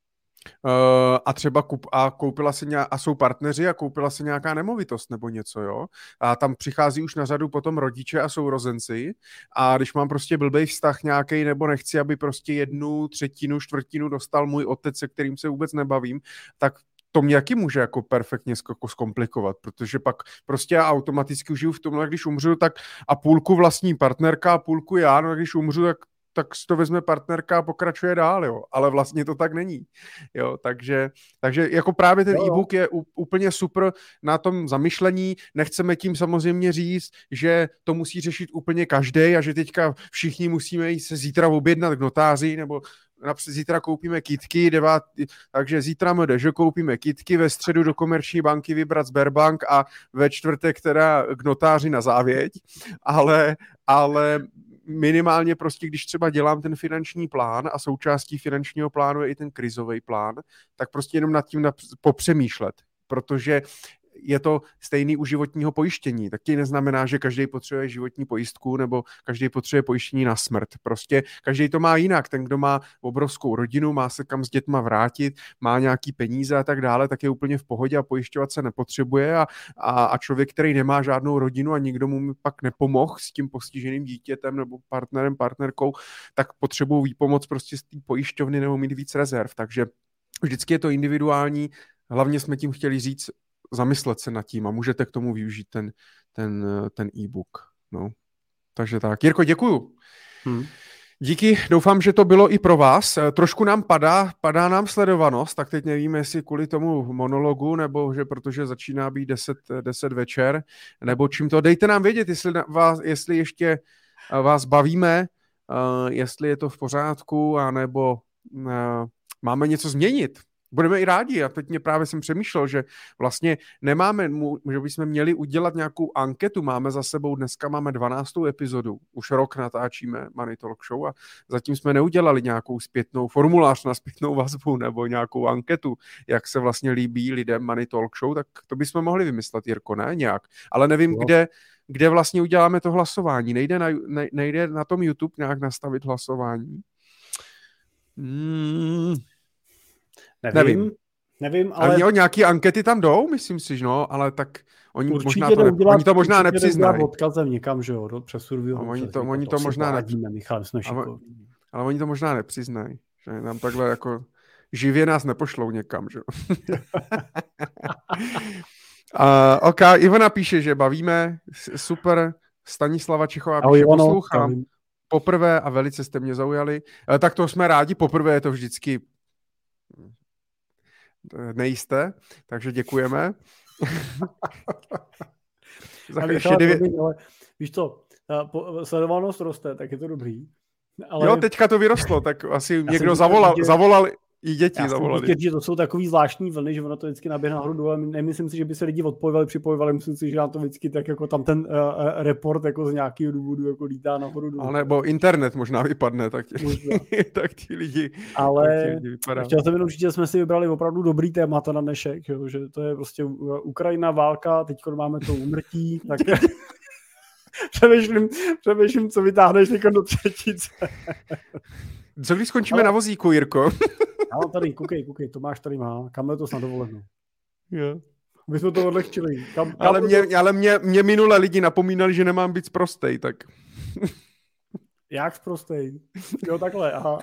A třeba koupila si a jsou partneři a koupila si nějaká nemovitost nebo něco, jo. A tam přichází už na řadu potom rodiče a sourozenci a když mám prostě blbej vztah nějaký nebo nechci, aby prostě 1/3, 1/4 dostal můj otec, se kterým se vůbec nebavím, tak to mě jaký může jako perfektně zkomplikovat, protože pak prostě já automaticky žiju v tomhle, když umřu, tak a půlku vlastní partnerka a půlku já, no a když umřu, tak si to vezme partnerka a pokračuje dál, jo. Ale vlastně to tak není. Jo, takže jako právě ten e-book je úplně super na tom zamyšlení. Nechceme tím samozřejmě říct, že to musí řešit úplně každý a že teďka všichni musíme jít se zítra objednat k notáři nebo zítra koupíme kytky, takže zítra že koupíme kytky, ve středu do komerční banky vybrat Sberbank a ve čtvrtek teda k notáři na závěť, ale minimálně prostě, když třeba dělám ten finanční plán a součástí finančního plánu je i ten krizový plán, tak prostě jenom nad tím popřemýšlet, protože je to stejný u životního pojištění. Taky neznamená, že každý potřebuje životní pojistku nebo každý potřebuje pojištění na smrt. Prostě každý to má jinak. Ten, kdo má obrovskou rodinu, má se kam s dětma vrátit, má nějaký peníze a tak dále, tak je úplně v pohodě a pojišťovat se nepotřebuje a člověk, který nemá žádnou rodinu a nikdo mu pak nepomohl s tím postiženým dítětem nebo partnerem, partnerkou, tak potřebují výpomoc prostě z té pojišťovny nebo mít víc rezerv. Takže vždycky je to individuální. Hlavně jsme tím chtěli říct, zamyslet se nad tím a můžete k tomu využít ten e-book. No. Takže tak. Jirko, děkuju. Díky, doufám, že to bylo i pro vás. Trošku nám padá nám sledovanost, tak teď nevíme, jestli kvůli tomu monologu, nebo že protože začíná být 10 večer, nebo čím to. Dejte nám vědět, jestli ještě vás bavíme, jestli je to v pořádku, anebo máme něco změnit. Budeme i rádi. A teď mě právě jsem přemýšlel, že vlastně nemáme, že bychom měli udělat nějakou anketu. Máme za sebou, dneska máme 12. epizodu. Už rok natáčíme Money Talk Show a zatím jsme neudělali nějakou formulář na zpětnou vazbu nebo nějakou anketu, jak se vlastně líbí lidem Money Talk Show, tak to bychom mohli vymyslet, Jirko, ne? Nějak. Ale nevím, kde vlastně uděláme to hlasování. Nejde na tom YouTube nějak nastavit hlasování? Nevím, ale nějaký ankety tam jdou, myslím si, no, ale tak oni to možná nepřiznají. Odkazem někam, že jo, přes Survivor. Oni to možná ale oni to možná nepřiznají, že nám takhle jako živě nás nepošlou někam, že jo. OK, Ivana píše, že bavíme, super, Stanislava Čichová píše, poslouchám poprvé a velice jste mě zaujali. Tak to jsme rádi, poprvé je to vždycky nejisté, takže děkujeme. Ale víš co, sledovanost roste, tak je to dobrý. Ale... Jo, teďka to vyrostlo, tak asi někdo zavolal i děti zavolali. Že to jsou takový zvláštní vlny, že ono to vždycky naběhne nahoru dolů, ale nemyslím si, že by se lidi připojovali, myslím si, že nám to vždycky tak jako tam ten report jako z nějakého důvodu jako lítá nahoru dolů. Ale nebo internet možná vypadne, tak ti lidi ale chtěl jsem jenom říct, že jsme si vybrali opravdu dobrý témata na dnešek, jo, že to je prostě Ukrajina, válka, teď máme to úmrtí, tak přemýšlím, co vytáhneš do třetice. Co když skončíme na vozíku, Jirko? Ale tady, koukej, Tomáš tady má, kam je to snad dovolenou. Jo. My jsme to odlehčili. Ale mě minule lidi napomínali, že nemám být sprostej, tak... Jak sprostej? Jo, takhle, aha.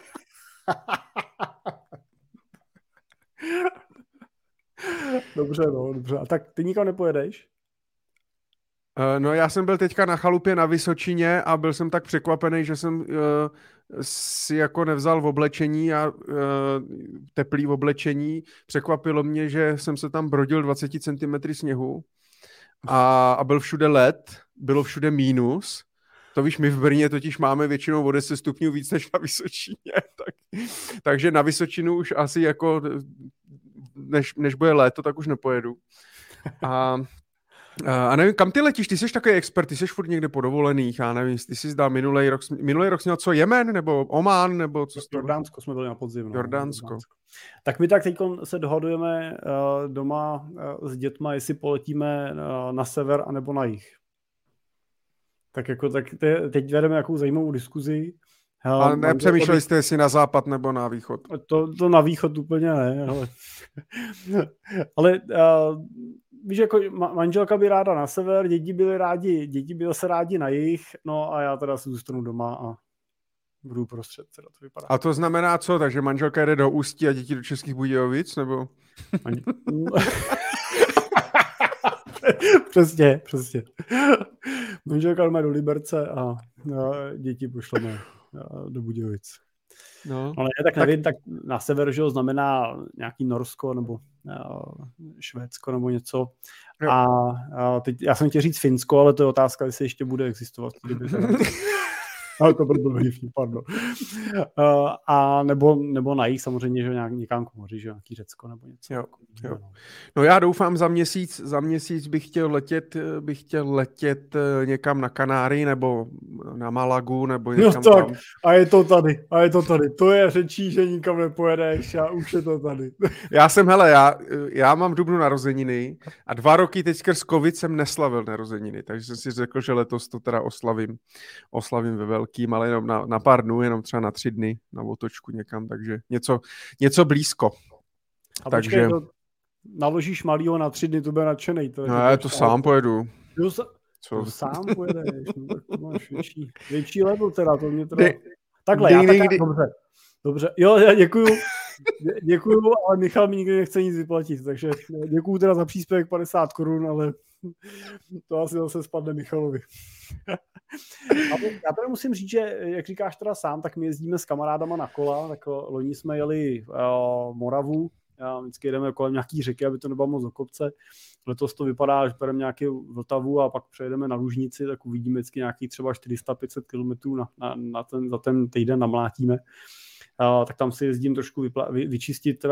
Dobře. A tak ty nikam nepojedeš? No já jsem byl teďka na chalupě na Vysočině a byl jsem tak překvapený, že jsem si jako nevzal v oblečení a teplý v oblečení. Překvapilo mě, že jsem se tam brodil 20 cm sněhu a byl všude led, bylo všude mínus. To víš, my v Brně totiž máme většinou o 10 stupňů víc než na Vysočině. Takže na Vysočinu už asi jako, než bude léto, tak už nepojedu. A nevím, kam ty letíš? Ty jsi takový expert, ty jsi furt někde po dovolených, já nevím, ty jsi zdal minulý rok měl co, Jemen, nebo Oman, nebo co? Jordánsko jsme byli na podzim. No. Jordánsko. Tak my tak teď se dohadujeme doma s dětma, jestli poletíme na sever anebo na jih. Tak teď vedeme nějakou zajímavou diskuzi A nepřemýšleli jste, jestli na západ nebo na východ? To na východ úplně ne, ale víš, jako manželka by ráda na sever, děti by zase rádi na jih, no a já teda si zůstanu doma a budu prostřed, teda to vypadá. A to znamená co? Takže manželka jede do Ústí a děti do Českých Budějovic, nebo? Přesně. Manželka má do Liberce a děti pošleme do Budějovic. No. Ale tak nevím, tak na sever, že znamená nějaký Norsko nebo Švédsko nebo něco. A teď, já jsem chtěl říct Finsko, ale to je otázka, jestli ještě bude existovat. Ale to bylo vlivný, pardon. A nebo na jich samozřejmě, že někam k moři, že nějaký Řecko nebo něco. Jo. No já doufám za měsíc bych chtěl letět někam na Kanáry nebo na Malagu nebo někam no tak, tam. A je to tady. To je řečí, že nikam nepojedeš a už je to tady. Já mám v dubnu narozeniny a 2 roky teď skrz covid jsem neslavil narozeniny, takže jsem si řekl, že letos to teda oslavím ve velkým, ale jenom na pár dnů, jenom třeba na 3 dny na otočku někam, takže něco blízko. A takže naložíš malýho na 3 dny, to bude nadšenej. Ne, to sám pojedu. To sám pojedeš, no, tak to máš větší level teda, to mě teda... Takhle, já tak dobře. Jo, já děkuju, ale Michal mi nikdy nechce nic vyplatit, takže děkuju teda za příspěvek 50 korun, ale to asi zase spadne Michalovi. Ale já teda musím říct, že jak říkáš teda sám, tak my jezdíme s kamarádama na kola, tak loni jsme jeli Moravu, vždycky jedeme kolem nějaký řeky, aby to nebylo moc do kopce. Letos to vypadá, že půjdeme nějaký Vltavu a pak přejedeme na Lužnici, tak uvidíme vždycky nějakých třeba 400-500 kilometrů za ten týden namlátíme. Tak tam si jezdím trošku vyčistit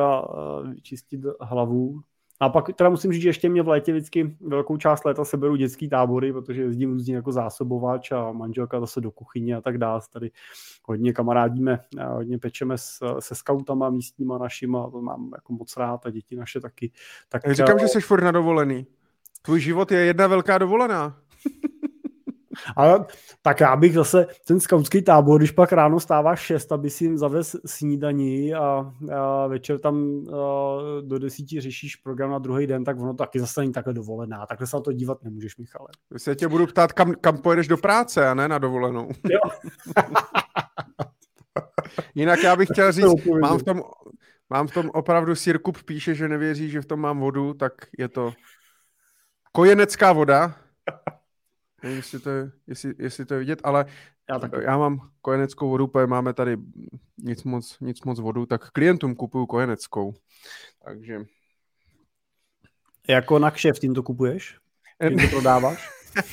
hlavu. A pak teda musím říct, že ještě mě v létě vždycky velkou část léta seberu dětský tábory, protože jezdím různě jako zásobovač a manželka zase do kuchyně a tak dále. Tady hodně kamarádíme, hodně pečeme se skautama místníma našima, to mám jako moc rád a děti naše taky. Tak, říkám, že jsi furt na dovolený. Tvůj život je jedna velká dovolená. Ale tak já bych zase ten skautský tábor, když pak ráno stáváš 6, aby si jim zavez snídaní a večer tam do 10 řešíš program na druhý den, tak ono taky zase není takhle dovolená. Takhle se na to dívat nemůžeš, Michale. Já tě budu ptát, kam pojedeš do práce a ne na dovolenou. Jo. Jinak já bych chtěl říct, mám v tom opravdu Sirkup píše, že nevěří, že v tom mám vodu, tak je to kojenecká voda. Nevím, jestli to je vidět, ale já mám kojeneckou vodu, protože máme tady nic moc vodu, tak klientům kupuju kojeneckou. Takže... Jako na kšeft tím to kupuješ? Tím to prodáváš?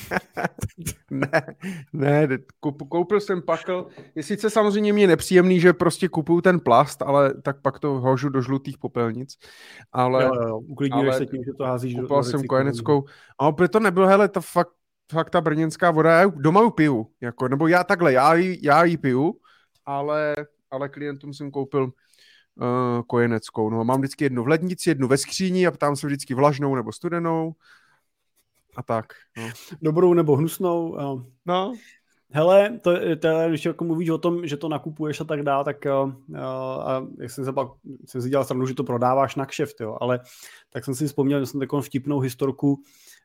Ne, koupil jsem pakl. Je sice samozřejmě mě nepříjemný, že prostě kupuju ten plast, ale tak pak to hožu do žlutých popelnic. Ale, uklidňuješ se tím, že to házíš do kupoval jsem kojeneckou. A opět to nebylo, hele, to fakt ta brněnská voda, já doma ju piju, jako, nebo já ji piju, ale klientům jsem koupil kojeneckou. No, mám vždycky jednu v lednici, jednu ve skříni a ptám se vždycky vlažnou nebo studenou a tak. No. Dobrou nebo hnusnou. No. Hele, když jako mluvíš o tom, že to nakupuješ a tak dále, tak a jak jsem si dělal stranu, že to prodáváš na kšeft, jo, ale tak jsem si vzpomněl, že jsem takovou vtipnou historku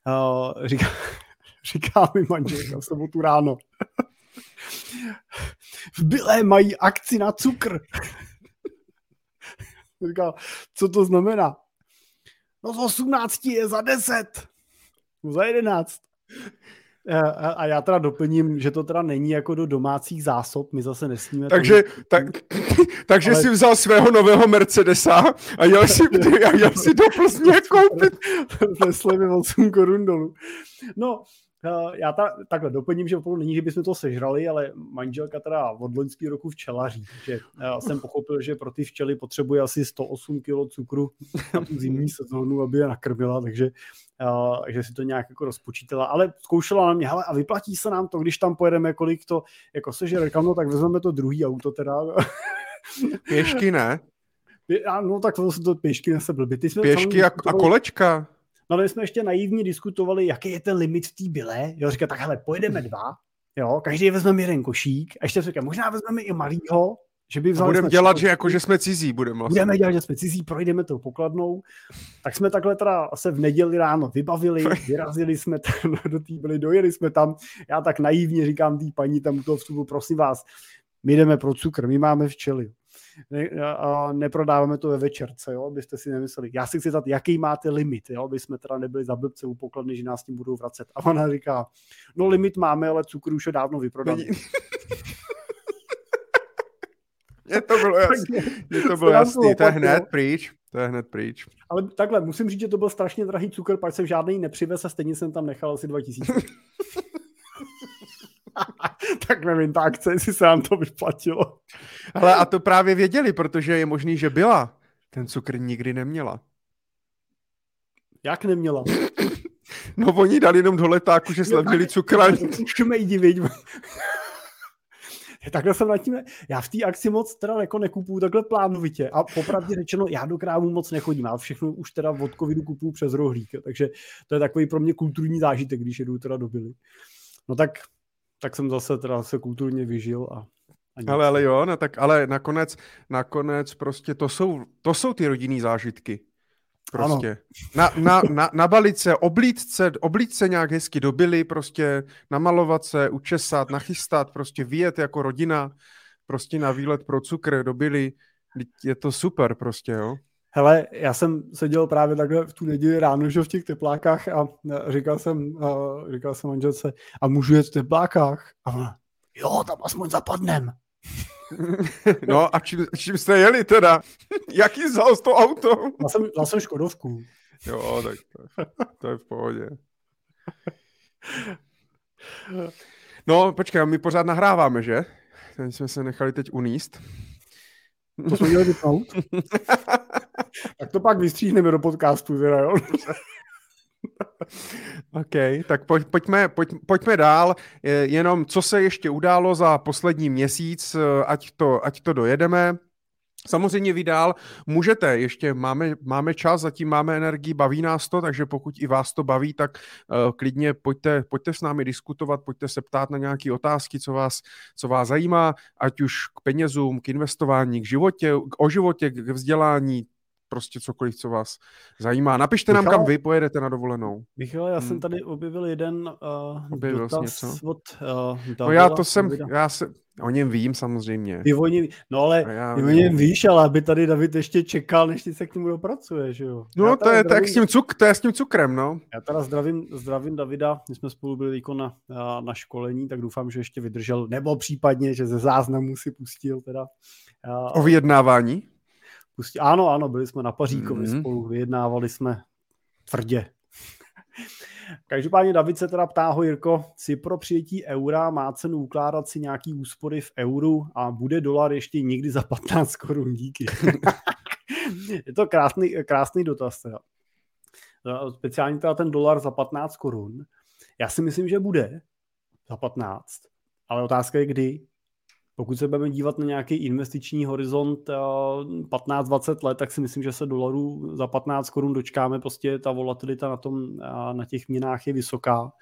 říká mi manželka v sobotu ráno. V Bylé mají akci na cukr. Říkal, co to znamená? No z 18 je za 10. No za 11. A já teda doplním, že to teda není jako do domácích zásob, my zase nesníme. Takže ale... si vzal svého nového Mercedesa a jel si do Plzně koupit. Ze slevy 8 korun dolů. No, já takhle doplním, že opravdu není, že bychom to sežrali, ale manželka teda od loňského roku včelaří, takže jsem pochopil, že pro ty včely potřebuje asi 108 kg cukru na tu zimní sezónu, aby je nakrmila, takže si to nějak jako rozpočítala, ale zkoušela na mě, hele, a vyplatí se nám to, když tam pojedeme, kolik to jako sežere, no tak vezmeme to druhý auto teda. Pěšky ne? No tak to pěšky nese blbě. Pěšky a kolečka. No, my jsme ještě naivně diskutovali, jaký je ten limit v té Byle. Jo, říká, tak hele, pojedeme 2 Jo, každý vezmeme jeden košík a ještě říkám, možná vezmeme i malýho, že by vzali. Budeme dělat, že jako, že jsme cizí, budeme dělat, že jsme cizí, projdeme tou pokladnou. Tak jsme takhle teda se v neděli ráno vybavili, vyrazili jsme tam do té byli, dojeli jsme tam. Já tak naivně říkám té paní tam u toho vstupu, prosím vás, my jdeme pro cukr, my máme včely. A neprodáváme to ve večerce, jo, abyste si nemysleli. Já si chci zeptat, jaký máte limit, jo, aby jsme teda nebyli za blbce u pokladny, že nás tím budou vracet. A ona říká, no limit máme, ale cukr už je dávno vyprodaný. Je to bylo jasný, to je hned pryč. Ale takhle, musím říct, že to byl strašně drahý cukr, pak jsem žádný nepřivez a stejně jsem tam nechal asi 2000. Tak nevím, ta akce, jestli se nám to vyplatilo. Ale a to právě věděli, protože je možný, že byla. Ten cukr nikdy neměla. Jak neměla? No oni dali jenom do letáku, že slevnili cukr. Můžeme jí divit. Takhle jsem nad tím, já v té akci moc teda jako nekupuju takhle plánovitě a popravdě řečeno, já do krámu moc nechodím, já všechno už teda od covidu kupuju přes rohlík, takže to je takový pro mě kulturní zážitek, když jedu teda do Bily. No tak jsem zase teda se kulturně vyžil a ale jo, no tak ale nakonec prostě to jsou ty rodinný zážitky. Prostě. Nabalit se, oblít se nějak hezky do Bily, prostě namalovat se, učesat, nachystat, prostě vyjet jako rodina, prostě na výlet pro cukr do Bily. Je to super prostě, jo. Hele, já jsem seděl právě takhle v tu neděli ráno, že v těch teplákách a říkal jsem manželce, a můžu jet v teplákách? A ona, jo, tam aspoň zapadnem. No a čím jste jeli teda? Jaký vzal to auto? Vzal jsem Škodovku. Jo, tak to je v pohodě. No, počkej, my pořád nahráváme, že? Teď jsme se nechali teď uníst. To jsme měli vypnout. Tak to pak vystříhneme do podcastu, teda, jo? OK, tak pojďme dál. Jenom co se ještě událo za poslední měsíc, ať to dojedeme. Samozřejmě vy dál můžete, ještě máme čas, zatím máme energii, baví nás to, takže pokud i vás to baví, tak klidně pojďte s námi diskutovat, pojďte se ptát na nějaké otázky, co vás zajímá, ať už k penězům, k investování, o životě, k vzdělání, prostě cokoliv, co vás zajímá. Napište nám, kam vy pojedete na dovolenou. Michal, já jsem tady objevil jeden dotaz od no já se o něm vím samozřejmě. No ale ty o něm víš, ale aby tady David ještě čekal, než ty se k němu dopracuješ, jo. No to je s tím cukrem, no. Já teda zdravím Davida, my jsme spolu byli na školení, tak doufám, že ještě vydržel, nebo případně, že ze záznamu si pustil teda. O vyjednávání? Ano, byli jsme na Paříkově spolu, vyjednávali jsme tvrdě. Každopádně David se teda ptá, ho Jirko, si pro přijetí eura má cenu ukládat si nějaký úspory v euru a bude dolar ještě nikdy za 15 korun, díky. Je to krásný dotaz teda. Speciálně teda ten dolar za 15 korun. Já si myslím, že bude za 15, ale otázka je kdy. Pokud se budeme dívat na nějaký investiční horizont 15-20 let, tak si myslím, že se dolarů za 15 korun dočkáme, prostě ta volatilita na těch měnách je vysoká.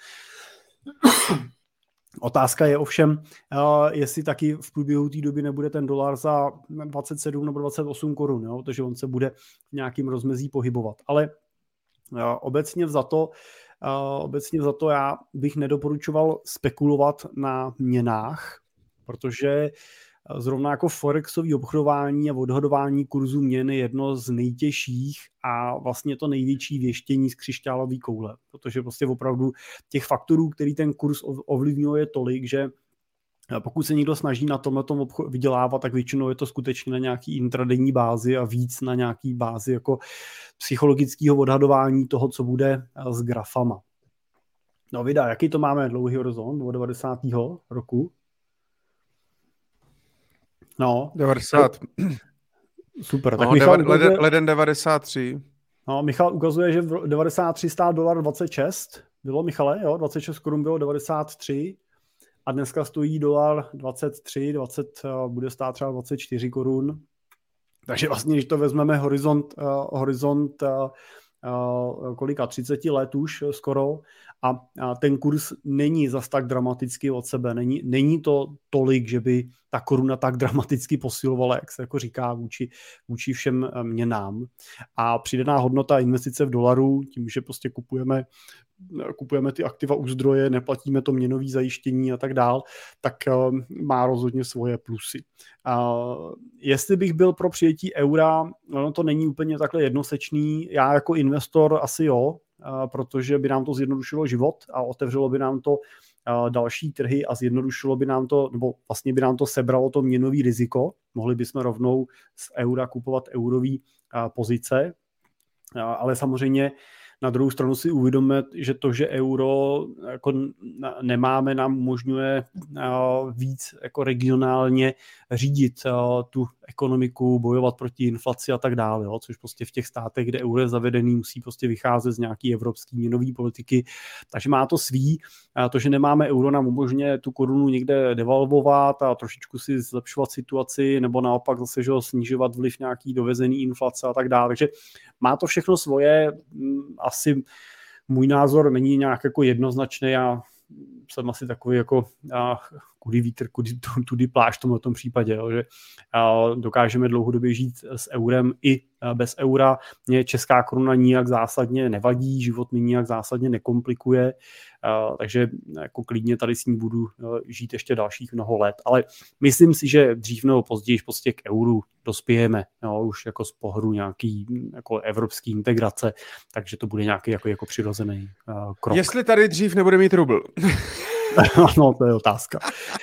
Otázka je ovšem, jestli taky v průběhu té doby nebude ten dolar za 27 nebo 28 korun, jo? Takže on se bude v nějakým rozmezí pohybovat. Ale obecně za to já bych nedoporučoval spekulovat na měnách, protože zrovna jako forexový obchodování a odhadování kurzu měn je jedno z nejtěžších a vlastně to největší věštění z křišťálové koule, protože prostě opravdu těch faktorů, který ten kurz ovlivňuje, je tolik, že pokud se někdo snaží na tomhletom vydělávat, tak většinou je to skutečně na nějaký intradenní bázi a víc na nějaký bázi jako psychologického odhadování toho, co bude s grafama. No vida, jaký to máme dlouhý horizont od 90. roku? No, 90. Super. Tak no, leden 93. No, Michal ukazuje, že v 93 stál dolar 26. Bylo, Michale, jo? 26 korun bylo 93 a dneska stojí dolar 23, bude stát třeba 24 korun. Takže vlastně, když to vezmeme horizont kolika 30 let už skoro a ten kurz není zas tak dramaticky od sebe. Není to tolik, že by ta koruna tak dramaticky posilovala, jak se jako říká, vůči všem měnám. A přidaná hodnota investice v dolaru, tím, že prostě kupujeme ty aktiva u zdroje, neplatíme to měnové zajištění a tak dál, tak má rozhodně svoje plusy. Jestli bych byl pro přijetí eura, no to není úplně takhle jednosečný. Já jako investor asi jo, protože by nám to zjednodušilo život a otevřelo by nám to další trhy a zjednodušilo by nám to, nebo vlastně by nám to sebralo to měnový riziko. Mohli bychom rovnou z eura kupovat eurový pozice, ale samozřejmě na druhou stranu si uvědomíme, že to, že euro jako nemáme, nám umožňuje víc jako regionálně řídit tu ekonomiku, bojovat proti inflaci a tak dále, jo? Což prostě v těch státech, kde euro je zavedený, musí prostě vycházet z nějaký evropský měnový politiky. Takže má to svý. To, že nemáme euro, nám umožňuje tu korunu někde devalvovat a trošičku si zlepšovat situaci, nebo naopak zase, že snižovat vliv nějaký dovezený inflace a tak dále. Takže má to všechno svoje. Asi můj názor není nějak jako jednoznačný. Já jsem asi takový jako kudy vítr, tudy pláž v tom případě, jo, že dokážeme dlouhodobě žít s eurem i bez eura. Mě česká koruna nijak zásadně nevadí, život mi nijak zásadně nekomplikuje, takže jako klidně tady s ní budu žít ještě dalších mnoho let. Ale myslím si, že dřív nebo později prostě k euru dospějeme, jo, už jako z pohledu nějaký jako evropský integrace, takže to bude nějaký jako přirozený krok. Jestli tady dřív nebude mít rubl. No, to je otázka.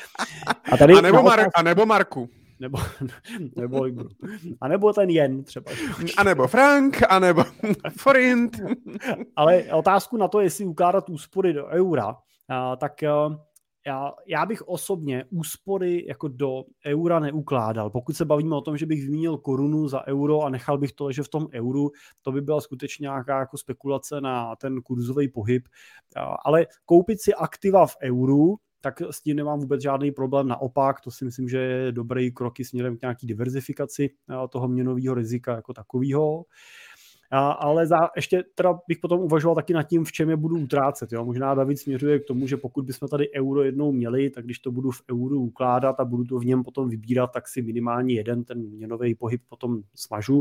A nebo Marku. Nebo Libru. A nebo ten jen třeba. A nebo frank, a nebo forint. Ale otázku na to, jestli ukládat úspory do eura, tak já bych osobně úspory jako do eura neukládal. Pokud se bavíme o tom, že bych vyměnil korunu za euro a nechal bych to ležet v tom euru, to by byla skutečně nějaká jako spekulace na ten kurzový pohyb. Ale koupit si aktiva v euru, tak s tím nemám vůbec žádný problém. Naopak, to si myslím, že je dobrý krok směrem k nějaký diverzifikaci toho měnového rizika jako takového. Ale ještě teda bych potom uvažoval taky nad tím, v čem je budu utrácet. Jo? Možná David směřuje k tomu, že pokud bychom tady euro jednou měli, tak když to budu v euru ukládat a budu to v něm potom vybírat, tak si minimálně jeden ten měnový pohyb potom smažu.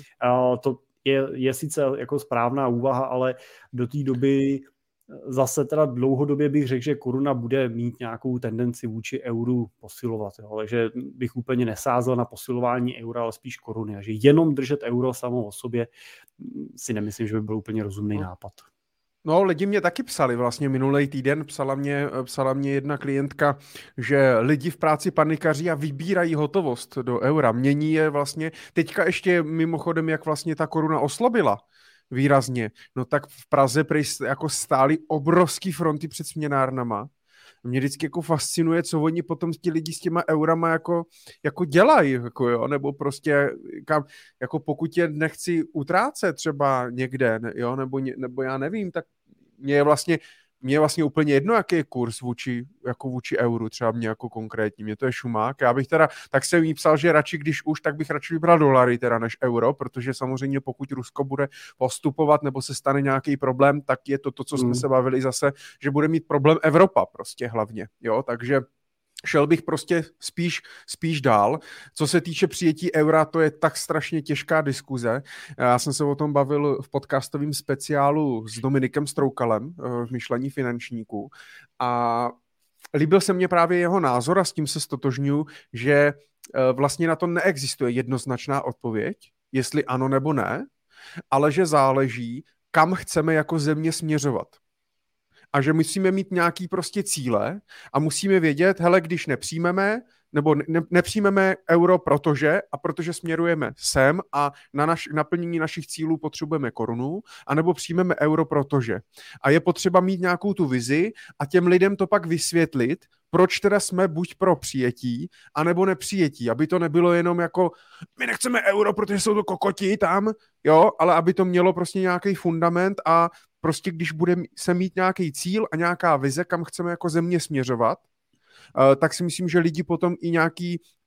To je sice jako správná úvaha, ale do té doby zase teda dlouhodobě bych řekl, že koruna bude mít nějakou tendenci vůči euru posilovat. Jo? Takže bych úplně nesázel na posilování eura, ale spíš koruny. Takže jenom držet euro samo o sobě si nemyslím, že by byl úplně rozumný nápad. No, lidi mě taky psali vlastně minulý týden, psala mě jedna klientka, že lidi v práci panikaří a vybírají hotovost do eura. Mění je vlastně, teďka ještě mimochodem, jak vlastně ta koruna oslabila výrazně, no tak v Praze jako stály obrovský fronty před směnárnama. Mě vždycky jako fascinuje, co oni potom ti lidi s těma eurama jako dělají, jako jo, nebo prostě jako pokud je nechci utrácet třeba někde, jo, nebo já nevím, tak mě je vlastně úplně jedno, jaký je kurz vůči euru, třeba mě jako konkrétně, mě to je šumák. Já bych teda, tak jsem jí psal, že radši, když už, tak bych radši vybral dolary teda než euro, protože samozřejmě pokud Rusko bude postupovat nebo se stane nějaký problém, tak je to, co jsme se bavili zase, že bude mít problém Evropa prostě hlavně, jo, takže šel bych prostě spíš dál. Co se týče přijetí eura, to je tak strašně těžká diskuze. Já jsem se o tom bavil v podcastovém speciálu s Dominikem Stroukalem v Myšlení finančníků a líbil se mně právě jeho názor a s tím se stotožňuji, že vlastně na to neexistuje jednoznačná odpověď, jestli ano nebo ne, ale že záleží, kam chceme jako země směřovat. A že musíme mít nějaký prostě cíle a musíme vědět, hele, když nepřijmeme, nebo nepřijmeme euro protože směrujeme sem a na naplnění našich cílů potřebujeme korunu, anebo přijmeme euro protože. A je potřeba mít nějakou tu vizi a těm lidem to pak vysvětlit, proč teda jsme buď pro přijetí, anebo nepřijetí, aby to nebylo jenom jako, my nechceme euro, protože jsou to kokoti tam, jo, ale aby to mělo prostě nějaký fundament a prostě když bude se mít nějaký cíl a nějaká vize, kam chceme jako země směřovat, tak si myslím, že lidi potom i nějaký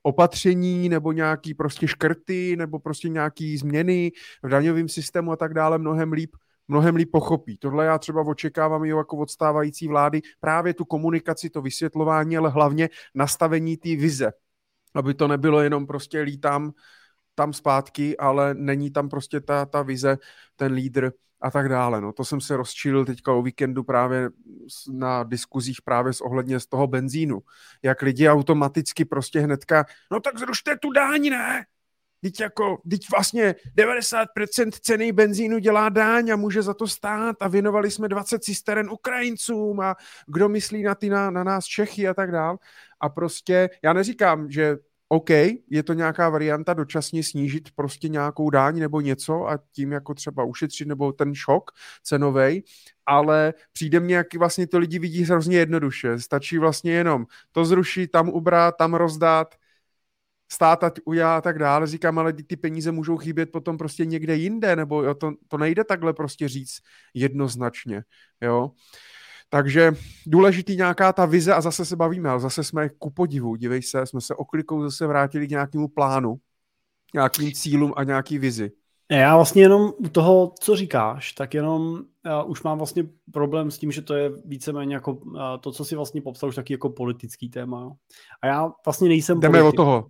opatření nebo nějaký prostě škrty nebo prostě nějaký změny v daňovém systému a tak dále mnohem líp pochopí. Tohle já třeba očekávám i jako odstávající vlády, právě tu komunikaci, to vysvětlování, ale hlavně nastavení té vize, aby to nebylo jenom prostě lítám tam zpátky, ale není tam prostě ta vize, ten lídr a tak dále. No, to jsem se rozčílil teďka o víkendu právě na diskuzích právě ohledně z toho benzínu. Jak lidi automaticky prostě hnedka, no tak zrušte tu daň, ne? Teď vlastně 90% ceny benzínu dělá daň a může za to stát a věnovali jsme 20 cisteren Ukrajincům a kdo myslí na nás Čechy a tak dál. A prostě já neříkám, že OK, je to nějaká varianta dočasně snížit prostě nějakou daň nebo něco a tím jako třeba ušetřit nebo ten šok cenovej, ale přijde mně, jak vlastně to lidi vidí hrozně jednoduše. Stačí vlastně jenom to zrušit, tam ubrat, tam rozdat, stát ať udělá a tak dále. Říkám, ale ty peníze můžou chybět potom prostě někde jinde, nebo jo, to nejde takhle prostě říct jednoznačně, jo. Takže důležitý nějaká ta vize a zase se bavíme, ale zase jsme ku podivu, dívej se, jsme se oklikou zase vrátili k nějakému plánu, nějakým cílům a nějaký vizi. Já vlastně jenom u toho, co říkáš, tak jenom už mám vlastně problém s tím, že to je víceméně jako to, co si vlastně popsal, už taky jako politický téma. Jo. A já vlastně nejsem jdeme od toho.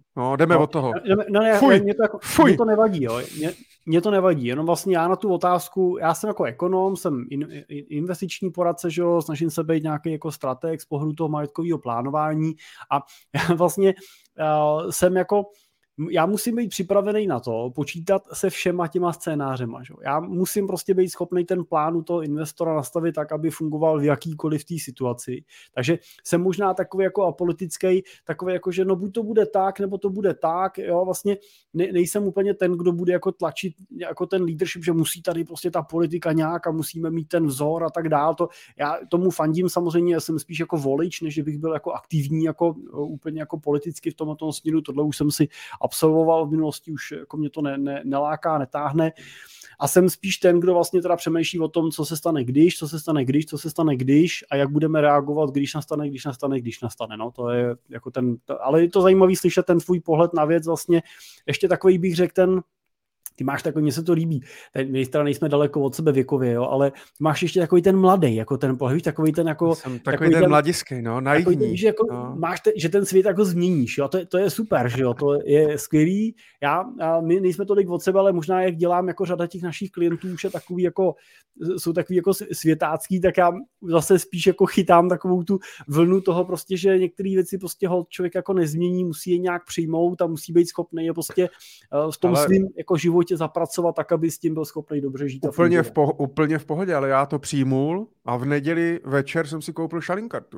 Mě to nevadí, jo. Mě to nevadí, jenom vlastně já na tu otázku, já jsem jako ekonom, jsem investiční poradce, že jo, snažím se být nějaký jako strateg z pohledu toho majetkového plánování a já vlastně jsem jako já musím být připravený na to, počítat se všema těma scénářema. Že? Já musím prostě být schopný ten plán u toho investora nastavit tak, aby fungoval v jakýkoliv té situaci. Takže jsem možná takový jako apolitický, takový jako, že no buď to bude tak, nebo to bude tak. Jo? Vlastně nejsem úplně ten, kdo bude jako tlačit jako ten leadership, že musí tady prostě ta politika nějak a musíme mít ten vzor a tak dál. Já tomu fandím samozřejmě, já jsem spíš jako volič, než bych byl jako aktivní, jako úplně jako politicky v tomto směru. Tohle už jsem si absolvoval v minulosti, už jako mě to neláká, netáhne. A jsem spíš ten, kdo vlastně teda přemýšlí o tom, co se stane když a jak budeme reagovat, když nastane. No, to je jako ale je to zajímavý slyšet ten tvůj pohled na věc vlastně. Ještě takový bych řekl ty máš takový, mně se to líbí, my teda nejsme daleko od sebe věkově, jo, ale máš ještě takový ten mladý, jako ten pohled, takový ten jako... Takový ten mladiský, no, naivní. Že, jako máš že ten svět jako změníš, jo, to je super, že jo, to je skvělý. My nejsme tolik od sebe, ale možná jak dělám jako řada těch našich klientů už je takový jako, jsou takový jako světácký, tak já zase spíš jako chytám takovou tu vlnu toho prostě, že některé věci prostě člověk jako nezmění, musí je nějak přijmout a musí být schopný je prostě v tom svým jako životě zapracovat tak, aby s tím byl schopný dobře žít. Úplně v pohodě, ale já to přijmul a v neděli večer jsem si koupil šalinkartu.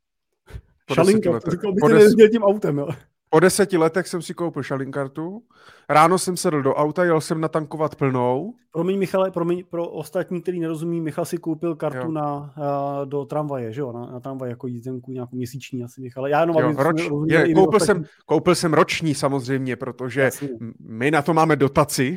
Tím autem, jo. Po 10 letech jsem si koupil šalinkartu, ráno jsem sedl do auta, jel jsem natankovat plnou. Promiň Michale, pro ostatní, který nerozumí, Michal si koupil kartu do tramvaje, že jo? Na tramvaj jako jízdenku nějakou měsíční asi, Michale. Já jenom koupil jsem roční samozřejmě, protože my na to máme dotaci.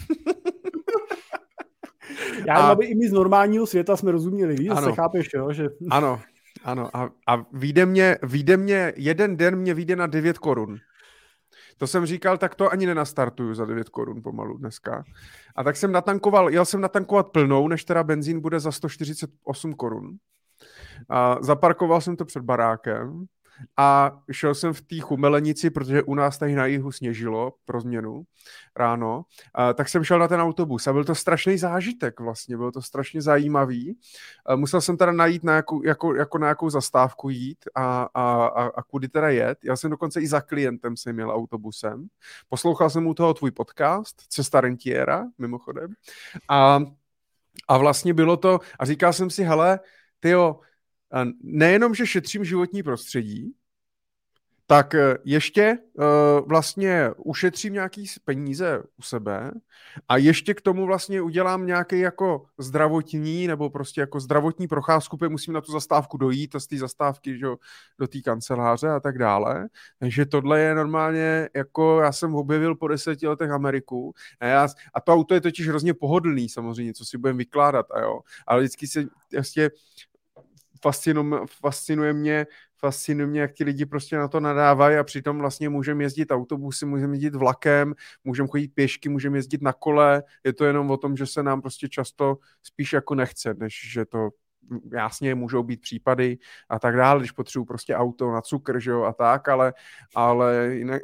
Aby i my z normálního světa jsme rozuměli, víš, se chápeš, jo? Že... Ano, a vyjde mě jeden den mě vyjde na 9 korun. To jsem říkal, tak to ani nenastartuju za 9 korun pomalu dneska. A tak jsem jel jsem natankovat plnou, než teda benzín bude za 148 korun. A zaparkoval jsem to před barákem a šel jsem v té Chumelenici, protože u nás tady na jihu sněžilo pro změnu ráno, tak jsem šel na ten autobus a byl to strašný zážitek vlastně, bylo to strašně zajímavý. Musel jsem teda najít na nějakou zastávku jít a kudy teda jet. Já jsem dokonce i za klientem jsem jel autobusem. Poslouchal jsem u toho tvůj podcast, Cesta rentiera, mimochodem. A vlastně bylo to, a říkal jsem si, hele, tyjo, nejenom, že šetřím životní prostředí, tak ještě vlastně ušetřím nějaký peníze u sebe a ještě k tomu vlastně udělám nějaký jako zdravotní nebo prostě jako zdravotní procházku, protože musím na tu zastávku dojít a z té zastávky že, do té kanceláře a tak dále. Takže tohle je normálně jako já jsem objevil po 10 letech Ameriku a to auto je totiž hrozně pohodlný samozřejmě, co si budeme vykládat ale vždycky se vlastně fascinuje mě fascinuje mě, jak ti lidi prostě na to nadávají a přitom vlastně můžeme jezdit autobusy, můžeme jezdit vlakem, můžeme chodit pěšky, můžeme jezdit na kole. Je to jenom o tom, že se nám prostě často spíš jako nechce, než že to jasně můžou být případy a tak dále, když potřebuji prostě auto na cukr, že jo, a tak, ale jinak...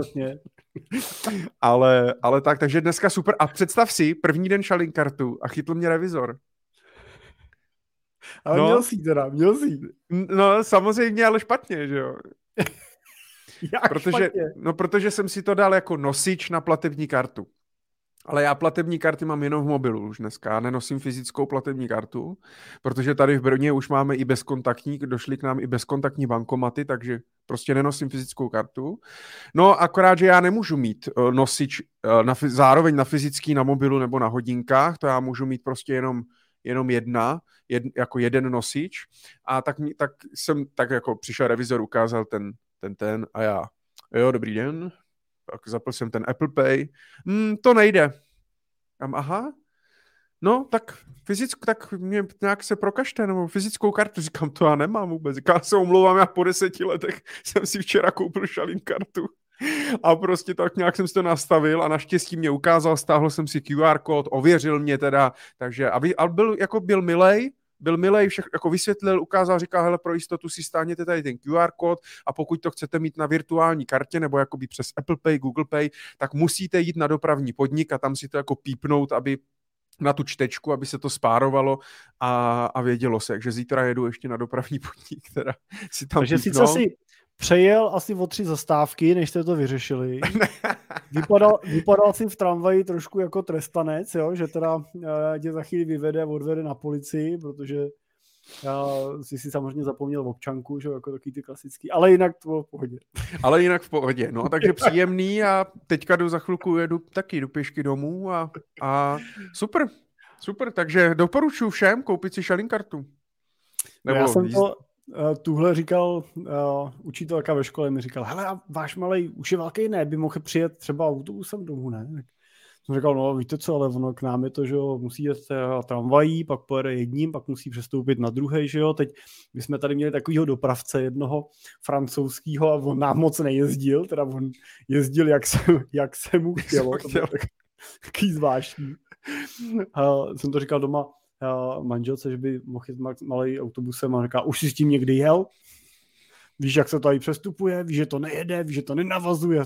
ale tak, takže dneska super. A představ si, první den šalinkartu a chytl mě revizor. Ale měl jsi. No samozřejmě, ale špatně, že jo. Jak špatně? Protože jsem si to dal jako nosič na platební kartu. Ale já platební karty mám jenom v mobilu už dneska. Já nenosím fyzickou platební kartu, protože tady v Brně už máme i bezkontaktní, došly k nám i bezkontaktní bankomaty, takže prostě nenosím fyzickou kartu. No akorát, že já nemůžu mít nosič zároveň na fyzický, na mobilu nebo na hodinkách, to já můžu mít prostě jenom jako jeden nosič. A tak jsem tak jako přišel revizor, ukázal ten a já, jo, dobrý den, tak zapl jsem ten Apple Pay, to nejde. Aha, no tak tak mě nějak se prokažte, nebo fyzickou kartu, říkám, to já nemám vůbec, říkám, se omlouvám, já po 10 letech jsem si včera koupil šalin kartu a prostě tak nějak jsem si to nastavil a naštěstí mě ukázal, stáhl jsem si QR kód, ověřil mě teda, takže a byl milej, všech jako vysvětlil, ukázal, říkal, hele, pro jistotu si stáhněte tady ten QR kód a pokud to chcete mít na virtuální kartě nebo jakoby přes Apple Pay, Google Pay, tak musíte jít na dopravní podnik a tam si to jako pípnout, aby na tu čtečku, aby se to spárovalo a vědělo se. Takže zítra jedu ještě na dopravní podnik, teda si tam takže sice si přejel asi o 3 zastávky, než jste to vyřešili. Vypadal si v tramvaji trošku jako trestanec, jo? Že teda tě za chvíli odvede na policii, protože jsi si samozřejmě zapomněl občanku, že jako taky ty klasický, ale jinak to bylo v pohodě. No takže příjemný a teďka za chvilku jedu pěšky domů a super, takže doporučuji všem koupit si šalinkartu. Já jsem to tuhle říkal učitelka ve škole, mi říkal, hele, a váš malej už je velký, ne, by mohl přijet třeba autobusem domů, ne? Jsem říkal, no víte co, ale ono k nám je to, že jo, musí jet tramvají, pak pojede jedním, pak musí přestoupit na druhý, že jo, teď my jsme tady měli takovýho dopravce jednoho francouzskýho a on nám moc nejezdil, teda on jezdil, jak se mu chtělo, to bylo takový zvláštní. Jsem to říkal doma manželce, že by mohl jet malý autobusem a říká, už si s tím někdy jel? Víš, jak se tady přestupuje, víš, že to nejede, víš, že to nenavazuje.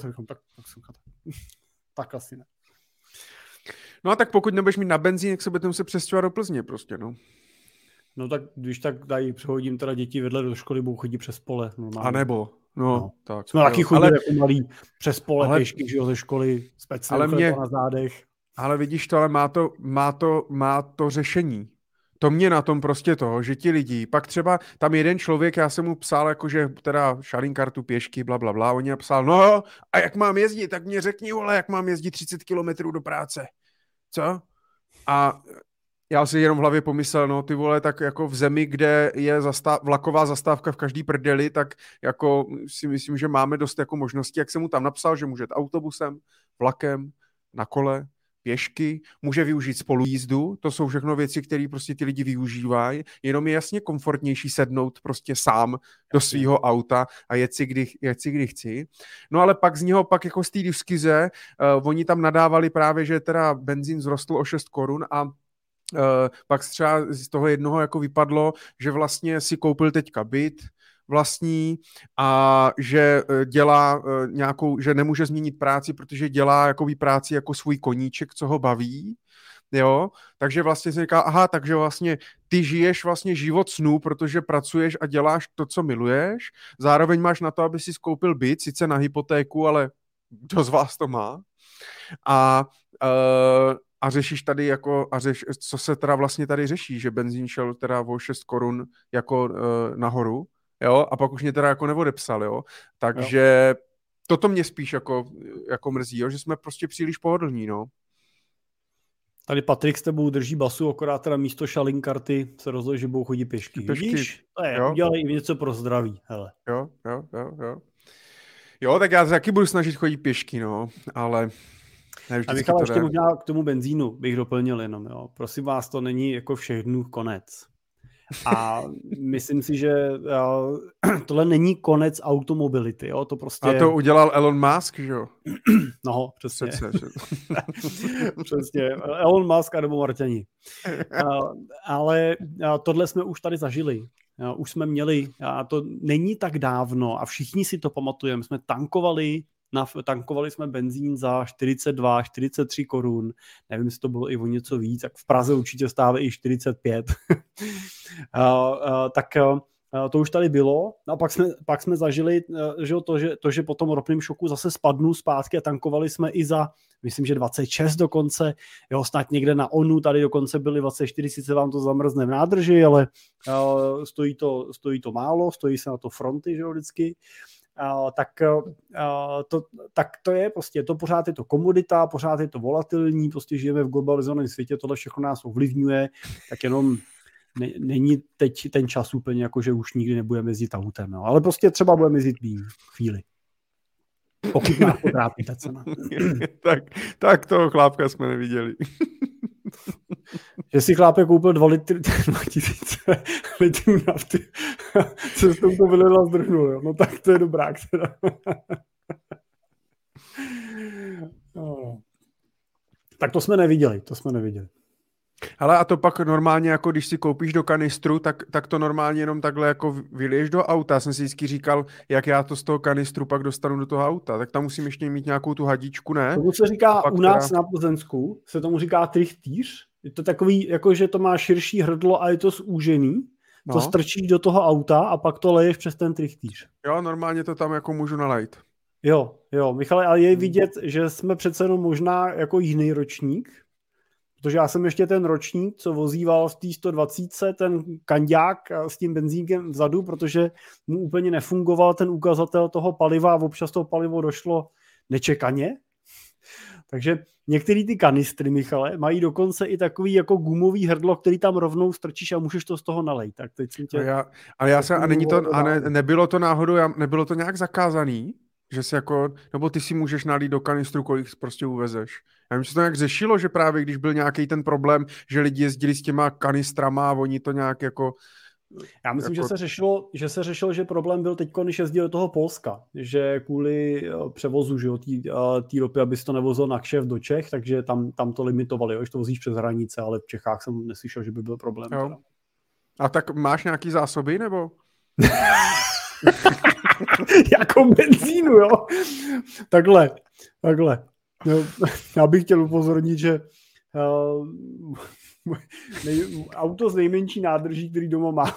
Tak asi ne. No a tak pokud nebudeš mít na benzín, jak se budete muset přestěhovat do Plzně prostě, no. No tak když tak tady přehodím teda děti vedle do školy, budou chodit přes pole. Normálně. A nebo, no. Tak. Jsme taky chodili jako malí přes pole pěšky, že jo, ze školy, speciálně na zádech. Ale vidíš to, ale má to řešení. To mě na tom prostě to, že ti lidi, pak třeba tam jeden člověk, já jsem mu psal, jakože teda šalinkartu pěšky, blablabla, on mě napsal, no a jak mám jezdit, tak mě řekni, vole, jak mám jezdit 30 kilometrů do práce. Co? A já si jenom v hlavě pomyslel, no ty vole, tak jako v zemi, kde je vlaková zastávka v každý prdeli, tak jako si myslím, že máme dost jako možností, jak jsem mu tam napsal, že může autobusem, vlakem, na kole, pěšky, může využít spolujízdu, to jsou všechno věci, které prostě ty lidi využívají, jenom je jasně komfortnější sednout prostě sám do svého auta a jet si kdy chci. No ale pak z něho, jako z té diskuze, oni tam nadávali právě, že teda benzín zrostl o 6 korun a pak třeba z toho jednoho jako vypadlo, že vlastně si koupil teďka byt vlastní a že dělá že nemůže změnit práci, protože dělá jakoby práci jako svůj koníček, co ho baví, jo, takže vlastně se říká, aha, takže vlastně ty žiješ vlastně život snů, protože pracuješ a děláš to, co miluješ, zároveň máš na to, aby si koupil byt, sice na hypotéku, ale kdo z vás to má a řešíš tady co se teda vlastně tady řeší, že benzín šel teda o 6 korun jako nahoru, jo, a pak už mě teda jako neodepsal, jo, takže toto mě spíš jako mrzí, jo, že jsme prostě příliš pohodlní, no. Tady Patrik s tebou drží basu, akorát teda místo šalinkarty se rozhodl, že budou chodit pěšky. Vidíš? Udělej i něco pro zdraví, hele. Jo. Jo, tak já taky budu snažit chodit pěšky, no, ale... A Michal, ještě možná k tomu benzínu bych doplnil jenom, jo. Prosím vás, to není jako všech dnů konec. A myslím si, že tohle není konec automobility. Jo? To prostě... A to udělal Elon Musk, že jo? No, přesně. Přesně. Elon Musk a nebo Marťani. Ale tohle jsme už tady zažili. Už jsme měli, a to není tak dávno a všichni si to pamatujeme, jsme tankovali jsme benzín za 42, 43 korun, nevím, jestli to bylo i o něco víc, tak v Praze určitě stále i 45. Tak to už tady bylo. A pak jsme zažili že že po tom ropném šoku zase spadnu zpátky a tankovali jsme i za, myslím, že 26 dokonce. Jo, snad někde na ONU tady dokonce byly 24, sice vám to zamrzne v nádrži, ale stojí to málo, stojí se na to fronty, že jo, vždycky. Tak to je prostě, to pořád je to komodita, pořád je to volatilní, prostě žijeme v globalizovaném světě, tohle všechno nás ovlivňuje, tak jenom není teď ten čas úplně jako, že už nikdy nebudeme jezdit autem, jo. Ale prostě třeba budeme jezdit chvíli. Pokud nás potrápí ta cena. tak toho chlápka jsme neviděli. Že si chlápek koupil 2000 litrů nafty, co s to vylila zdrhnul, jo. No tak to je dobrák teda. Tak to jsme neviděli. Ale a to pak normálně, jako když si koupíš do kanistru, tak to normálně jenom takhle jako vyliješ do auta. Já jsem si vždycky říkal, jak já to z toho kanistru pak dostanu do toho auta. Tak tam musím ještě mít nějakou tu hadičku, ne? To se říká u nás na Plzeňsku, se tomu říká trichtýř. Je to takový, jako že to má širší hrdlo a je to zúžený. No. To strčíš do toho auta a pak to leješ přes ten trichtýř. Jo, normálně to tam jako můžu nalejt. Jo, Michale, ale je vidět, že jsme přece jenom možná jako jiný ročník, protože já jsem ještě ten ročník, co vozíval v té 120, ten kanďák s tím benzínkem vzadu, protože mu úplně nefungoval ten ukazatel toho paliva a občas to palivo došlo nečekaně. Takže některé ty kanistry, Michale, mají dokonce i takový jako gumový hrdlo, který tam rovnou strčíš a můžeš to z toho nalejt. Tak teď jsem tě... Nebylo to náhodou, nebylo to nějak zakázaný? Že si jako, nebo ty si můžeš nalít do kanistru, kolik prostě uvezeš. Já vím, že to nějak řešilo, že právě když byl nějaký ten problém, že lidi jezdili s těma kanistrama a oni to nějak jako... Já myslím, jako... že se řešilo, že problém byl teď, když jezdil do toho Polska, že kvůli převozu, že té ropy, abys to nevozil na kšeft do Čech, takže tam to limitovali, jo, že to vozíš přes hranice, ale v Čechách jsem neslyšel, že by byl problém. A tak máš nějaký zásoby, nebo... Jako benzínu, jo? Takhle. No, já bych chtěl upozornit, že auto s nejmenší nádrží, který doma má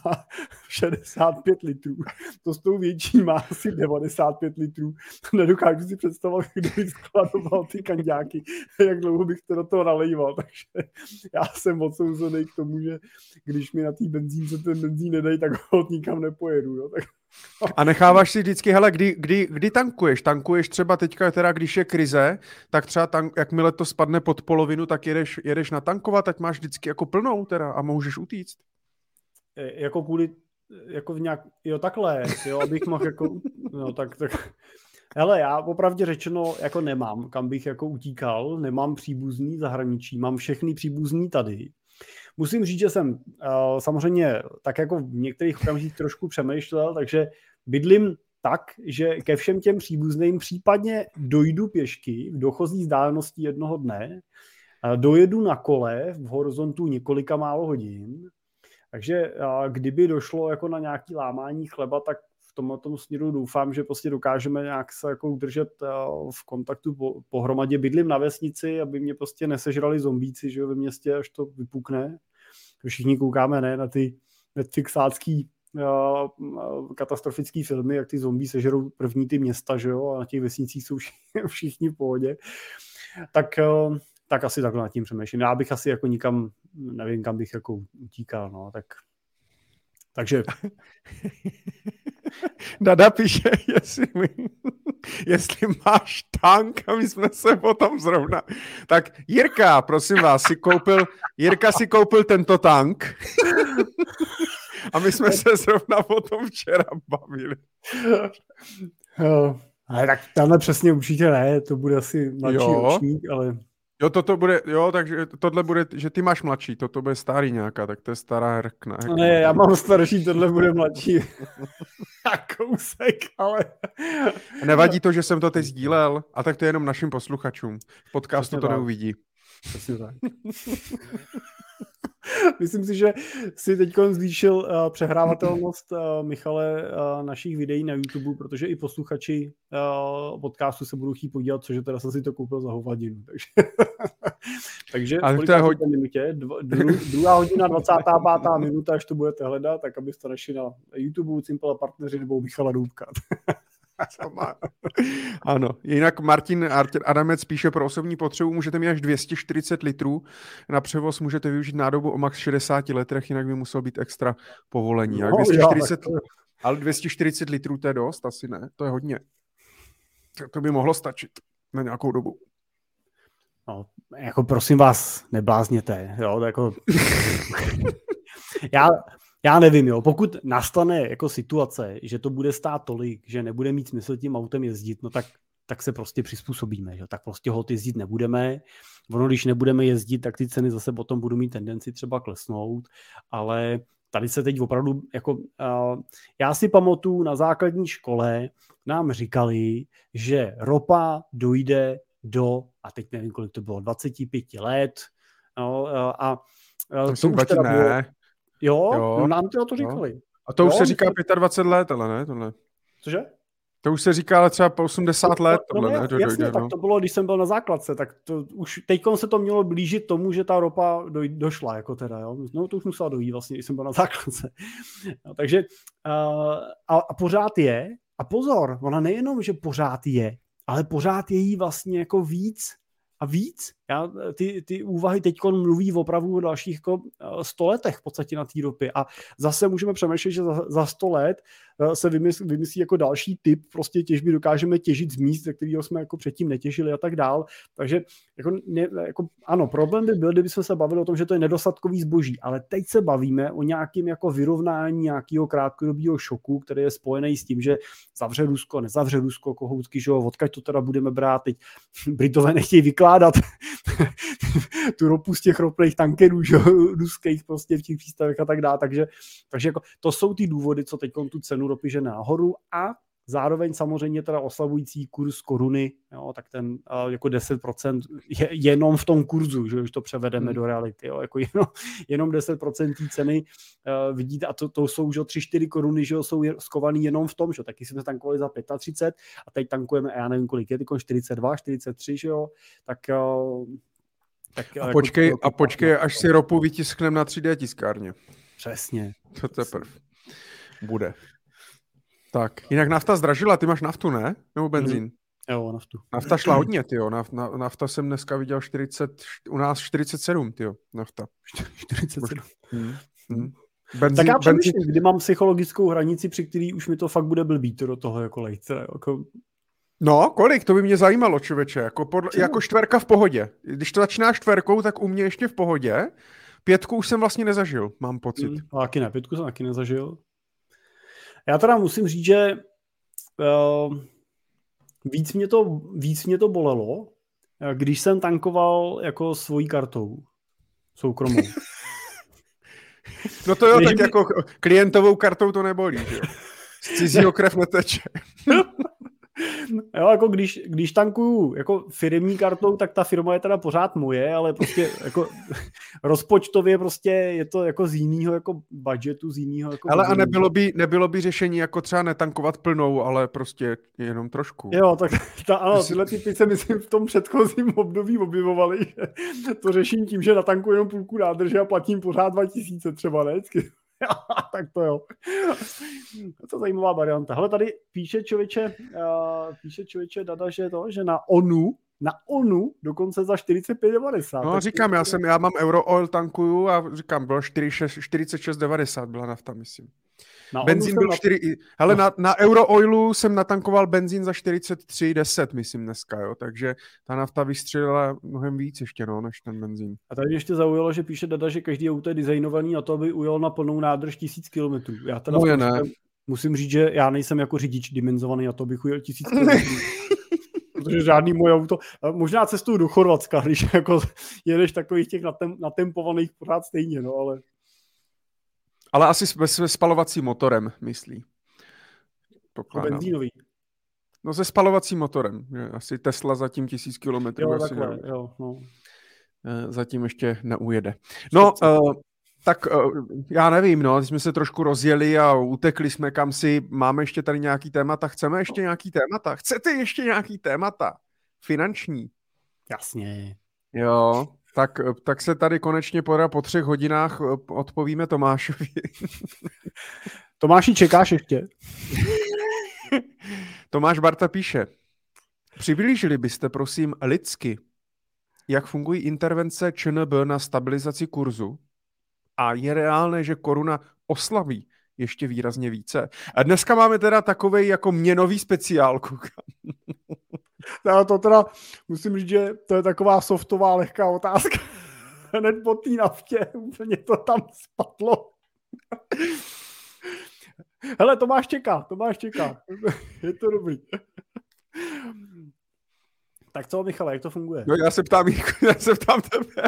65 litrů. To s tou větší má asi 95 litrů. Nedokážu si představovat, kdo by skladoval ty kanďáky, jak dlouho bych to do toho nalejval. Takže já jsem odsouzený k tomu, že když mi na té benzínce ten benzín nedají, tak ho nikam nepojedu. Jo? Tak... A necháváš si vždycky, hele, kdy tankuješ? Tankuješ třeba teďka, teda, když je krize, tak třeba jakmile to spadne pod polovinu, tak jedeš natankovat, ať máš vždycky jako plnou teda a můžeš utíct. Jako kvůli, jako v nějak, jo takhle, jo, abych mohl jako, no tak. Hele, já opravdu řečeno jako nemám, kam bych jako utíkal, nemám příbuzný v zahraničí, mám všechny příbuzný tady. Musím říct, že jsem samozřejmě tak jako v některých okamžicích trošku přemýšlel, takže bydlím tak, že ke všem těm příbuzným případně dojdu pěšky v dochozí vzdálenosti jednoho dne, dojedu na kole v horizontu několika málo hodin, takže kdyby došlo jako na nějaké lámání chleba, tak v tomto směru doufám, že prostě dokážeme nějak se jako udržet v kontaktu pohromadě. Bydlím na vesnici, aby mě prostě nesežrali zombíci, že jo, ve městě, až to vypukne. Všichni koukáme, ne, na ty Netflixácký katastrofický filmy, jak ty zombí sežerou první ty města, že jo, a na těch vesnicích jsou všichni v pohodě. Tak asi takhle nad tím přemýšlím. Já bych asi jako nikam, nevím, kam bych jako utíkal, no, takže... Dada píše, jestli máš tank, a my jsme se potom zrovna... Tak Jirka, prosím vás, Jirka si koupil tento tank a my jsme se zrovna potom včera bavili. Ale tak tamhle přesně určitě ne, to bude asi mladší ročník, ale... Jo, takže tohle bude, že ty máš mladší, toto bude starý nějaká, tak to je stará herkna. Ne, já mám starší, tohle bude mladší. A kousek, ale... Nevadí to, že jsem to teď sdílel, a tak to je jenom našim posluchačům. V podcastu to neuvidí. Přesně tak. Myslím si, že si teď zvýšil přehrávatelnost, Michale, našich videí na YouTube, protože i posluchači podcastu se budou chtít podívat, cože teda jsem si to koupil za hovadinu. Takže to je minutě, 2 hodina 25. minuta, až to budete hledat, tak abyste našli na YouTube, Simple partneři nebo Michala Doubka. Ano, jinak Martin Adamec píše, pro osobní potřebu můžete mít až 240 litrů, na převoz můžete využít nádobu o max 60 litrech, jinak by muselo být extra povolení. No, 240 litrů to je dost, asi ne, to je hodně. To by mohlo stačit na nějakou dobu. No, jako prosím vás, neblázněte, jo, jako... Já nevím, jo, pokud nastane jako situace, že to bude stát tolik, že nebude mít smysl tím autem jezdit, no tak se prostě přizpůsobíme, že? Tak prostě hod jezdit nebudeme. Ono, když nebudeme jezdit, tak ty ceny zase potom budou mít tendenci třeba klesnout, ale tady se teď opravdu, jako já si pamatuju, na základní škole nám říkali, že ropa dojde do, a teď nevím, kolik to bylo, 25 let, no, a to už teda bylo... Jo, no nám to říkali. A to už se říká 25 let, ale ne tohle. Cože? To už se říká ale třeba po 80 let. Tohle, ne? Jasně, tak to bylo, když jsem byl na základce, tak to už teďkon se to mělo blížit tomu, že ta ropa došla, jako teda, jo. No to už musela dojít vlastně, když jsem byl na základce. No, takže a pořád je, a pozor, ona nejenom, že pořád je, ale pořád je jí vlastně jako víc a víc. Ty úvahy teď mluví opravdu o dalších jako 100 letech v podstatě na té ropě a zase můžeme přemýšlet, že za 100 let se vymyslí jako další typ prostě těžby, dokážeme těžit z míst, ze kterého jsme jako předtím netěžili a tak dál. Takže jako ano, problém by byl, kdybychom se bavili o tom, že to je nedostatkový zboží, ale teď se bavíme o nějakém jako vyrovnání nějakého krátkodobého šoku, který je spojený s tím, že zavře Rusko, nezavře Rusko, kohoutky, že jo, odkud to teda budeme brát, teď Britové nechtějí vykládat tu ropu z těch ropných tankerů, že, ruských prostě v těch přístavech a tak dále, takže jako, to jsou ty důvody, co teď tu cenu ropy že nahoru a zároveň samozřejmě teda oslavující kurz koruny, jo, tak ten jako 10% je jenom v tom kurzu, že už to převedeme do reality, jo, jako jenom 10% té ceny vidíte, a to jsou že 3-4 koruny, že jsou skovaný jenom v tom, že taky jsme tankovali za 35 a teď tankujeme, já nevím kolik je, teď 42, 43, že jo, tak počkej, až si ropu vytiskneme na 3D tiskárně. Přesně. To teprve bude. Tak, jinak nafta zdražila, ty máš naftu, ne? Nebo benzín? Jo, naftu. Nafta šla hodně, tyjo. Nafta jsem dneska viděl u nás 47, tyjo, nafta. 47. Benzín, tak já přemýšlím, kdy mám psychologickou hranici, při který už mi to fakt bude blbý to do toho jako lejce. Jako... No, kolik? To by mě zajímalo, člověče. Jako čtverka v pohodě. Když to začíná čtverkou, tak u mě ještě v pohodě. 5 už jsem vlastně nezažil, mám pocit. Taky ne, 5 jsem taky nezažil. Já teda musím říct, že víc mě to bolelo, když jsem tankoval jako svojí kartou soukromou. No to jo, tak jako klientovou kartou to nebolí, jo. Z cizího krev neteče. Jo, jako když tankuju jako firemní kartou, tak ta firma je teda pořád moje, ale prostě jako rozpočtově prostě je to jako z jiného jako budgetu, z jiného jako... Ale a nebylo by řešení jako třeba netankovat plnou, ale prostě jenom trošku. Jo, tak ano, tyhle typy se myslím v tom předchozím období objevovaly, že to řeším tím, že natankuju jenom půlku nádrže a platím pořád 2000 třeba, ne? Tak to jo. To je zajímavá varianta. Hele, tady píše člověče Dada, že na ONU dokonce za 45,90. No říkám, já mám Eurooil tankuju a říkám, bylo 46,90 byla nafta, myslím. Benzín byl 4... Hele, na Eurooilu jsem natankoval benzín za 43,10, myslím dneska, jo, takže ta nafta vystřelila mnohem víc ještě, no, než ten benzín. A tady ještě zaujalo, že píše Dada, že každý auto je designovaný na to, aby ujel na plnou nádrž 1000 km. Já teda musím říct, že já nejsem jako řidič dimenzovaný na to, abych ujel 1000 km. protože žádný můj auto, možná cestuju do Chorvatska, když jako jedeš takových těch natempovaných pořád stejně, no, ale... Ale asi se spalovacím motorem, myslí. Benzínový. No se spalovacím motorem. Asi Tesla zatím 1000 kilometrů. Jo, takhle, jo, no. Zatím ještě neujede. No, tak já nevím, no, jsme se trošku rozjeli a utekli jsme kam si. Máme ještě tady nějaký témata? Chceme ještě nějaký témata? Chcete ještě nějaký témata? Finanční? Jasně. Jo, tak se tady konečně po 3 hodinách odpovíme Tomášovi. Tomáši, čekáš ještě? Tomáš Barta píše, přiblížili byste, prosím, lidsky, jak fungují intervence ČNB na stabilizaci kurzu a je reálné, že koruna oslabí ještě výrazně více. A dneska máme teda takovej jako měnový speciál. Já to teda musím říct, že to je taková softová lehká otázka. Hned po té naftě úplně to tam spadlo. Hele, Tomáš čeká. Je to dobrý. Tak co, Michale, jak to funguje? No, já se ptám tebe.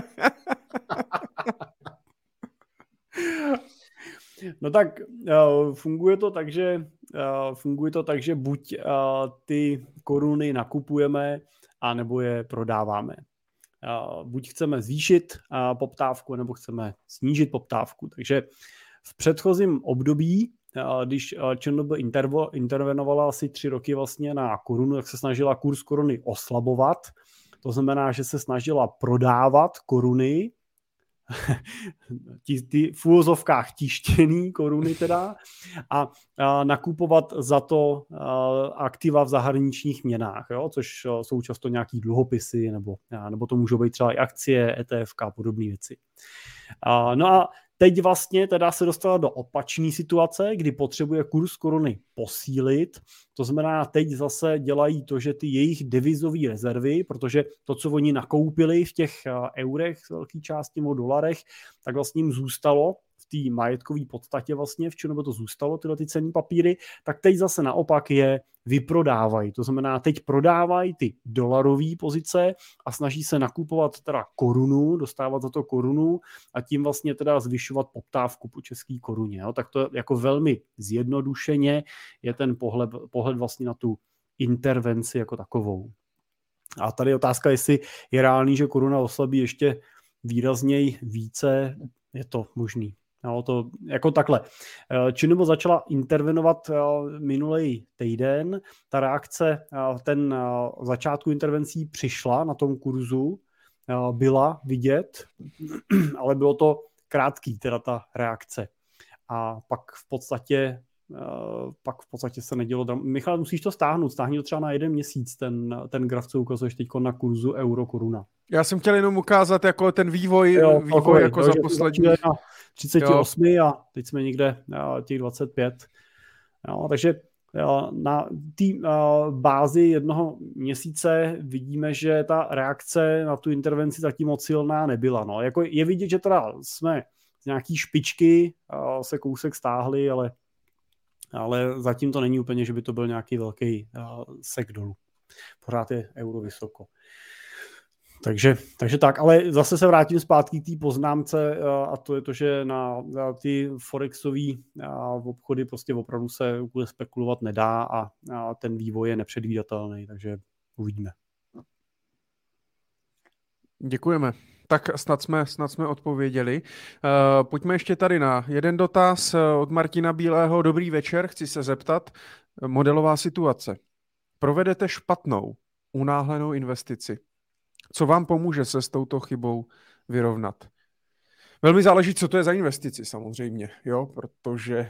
No tak funguje to tak, že buď ty koruny nakupujeme, anebo je prodáváme. Buď chceme zvýšit poptávku, nebo chceme snížit poptávku. Takže v předchozím období, když ČNB intervenovala asi 3 roky vlastně na korunu, tak se snažila kurz koruny oslabovat. To znamená, že se snažila prodávat koruny, ty v úvozovkách tištěný koruny teda, a nakupovat za to aktiva v zahraničních měnách, jo? Což jsou často nějaký dluhopisy, nebo to můžou být třeba i akcie, ETF a podobné věci. No a teď vlastně teda se dostala do opačné situace, kdy potřebuje kurz koruny posílit. To znamená, teď zase dělají to, že ty jejich devizové rezervy, protože to, co oni nakoupili v těch eurech, v velké části nebo dolarech, tak vlastně jim zůstalo v té majetkové podstatě vlastně, v čem to zůstalo, tyhle ty cenní papíry, tak teď zase naopak je vyprodávají. To znamená, teď prodávají ty dolarové pozice a snaží se nakupovat teda korunu, dostávat za to korunu a tím vlastně teda zvyšovat poptávku po české koruně. Jo? Tak to jako velmi zjednodušeně je ten pohled vlastně na tu intervenci jako takovou. A tady je otázka, jestli je reálný, že koruna oslabí ještě výrazněji více, je to možný. No, to jako takhle. ČNB začala intervenovat minulý týden. Ta reakce, ten začátku intervencí přišla na tom kurzu, byla vidět, ale bylo to krátký, teda ta reakce. A pak v podstatě se nedělo. Michal, musíš to stáhnout. Stáhni to třeba na 1 měsíc, ten graf, co ukazuješ teď na kurzu euro-koruna. Já jsem chtěl jenom ukázat jako ten vývoj jako za poslední. Na 38 a teď jsme někde těch 25. Jo, takže na té bázi 1 měsíce vidíme, že ta reakce na tu intervenci zatím moc silná nebyla. No. Jako je vidět, že teda jsme z nějaký špičky se kousek stáhli, ale zatím to není úplně, že by to byl nějaký velký sek dolů. Pořád je euro vysoko. Takže tak, ale zase se vrátím zpátky k té poznámce a to je to, že na ty forexové obchody prostě opravdu se spekulovat nedá a ten vývoj je nepředvídatelný, takže uvidíme. Děkujeme. Tak snad jsme odpověděli. Pojďme ještě tady na jeden dotaz od Martina Bílého. Dobrý večer, chci se zeptat. Modelová situace. Provedete špatnou, unáhlenou investici. Co vám pomůže se s touto chybou vyrovnat? Velmi záleží, co to je za investici samozřejmě, jo, protože...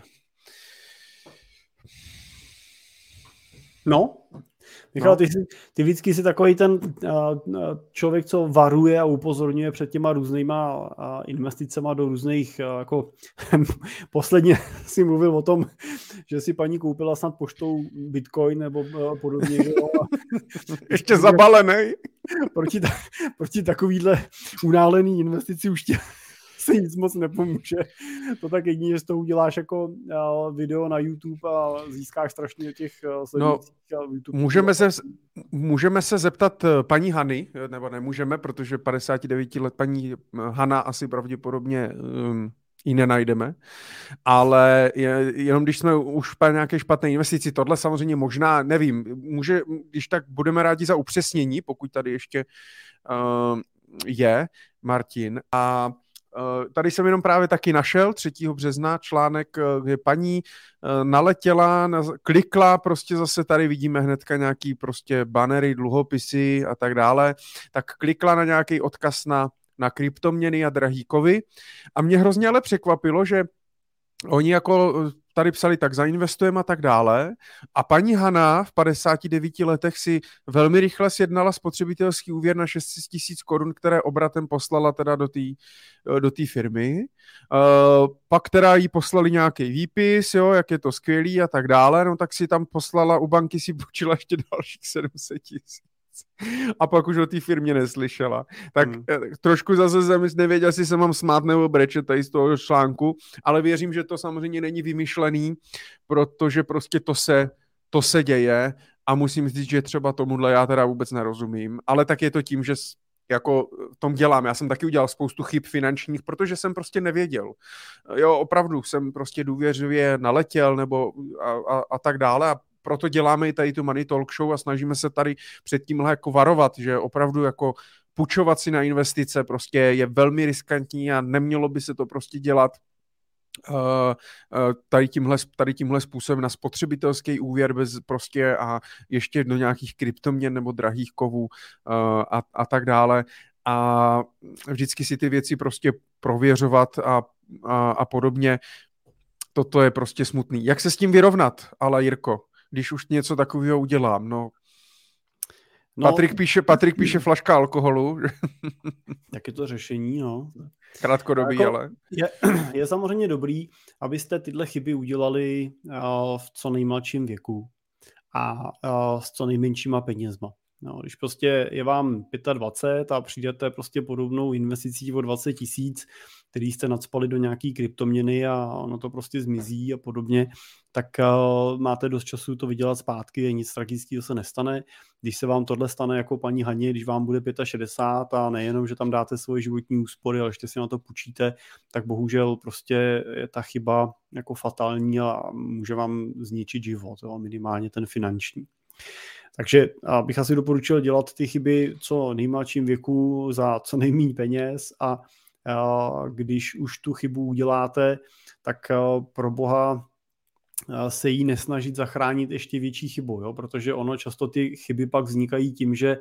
No, Michal, ty vždycky jsi takový ten člověk, co varuje a upozorňuje před těma různýma investicema do různých, jako posledně si mluvil o tom, že si paní koupila snad poštou Bitcoin nebo podobně. Ještě zabalený. Proti takovýhle unálený investici už tě se nic moc nepomůže. To tak jedině, že to uděláš jako video na YouTube a získáš strašně těch sledujících YouTube. Můžeme se zeptat paní Hany, nebo nemůžeme, protože 59 let paní Hana asi pravděpodobně ji nenajdeme, ale jenom když jsme už v nějaké špatné investici, tohle samozřejmě možná, nevím, když tak budeme rádi za upřesnění, pokud tady ještě je Martin. A tady jsem jenom právě taky našel 3. března článek, kde paní naletěla, klikla, prostě zase tady vidíme hnedka nějaký prostě banery, dluhopisy a tak dále, tak klikla na nějaký odkaz na kryptoměny a drahý kovy a mě hrozně ale překvapilo, že oni jako tady psali, tak zainvestujeme a tak dále. A paní Hana v 59 letech si velmi rychle sjednala spotřebitelský úvěr na 600 000 korun, které obratem poslala teda do té firmy. Pak teda jí poslali nějaký výpis, jo, jak je to skvělý a tak dále. No tak si tam poslala, u banky si půjčila ještě dalších 700 000. A pak už o té firmě neslyšela. Tak trošku zase jsem nevěděl, jestli se mám smát nebo brečet tady z toho článku, ale věřím, že to samozřejmě není vymyšlený, protože prostě to se děje a musím říct, že třeba tomuhle já teda vůbec nerozumím, ale tak je to tím, že jako v tom dělám. Já jsem taky udělal spoustu chyb finančních, protože jsem prostě nevěděl. Jo, opravdu jsem prostě důvěřivě naletěl nebo a tak dále a proto děláme i tady tu Money Talk Show a snažíme se tady před tímhle jako varovat, že opravdu jako půjčovat si na investice prostě je velmi riskantní a nemělo by se to prostě dělat tady tímhle způsobem na spotřebitelský úvěr bez prostě a ještě do nějakých kryptoměn nebo drahých kovů a tak dále. A vždycky si ty věci prostě prověřovat a podobně. Toto je prostě smutný. Jak se s tím vyrovnat, ale Jirko? Když už něco takového udělám, no. Patrik píše flaška alkoholu. Jak je to řešení, no. Krátkodobý, jako, ale. Je samozřejmě dobrý, abyste tyhle chyby udělali v co nejmladším věku a s co nejmenšíma penězma. No, když prostě je vám 25 a přijdete prostě podobnou investicí o 20 000, který jste nacpali do nějaký kryptoměny a ono to prostě zmizí a podobně, tak máte dost času to vydělat zpátky a nic tragického se nestane. Když se vám tohle stane jako paní Haně, když vám bude 65 a nejenom, že tam dáte svoje životní úspory, ale ještě si na to půjčíte, tak bohužel prostě je ta chyba jako fatální a může vám zničit život, jo, minimálně ten finanční. Takže bych asi doporučil dělat ty chyby co nejmladším věku za co nejméně peněz a když už tu chybu uděláte, tak pro boha se jí nesnažit zachránit ještě větší chybu, jo? Protože ono často ty chyby pak vznikají tím, že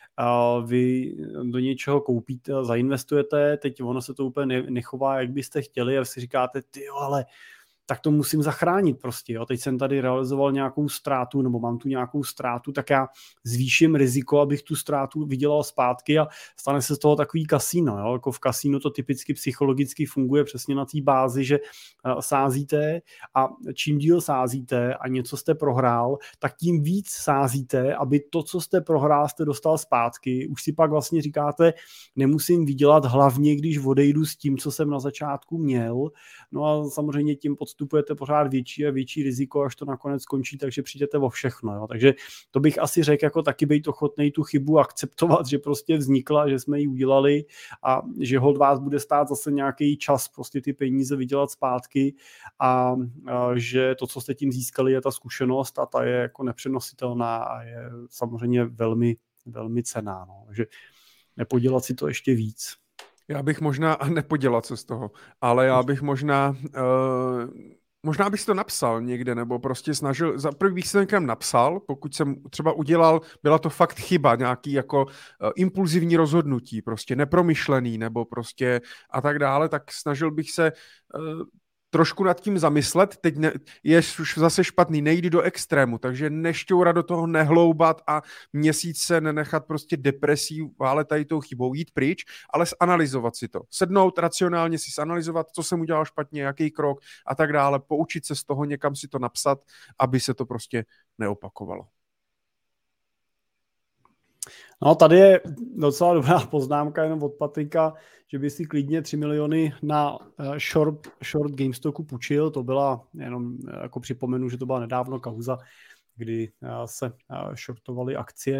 vy do něčeho koupíte, zainvestujete, teď ono se to úplně nechová, jak byste chtěli a si říkáte, tyjo, ale tak to musím zachránit prostě. Jo. Teď jsem tady realizoval nějakou ztrátu, nebo mám tu nějakou ztrátu, tak já zvýším riziko, abych tu ztrátu vydělal zpátky a stane se z toho takový kasíno. Jo. Jako v kasínu to typicky psychologicky funguje přesně na té bázi, že sázíte a čím díl sázíte a něco jste prohrál, tak tím víc sázíte, aby to, co jste prohrál, jste dostal zpátky. Už si pak vlastně říkáte, nemusím vydělat hlavně, když odejdu s tím, co jsem na začátku měl. No a samozřejmě tím podstupujete pořád větší a větší riziko, až to nakonec skončí, takže přijdete o všechno. Jo. Takže to bych asi řekl, jako taky být ochotnej tu chybu akceptovat, že prostě vznikla, že jsme ji udělali a že holt vás bude stát zase nějaký čas prostě ty peníze vydělat zpátky a že to, co jste tím získali, je ta zkušenost a ta je jako nepřenositelná a je samozřejmě velmi, velmi cenná. No. Takže nepodělat si to ještě víc. Já bych možná, a nepodělat se z toho, ale já bych možná bych to napsal někde, nebo prostě snažil, za první bych se někam napsal, pokud jsem třeba udělal, byla to fakt chyba, nějaký jako impulzivní rozhodnutí, prostě nepromyšlený, nebo prostě a tak dále, tak snažil bych se trošku nad tím zamyslet, teď je už zase špatný, nejdi do extrému, takže nešťourat do toho, nehloubat a měsíc se nenechat prostě depresí, vále tady tou chybou, jít pryč, ale zanalyzovat si to. Sednout, racionálně si zanalyzovat, co jsem udělal špatně, jaký krok a tak dále, poučit se z toho, někam si to napsat, aby se to prostě neopakovalo. No, tady je docela dobrá poznámka jenom od Patrika, že by si klidně 3 miliony na short GameStoku půjčil. To byla, jenom jako připomenu, že to byla nedávno kauza, kdy se shortovaly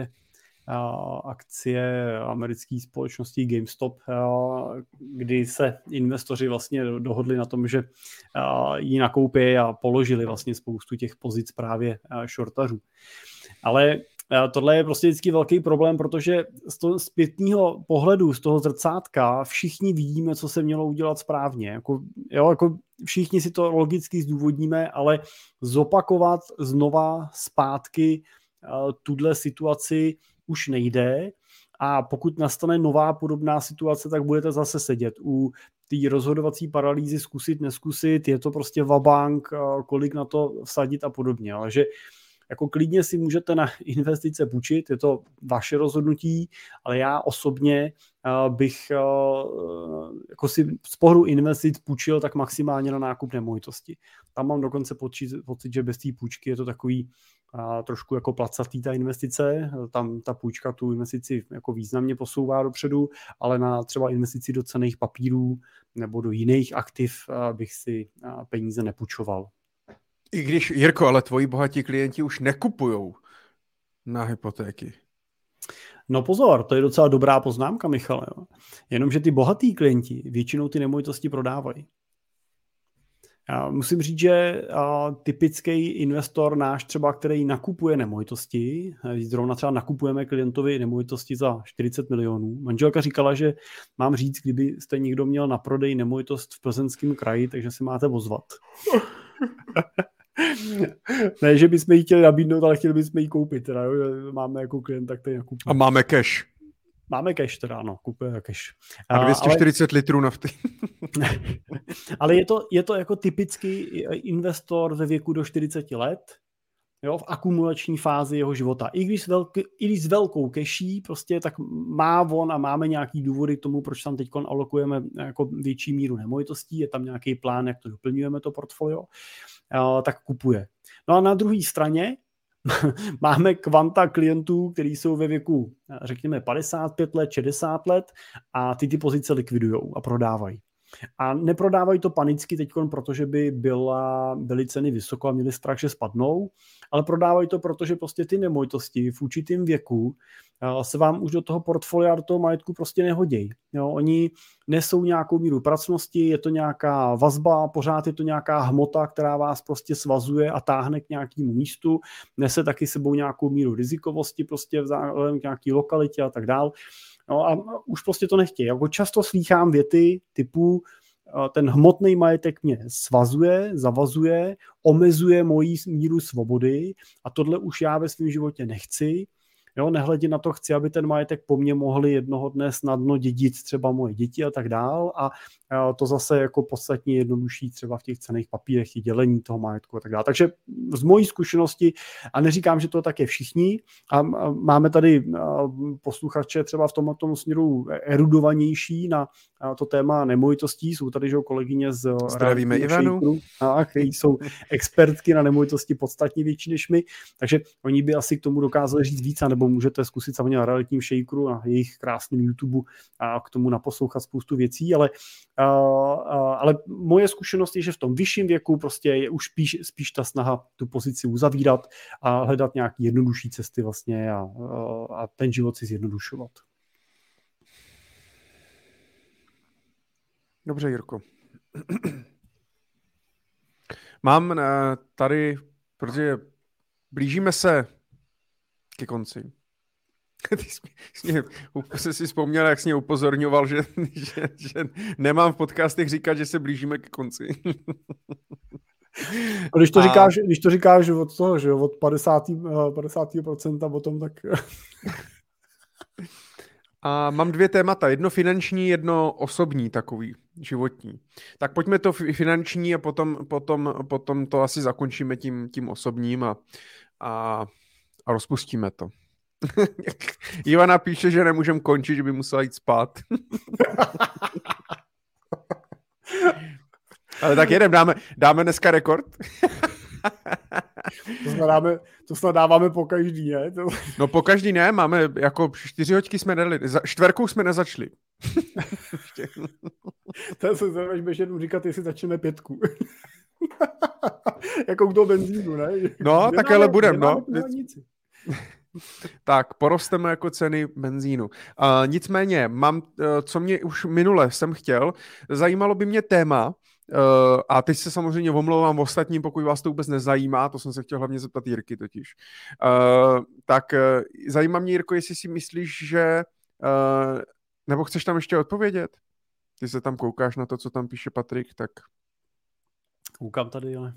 akcie americké společnosti GameStop, kdy se investoři vlastně dohodli na tom, že ji nakoupí a položili vlastně spoustu těch pozic právě shortařů. Ale tohle je prostě vždycky velký problém, protože z toho zpětného pohledu, z toho zrcátka všichni vidíme, co se mělo udělat správně. Jako všichni si to logicky zdůvodníme, ale zopakovat znova zpátky tuhle situaci už nejde a pokud nastane nová podobná situace, tak budete zase sedět u té rozhodovací paralýzy, zkusit, neskusit, je to prostě vabank, kolik na to vsadit a podobně, ale že jako klidně si můžete na investice půjčit, je to vaše rozhodnutí, ale já osobně bych jako si z pohledu investic půjčil tak maximálně na nákup nemovitosti. Tam mám dokonce pocit, že bez té půjčky je to takový trošku jako placatý ta investice, tam ta půjčka tu investici jako významně posouvá dopředu, ale na třeba investici do cenných papírů nebo do jiných aktiv bych si peníze nepůjčoval. I když, Jirko, ale tvoji bohatí klienti už nekupujou na hypotéky. No pozor, to je docela dobrá poznámka, Michale. Jo. Jenomže ty bohatý klienti většinou ty nemovitosti prodávají. Já musím říct, že typický investor náš třeba, který nakupuje nemovitosti, zrovna třeba nakupujeme klientovi nemovitosti za 40 milionů. Manželka říkala, že mám říct, kdybyste někdo měl na prodej nemovitost v Plzeňském kraji, takže si máte ozvat. Ne, že bychom ji chtěli nabídnout, ale chtěli bychom ji koupit. Teda, jo? Máme jako klienta, který nakupuje. A máme cash. Máme cash teda, ano, kupuje cash. A 240 litrů nafty. Ale je to jako typický investor ve věku do 40 let, jo, v akumulační fázi jeho života. I když s velkou caší, prostě tak má on a máme nějaký důvody k tomu, proč tam teď alokujeme jako větší míru nemovitostí, je tam nějaký plán, jak to doplňujeme, to portfolio, tak kupuje. No a na druhé straně máme kvanta klientů, kteří jsou ve věku, řekněme, 55 let, 60 let a ty pozice likvidujou a prodávají. A neprodávají to panicky teď, protože by byly ceny vysoko a měli strach, že spadnou, ale prodávají to, protože prostě ty nemovitosti v určitém věku se vám už do toho portfolia, do toho majetku prostě nehodí. Jo, oni nesou nějakou míru pracnosti, je to nějaká vazba, pořád je to nějaká hmota, která vás prostě svazuje a táhne k nějakému místu, nese taky sebou nějakou míru rizikovosti prostě v nějaké lokalitě a tak dál. No a už prostě to nechtějí. Jako často slýchám věty typu ten hmotný majetek mě svazuje, zavazuje, omezuje moji míru svobody a tohle už já ve svém životě nechci. Jo, nehledě na to, chci, aby ten majetek po mně mohli jednoho dne snadno dědit třeba moje děti a tak dál a to zase jako podstatně jednodušší třeba v těch cenných papírech i dělení toho majetku a tak dále. Takže z mojí zkušenosti, a neříkám, že to tak je všichni, a máme tady posluchače třeba v tomto směru erudovanější na to téma nemovitostí, jsou tady, že kolegyně z Zdravíme Ivanu, kteří jsou expertky na nemovitosti podstatně větší než my, takže oni by asi k tomu dokázali říct víc, nebo můžete zkusit samozřejmě na realitním shakeru, na jejich krásném YouTube a k tomu naposlouchat spoustu věcí, ale moje zkušenost je, že v tom vyšším věku prostě je už spíš ta snaha tu pozici uzavírat a hledat nějaké jednodušší cesty vlastně a ten život si zjednodušovat. Dobře, Jirko. Mám tady, protože blížíme se ke konci. Ty jsi si vzpomněl, jak jsi mě upozorňoval, že nemám v podcastech říkat, že se blížíme ke konci. Když to říkáš od toho, že od 50% potom, tak... A mám 2 témata, jedno finanční, jedno osobní takový, životní. Tak pojďme to finanční a potom to asi zakončíme tím osobním a rozpustíme to. Ivana píše, že nemůžem končit, že by musela jít spát. Ale tak jedem, dáme dneska rekord. To snad dáváme po každý, ne? No po každý ne, máme jako 4 hoďky jsme dali, čtverkou jsme nezačali. To se budeš jednou říkat, jestli začneme 5. Jako u toho benzínu, ne? No, tak ale budem, no. Tak, porosteme jako ceny benzínu. Nicméně, co mě už minule jsem chtěl, zajímalo by mě téma, a teď se samozřejmě omlouvám ostatním, pokud vás to vůbec nezajímá, to jsem se chtěl hlavně zeptat Jirky totiž. Tak zajímá mě, Jirko, jestli si myslíš, že nebo chceš tam ještě odpovědět? Ty se tam koukáš na to, co tam píše Patrik, tak... Koukám tady, ale...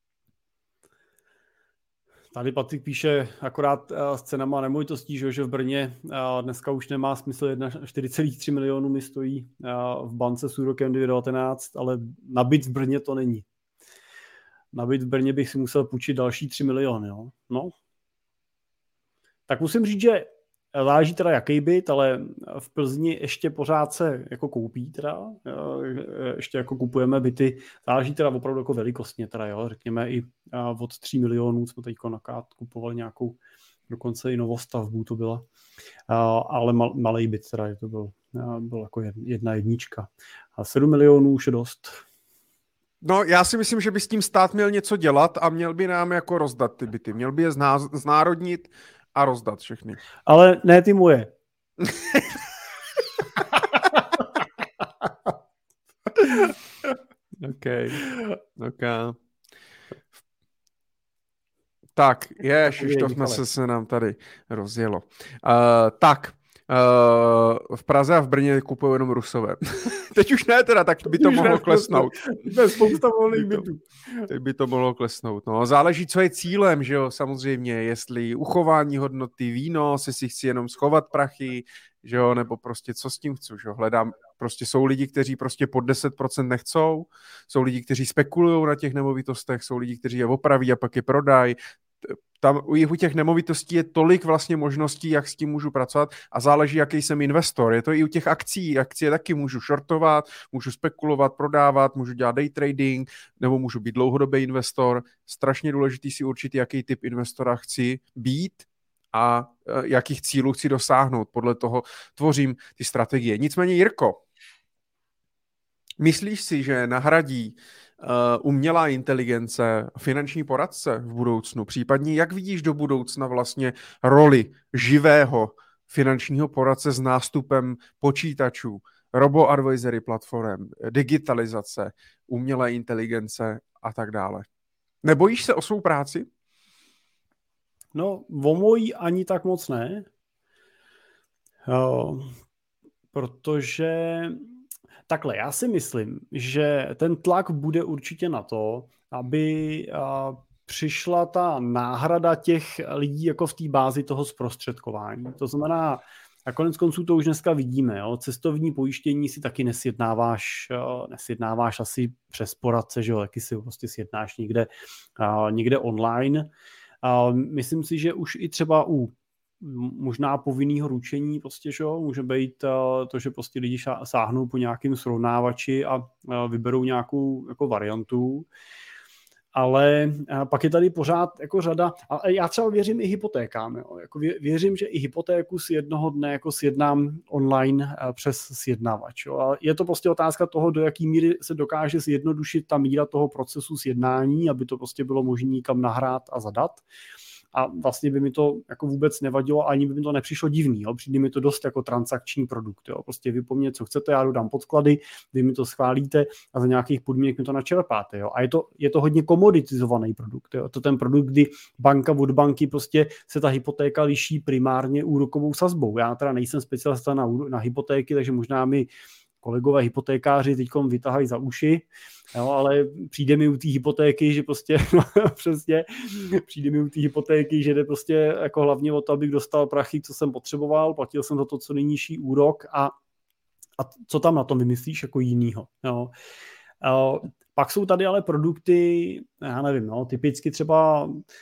Tady Patrik píše akorát s cenama nemovitostí, že v Brně dneska už nemá smysl 4,3 milionů mi stojí v bance s úrokem 2,19, ale na byt v Brně to není. Na byt v Brně bych si musel půjčit další 3 miliony. Jo? No. Tak musím říct, že záleží teda jaký byt, ale v Plzni ještě pořád se jako koupí teda, ještě jako kupujeme byty, záleží teda opravdu jako velikostně teda, jo, řekněme i od 3 milionů jsme teď kupovali nějakou, dokonce i novostavbu to byla, ale malej byt teda, to byl jako jedna jednička. A 7 milionů už je dost. No, já si myslím, že by s tím stát měl něco dělat a měl by nám jako rozdat ty byty, měl by je znárodnit a rozdat všechny. Ale ne ty moje. OK. Tak, to jsme se nám tady rozjelo. V Praze a v Brně kupují jenom Rusové. Teď už ne teda, tak by to mohlo klesnout. Spousta volných bytů. Teď by to mohlo klesnout. No, záleží, co je cílem, že jo, samozřejmě, jestli uchování hodnoty, výnos, jestli chci jenom schovat prachy, že jo, nebo prostě co s tím chci, že jo, hledám, prostě jsou lidi, kteří prostě pod 10% nechcou, jsou lidi, kteří spekulují na těch nemovitostech, jsou lidi, kteří je opraví a pak je prodají. Tam u těch nemovitostí je tolik vlastně možností, jak s tím můžu pracovat a záleží, jaký jsem investor. Je to i u těch akcí. Akcie taky můžu shortovat, můžu spekulovat, prodávat, můžu dělat day trading, nebo můžu být dlouhodobý investor. Strašně důležitý si určit, jaký typ investora chci být a jakých cílů chci dosáhnout. Podle toho tvořím ty strategie. Nicméně, Jirko, myslíš si, že nahradí umělá inteligence, finanční poradce v budoucnu? Případně jak vidíš do budoucna vlastně roli živého finančního poradce s nástupem počítačů, robo-advisory platform, digitalizace, umělé inteligence a tak dále? Nebojíš se o svou práci? No, o mojí ani tak moc ne. Protože takhle, já si myslím, že ten tlak bude určitě na to, aby přišla ta náhrada těch lidí jako v té bázi toho zprostředkování. To znamená, a konec konců to už dneska vidíme, jo? Cestovní pojištění si taky nesjednáváš asi přes poradce, že jo? Taky si prostě sjednáš někde online. Myslím si, že už i třeba u možná povinného ručení prostě, že jo, může být to, že prostě lidi sáhnou po nějakým srovnávači a vyberou nějakou jako variantu, ale pak je tady pořád jako řada, a já třeba věřím i hypotékám, jo, jako věřím, že i hypotéku si jednoho dne jako sjednám online přes sjednavač, jo, a je to prostě otázka toho, do jaký míry se dokáže zjednodušit ta míra toho procesu sjednání, aby to prostě bylo možné někam nahrát a zadat. A vlastně by mi to jako vůbec nevadilo, ani by mi to nepřišlo divný. Jo. Přijde mi to dost jako transakční produkt. Jo. Prostě vy po mně, co chcete, já dodám podklady, vy mi to schválíte a za nějakých podmínek mi to načerpáte. Jo. A je to hodně komoditizovaný produkt. Jo. To ten produkt, kdy banka od banky prostě se ta hypotéka liší primárně úrokovou sazbou. Já teda nejsem specialista na hypotéky, takže možná mi kolegové hypotékáři teďkom vytahají za uši, jo, ale přijde mi u té hypotéky, že prostě přesně, přijde mi u té hypotéky, že jde prostě jako hlavně o to, abych dostal prachy, co jsem potřeboval, platil jsem za to co nejnižší úrok a co tam na tom vymyslíš jako jinýho. Jo. Pak jsou tady ale produkty, já nevím, no, typicky třeba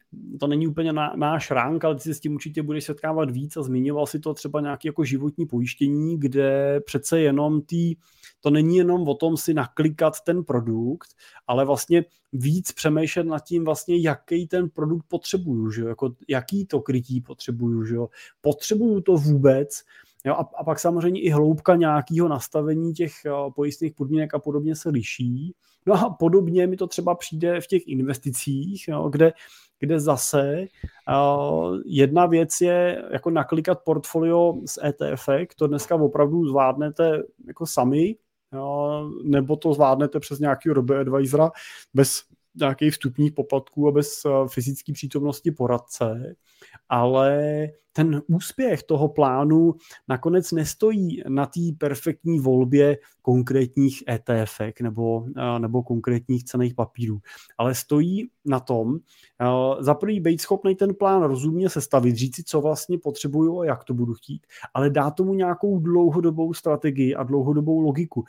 to není úplně náš rank, ale ty se s tím určitě budeš setkávat víc a zmiňoval si to třeba nějaké jako životní pojištění, kde přece jenom to není jenom o tom si naklikat ten produkt, ale vlastně víc přemýšlet nad tím vlastně, jaký ten produkt potřebuju, že? Jako, jaký to krytí potřebuju, že? Potřebuju to vůbec. Jo, a pak samozřejmě i hloubka nějakého nastavení těch pojistných podmínek a podobně se liší. No a podobně mi to třeba přijde v těch investicích, jo, kde zase jedna věc je jako naklikat portfolio z ETF, to dneska opravdu zvládnete jako sami, jo, nebo to zvládnete přes nějakého robo-advisora bez nějakých vstupních poplatků a bez fyzické přítomnosti poradce, ale ten úspěch toho plánu nakonec nestojí na té perfektní volbě konkrétních ETF nebo konkrétních cenných papírů, ale stojí na tom, za prvý být schopný ten plán rozumně sestavit, říct si, co vlastně potřebuju a jak to budu chtít, ale dát tomu nějakou dlouhodobou strategii a dlouhodobou logiku.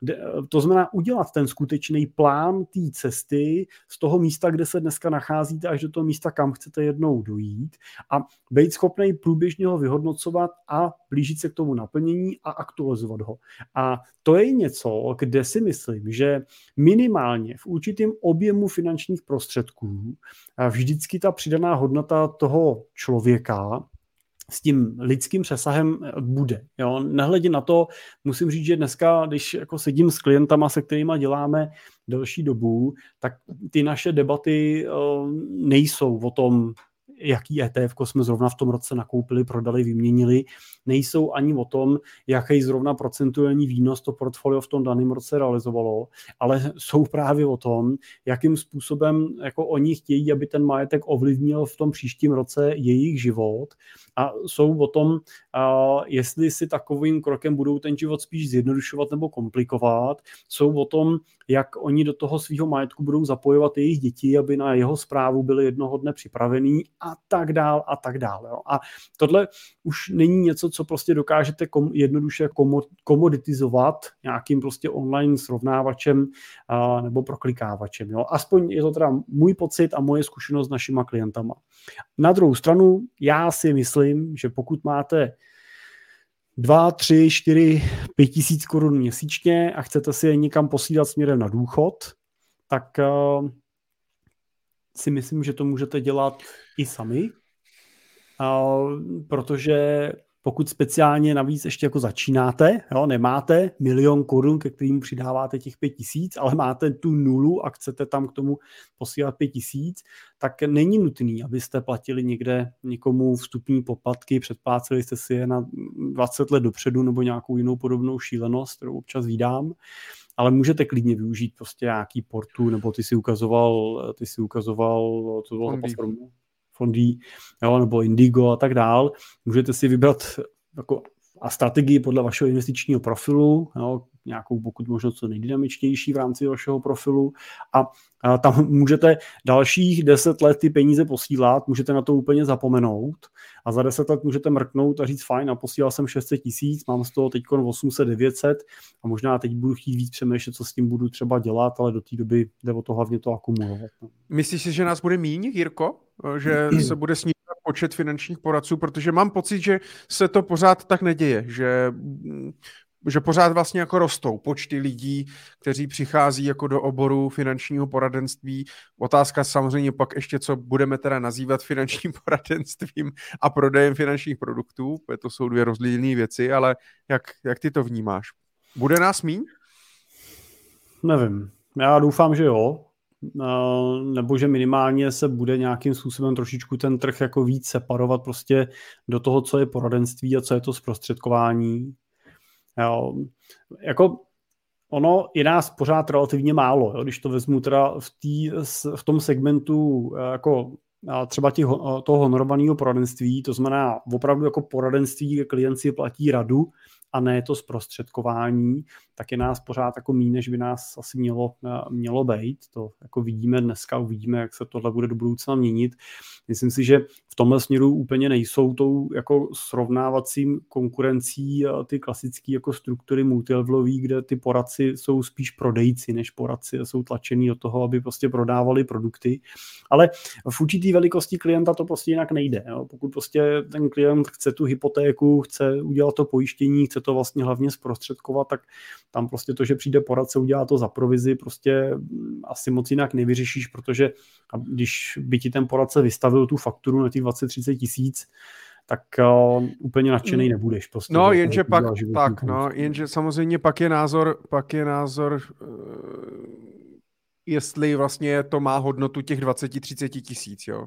To znamená udělat ten skutečný plán té cesty z toho místa, kde se dneska nacházíte, až do toho místa, kam chcete jednou dojít a být schopný průběžně ho vyhodnocovat a blížit se k tomu naplnění a aktualizovat ho. A to je něco, kde si myslím, že minimálně v určitém objemu finančních prostředků vždycky ta přidaná hodnota toho člověka s tím lidským přesahem bude. Jo? Nehledě na to, musím říct, že dneska, když jako sedím s klientama, se kterými děláme delší dobu, tak ty naše debaty nejsou o tom, jaký ETF jsme zrovna v tom roce nakoupili, prodali, vyměnili, nejsou ani o tom, jaký zrovna procentuální výnos to portfolio v tom daném roce realizovalo, ale jsou právě o tom, jakým způsobem jako oni chtějí, aby ten majetek ovlivnil v tom příštím roce jejich život a jsou o tom, jestli si takovým krokem budou ten život spíš zjednodušovat nebo komplikovat, jsou o tom, jak oni do toho svého majetku budou zapojovat jejich děti, aby na jeho správu byli jednoho dne připravený a tak dál a tak dál. Jo. A tohle už není něco, co prostě dokážete jednoduše komoditizovat nějakým prostě online srovnávačem nebo proklikávačem. Jo. Aspoň je to teda můj pocit a moje zkušenost s našima klientama. Na druhou stranu, já si myslím, že pokud máte 2, 3, 4, 5 tisíc korun měsíčně a chcete si je někam posílat směrem na důchod, tak si myslím, že to můžete dělat i sami, protože pokud speciálně navíc ještě jako začínáte, jo, nemáte 1 000 000 korun, ke kterým přidáváte těch 5 tisíc, ale máte tu nulu a chcete tam k tomu posílat 5 tisíc, tak není nutný, abyste platili někde někomu vstupní poplatky, předpláceli jste si je na 20 let dopředu nebo nějakou jinou podobnou šílenost, kterou občas vídám, ale můžete klidně využít prostě nějaký portu, nebo ty si ukazoval, co bylo platformu, Fondy, jo, nebo Indigo a tak dál. Můžete si vybrat jako a strategii podle vašeho investičního profilu, jo, nějakou pokud možno co nejdynamičtější v rámci vašeho profilu a tam můžete dalších 10 let ty peníze posílat, můžete na to úplně zapomenout a za 10 let můžete mrknout a říct fajn, a posílal jsem 600 000, mám z toho teď 800, 900 a možná teď budu chtít víc přemýšlet, co s tím budu třeba dělat, ale do té doby jde o to hlavně to akumulovat. Myslíš si, že nás bude míň, Jirko? Že se bude snížit počet finančních poradců, protože mám pocit, že se to pořád tak neděje, že pořád vlastně jako rostou počty lidí, kteří přichází jako do oboru finančního poradenství. Otázka samozřejmě pak ještě, co budeme teda nazývat finančním poradenstvím a prodejem finančních produktů, to jsou dvě rozdílné věci, ale jak ty to vnímáš? Bude nás míň? Nevím. Já doufám, že jo. Nebo že minimálně se bude nějakým způsobem trošičku ten trh jako víc separovat prostě do toho, co je poradenství a co je to zprostředkování. Jo. Jako ono je nás pořád relativně málo, jo, když to vezmu teda v tom segmentu jako třeba toho honorovaného poradenství, to znamená opravdu jako poradenství, kde klient si platí radu a ne to zprostředkování, tak je nás pořád jako méně, než by nás asi mělo být. To jako vidíme dneska, uvidíme, jak se tohle bude do budoucna měnit. Myslím si, že v tomhle směru úplně nejsou tou jako srovnávacím konkurencí ty klasické jako struktury multilevelový, kde ty poradci jsou spíš prodejci než poradci a jsou tlačený do toho, aby prostě prodávali produkty. Ale v určitý velikosti klienta to prostě jinak nejde. Jo? Pokud prostě ten klient chce tu hypotéku, chce udělat to pojištění, chce to vlastně hlavně zprostředkovat, tak tam prostě to, že přijde poradce, udělá to za provizi, prostě asi moc jinak nevyřešíš, protože když by ti ten poradce vystavil tu fakturu na těch 20-30 tisíc, tak úplně nadšený nebudeš. Prostě, no, jenže pak, tak, no, jenže samozřejmě pak je názor, jestli vlastně to má hodnotu těch 20-30 tisíc, jo.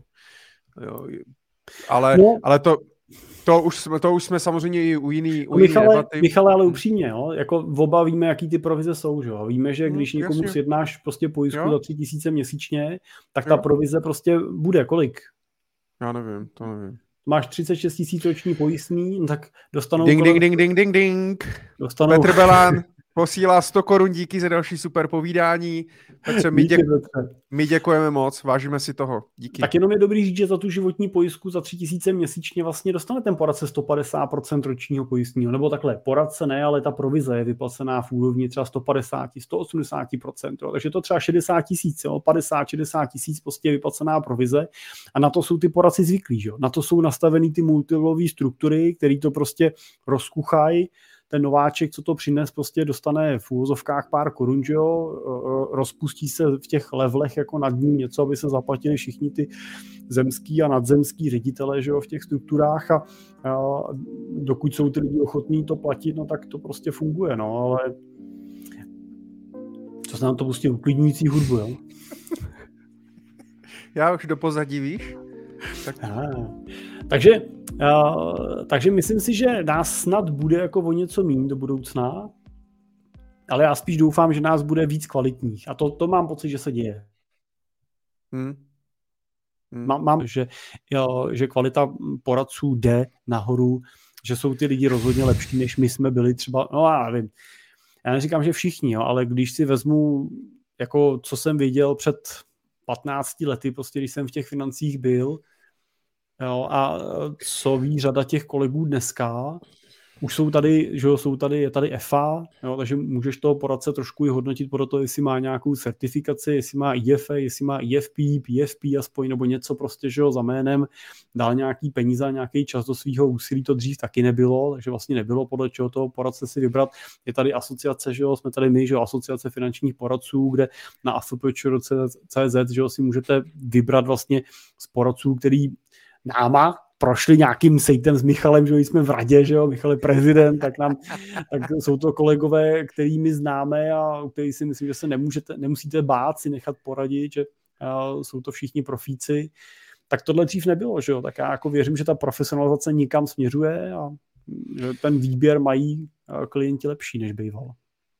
Ale to už jsme samozřejmě i u jiný debaty. Michale, ale upřímně, jo, jako oba víme, jaký ty provize jsou, že jo. Víme, že když někomu sjednáš prostě pojistku za 3 000 měsíčně, tak ta provize prostě bude kolik? Já nevím, to nevím. Máš 36 000 roční pojistný, tak dostanou... Ding. Petr Belán posílá 100 korun, díky za další super povídání. Petře, my děkujeme moc, vážíme si toho. Díky. Tak jenom je dobrý říct, že za tu životní pojistku za 3 000 měsíčně vlastně dostane ten poradce 150% ročního pojistného. Nebo takhle, poradce ne, ale ta provize je vyplacená v úrovni třeba 150, 180%. Jo. Takže to třeba 60 000, 50-60 000 prostě je vyplacená provize a na to jsou ty poradci zvyklí. Jo. Na to jsou nastavený ty multilevelové struktury, které to prostě rozkuchají. Ten nováček, co to přines, prostě dostane v úvozovkách pár korun, že jo, rozpustí se v těch levelech jako nad ním něco, aby se zaplatili všichni ty zemský a nadzemský ředitele, že jo, v těch strukturách a dokud jsou ty lidi ochotní to platit, no tak to prostě funguje, no, ale co se nám to pustí uklidňující hudbu, jo? Já už do pozadí, víš? Tak. Takže myslím si, že nás snad bude jako o něco méně do budoucna, ale já spíš doufám, že nás bude víc kvalitních. A to mám pocit, že se děje. Mám, že kvalita poradců jde nahoru, že jsou ty lidi rozhodně lepší, než my jsme byli třeba, no já nevím. Já neříkám, že všichni, jo, ale když si vezmu, jako co jsem viděl před 15 lety, prostě když jsem v těch financích byl, jo, a co ví řada těch kolegů dneska, už jsou tady, že jo, je tady EFA, jo, takže můžeš toho poradce trošku i hodnotit podle toho, jestli má nějakou certifikaci, jestli má IFA, jestli má IFP, PFP aspoň, nebo něco prostě, že jo, za jménem, dal nějaký peníze, nějaký čas do svého úsilí, to dřív taky nebylo, takže vlastně nebylo podle čeho toho poradce si vybrat. Je tady asociace, že jo, jsme tady my, že jo, asociace finančních poradců, kde na afp.cz, že jo, si můžete vybrat vlastně z poradců, který náma prošli nějakým sejtem s Michalem, že jsme v radě, že jo, Michal je prezident, tak jsou to kolegové, který my známe a u kterých si myslím, že se nemusíte bát si nechat poradit, že jsou to všichni profíci. Tak tohle dřív nebylo, že jo, tak já jako věřím, že ta profesionalizace nikam směřuje a že ten výběr mají klienti lepší, než bývalo.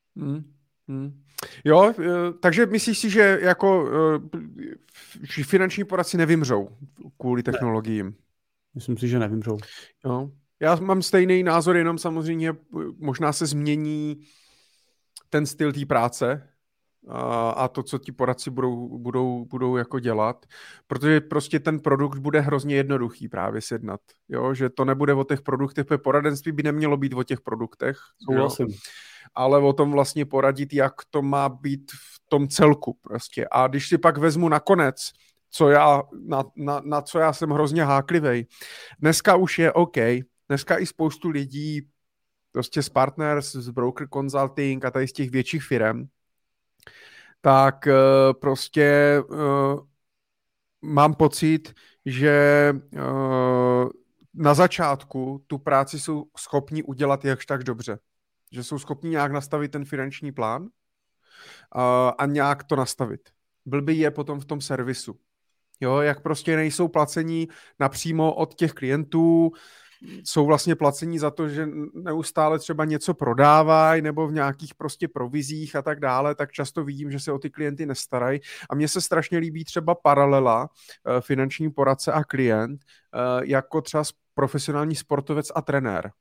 Jo, takže myslíš si, že jako finanční poradci nevymřou kvůli technologiím? Ne. Myslím si, že nevymřou. Jo. Já mám stejný názor, jenom samozřejmě možná se změní ten styl té práce a to, co ti poradci budou jako dělat, protože prostě ten produkt bude hrozně jednoduchý právě sjednat. Jo? Že to nebude o těch produktech, poradenství by nemělo být o těch produktech. Souhlasím. Ale o tom vlastně poradit, jak to má být v tom celku prostě. A když si pak vezmu nakonec, na co já jsem hrozně háklivej, dneska už je OK, dneska i spoustu lidí prostě z partners, z broker consulting a tady z těch větších firem, tak prostě mám pocit, že na začátku tu práci jsou schopni udělat jakž tak dobře. Že jsou schopni nějak nastavit ten finanční plán a nějak to nastavit. Blbý je potom v tom servisu. Jo, jak prostě nejsou placení napřímo od těch klientů, jsou vlastně placení za to, že neustále třeba něco prodávají nebo v nějakých prostě provizích a tak dále, tak často vidím, že se o ty klienty nestarají. A mně se strašně líbí třeba paralela finanční poradce a klient, jako třeba profesionální sportovec a trenér.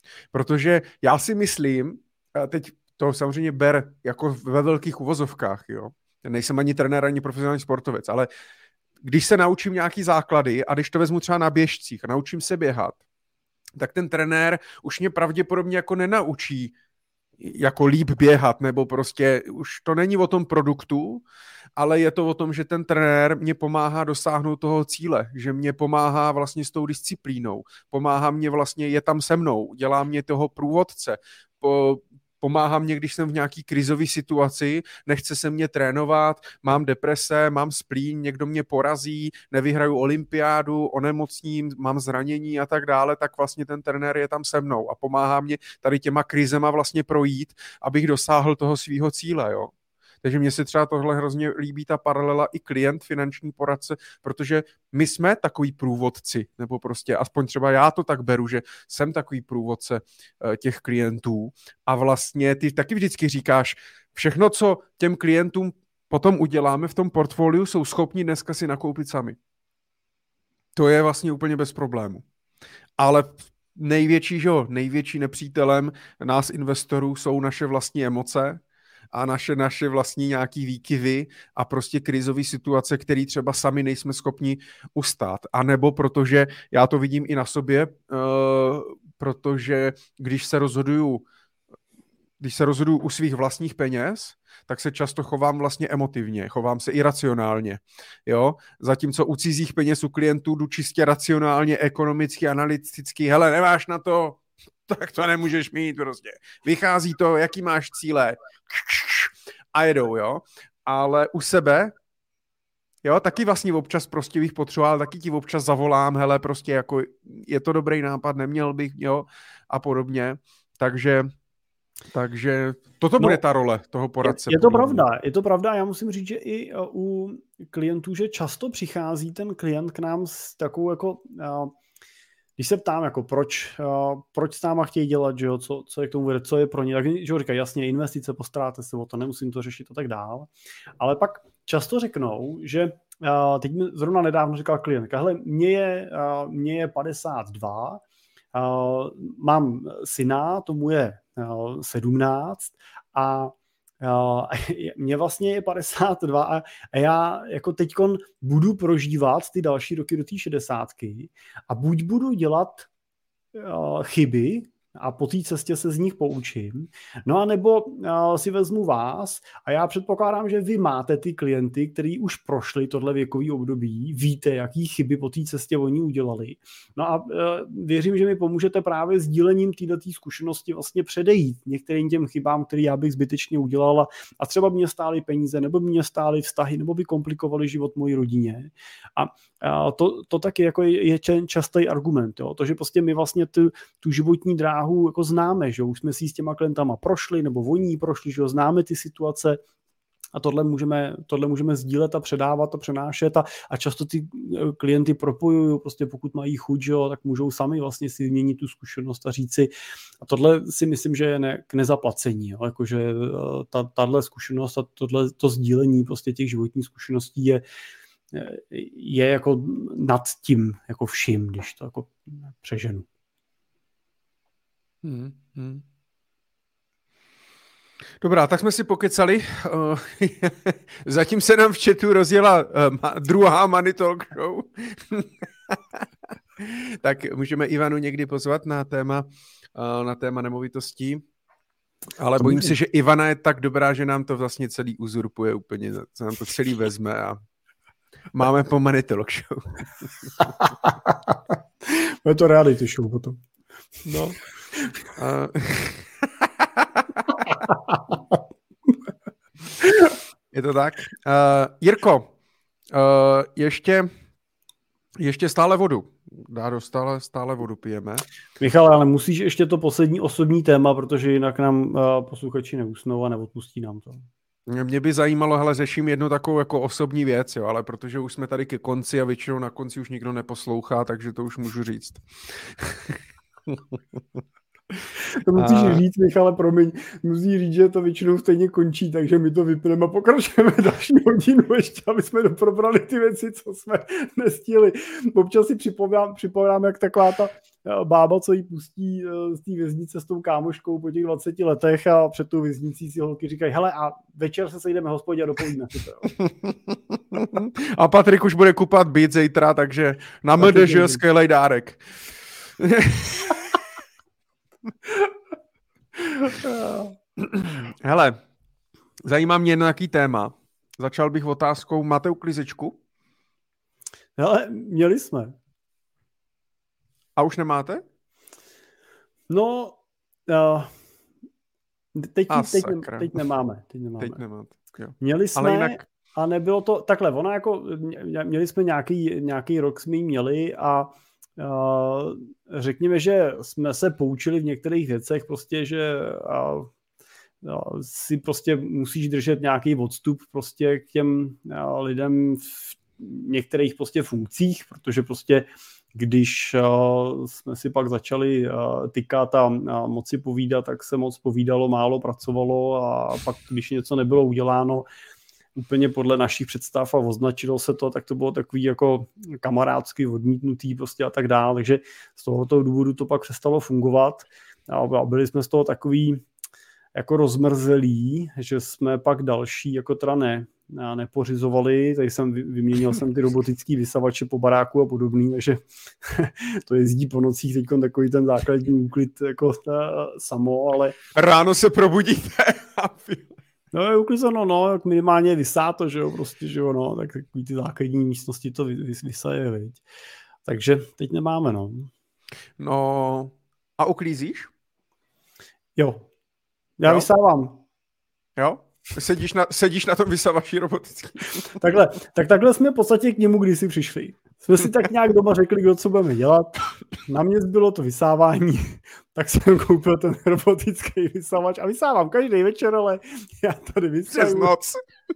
Protože já si myslím, teď to samozřejmě ber jako ve velkých uvozovkách, jo. Nejsem ani trenér, ani profesionální sportovec, ale když se naučím nějaký základy a když to vezmu třeba na běžcích a naučím se běhat, tak ten trenér už mě pravděpodobně jako nenaučí jako líp běhat, nebo prostě už to není o tom produktu, ale je to o tom, že ten trenér mě pomáhá dosáhnout toho cíle, že mě pomáhá vlastně s tou disciplínou, pomáhá mě vlastně, je tam se mnou, dělá mě toho průvodce, pomáhá mě, když jsem v nějaký krizové situaci, nechce se mě trénovat, mám deprese, mám splín, někdo mě porazí, nevyhraju olympiádu, onemocním, mám zranění a tak dále, tak vlastně ten trenér je tam se mnou a pomáhá mě tady těma krizema vlastně projít, abych dosáhl toho svýho cíle, jo. Takže mně se třeba tohle hrozně líbí, ta paralela i klient, finanční poradce, protože my jsme takový průvodci, nebo prostě aspoň třeba já to tak beru, že jsem takový průvodce těch klientů a vlastně ty taky vždycky říkáš, všechno, co těm klientům potom uděláme v tom portfoliu, jsou schopni dneska si nakoupit sami. To je vlastně úplně bez problému. Ale největší nepřítelem nás investorů jsou naše vlastní emoce, a naše vlastní nějaký výkyvy a prostě krizové situace, které třeba sami nejsme schopni ustát. A nebo protože já to vidím i na sobě, protože když se rozhoduju u svých vlastních peněz, tak se často chovám vlastně emotivně, chovám se iracionálně. Jo? Zatímco u cizích peněz u klientů jdu čistě racionálně, ekonomicky, analyticky, hele, nemáš na to, tak to nemůžeš mít prostě. Vychází to, jaký máš cíle a jedou, jo. Ale u sebe, jo, taky vlastně občas prostě bych potřeboval, taky ti občas zavolám, hele, prostě jako je to dobrý nápad, neměl bych, jo, a podobně. Takže toto bude ta role toho poradce. Je to pravda. Já musím říct, že i u klientů, že často přichází ten klient k nám s takovou jako... Když se ptám, jako proč s náma chtějí dělat, že jo, co je k tomu vede, co je pro ně, tak že jo, říkají, jasně, investice, postaráte se o to, nemusím to řešit a tak dál. Ale pak často řeknou, že teď mi zrovna nedávno říkal klientka, hele, mně je 52, mám syna, tomu je 17 a mně vlastně je 52 a já jako teďkon budu prožívat ty další roky do té 60 a buď budu dělat chyby a po té cestě se z nich poučím, no a nebo si vezmu vás a já předpokládám, že vy máte ty klienty, kteří už prošli tohle věkový období, víte, jaký chyby po té cestě oni udělali. No a věřím, že mi pomůžete právě sdílením této zkušenosti vlastně předejít některým těm chybám, které já bych zbytečně udělala a třeba by mě stály peníze, nebo by mě stály vztahy, nebo by komplikovali život mojí rodině. A to taky jako je častý argument, jo? To, že prostě my vlastně tu životní dráhu jako známe, že už jsme si s těma klientama prošli, nebo oni prošli, že známe ty situace a tohle můžeme sdílet a předávat a přenášet a často ty klienty propojují, prostě pokud mají chuť, že jo, tak můžou sami vlastně si změnit tu zkušenost a říci a tohle si myslím, že je k nezaplacení, jo? Jakože tahle zkušenost a to sdílení prostě těch životních zkušeností je jako nad tím jako vším, když to jako přeženu. Dobrá, tak jsme si pokecali. Zatím se nám v chatu rozjela druhá Money Talk Show. Tak můžeme Ivanu někdy pozvat na téma nemovitostí. Ale bojím se, že Ivana je tak dobrá, že nám to vlastně celý uzurpuje úplně, co nám to celý vezme a máme po Money Talk Show. Je to reality show potom. No. Je to tak. Jirko, ještě stále vodu. Dádo, stále vodu pijeme. Michale, ale musíš ještě to poslední osobní téma, protože jinak nám posluchači neusnou a neodpustí nám to. Mě by zajímalo, hele, řeším jednu takovou jako osobní věc, jo, ale protože už jsme tady ke konci a většinou na konci už nikdo neposlouchá, takže to už můžu říct. To musíš říct, Michale, promiň. Musíš říct, že to většinou stejně končí, takže my to vypneme a pokračujeme další hodinu ještě, aby jsme doprobrali ty věci, co jsme nestihli. Občas si připomínám, jak taková ta bába, co jí pustí z té věznice s tou kámoškou po těch 20 letech a před tou věznicí si holky říkají, hele a večer se sejdeme v hospodě a dopovíme si to. A Patrik už bude kupat byt zítra, takže na MDŽ skvělej dárek. Hele, zajímá mě nějaký téma. Začal bych otázkou, máte uklízečku? Hele, měli jsme. A už nemáte? No, teď nemáme. Teď nemáte. Jo. Měli jsme, ale jinak... a nebylo to takhle, ona jako, měli jsme nějaký rok jsme jí měli a řekněme, že jsme se poučili v některých věcech prostě, že si prostě musíš držet nějaký odstup prostě k těm lidem v některých prostě funkcích, protože prostě když jsme si pak začali tykat a moc si povídat, tak se moc povídalo, málo pracovalo a pak, když něco nebylo uděláno úplně podle našich představ a označilo se to, tak to bylo takový jako kamarádsky odmítnutý prostě a tak dále, takže z tohoto důvodu to pak přestalo fungovat a byli jsme z toho takový jako rozmrzelí, že jsme pak další jako teda nepořizovali, tady vyměnil jsem ty robotický vysavače po baráku a podobný, takže to jezdí po nocích teď takový ten základní úklid jako samo, ale... Ráno se probudíte No je uklizeno, no, jak minimálně vysá to, že jo, prostě, že jo, no, tak takový ty základní místnosti to vysaje, viď. Takže teď nemáme, no. No, a uklízíš? Jo. Já vysávám. Jo? Sedíš na tom vysavači robotický. Takhle jsme v podstatě k němu kdysi přišli. Jsme si tak nějak doma řekli, kdo co budeme dělat. Na mě zbylo to vysávání, tak jsem koupil ten robotický vysavač a vysávám každý večer, ale já tady vysávám. Přes noc.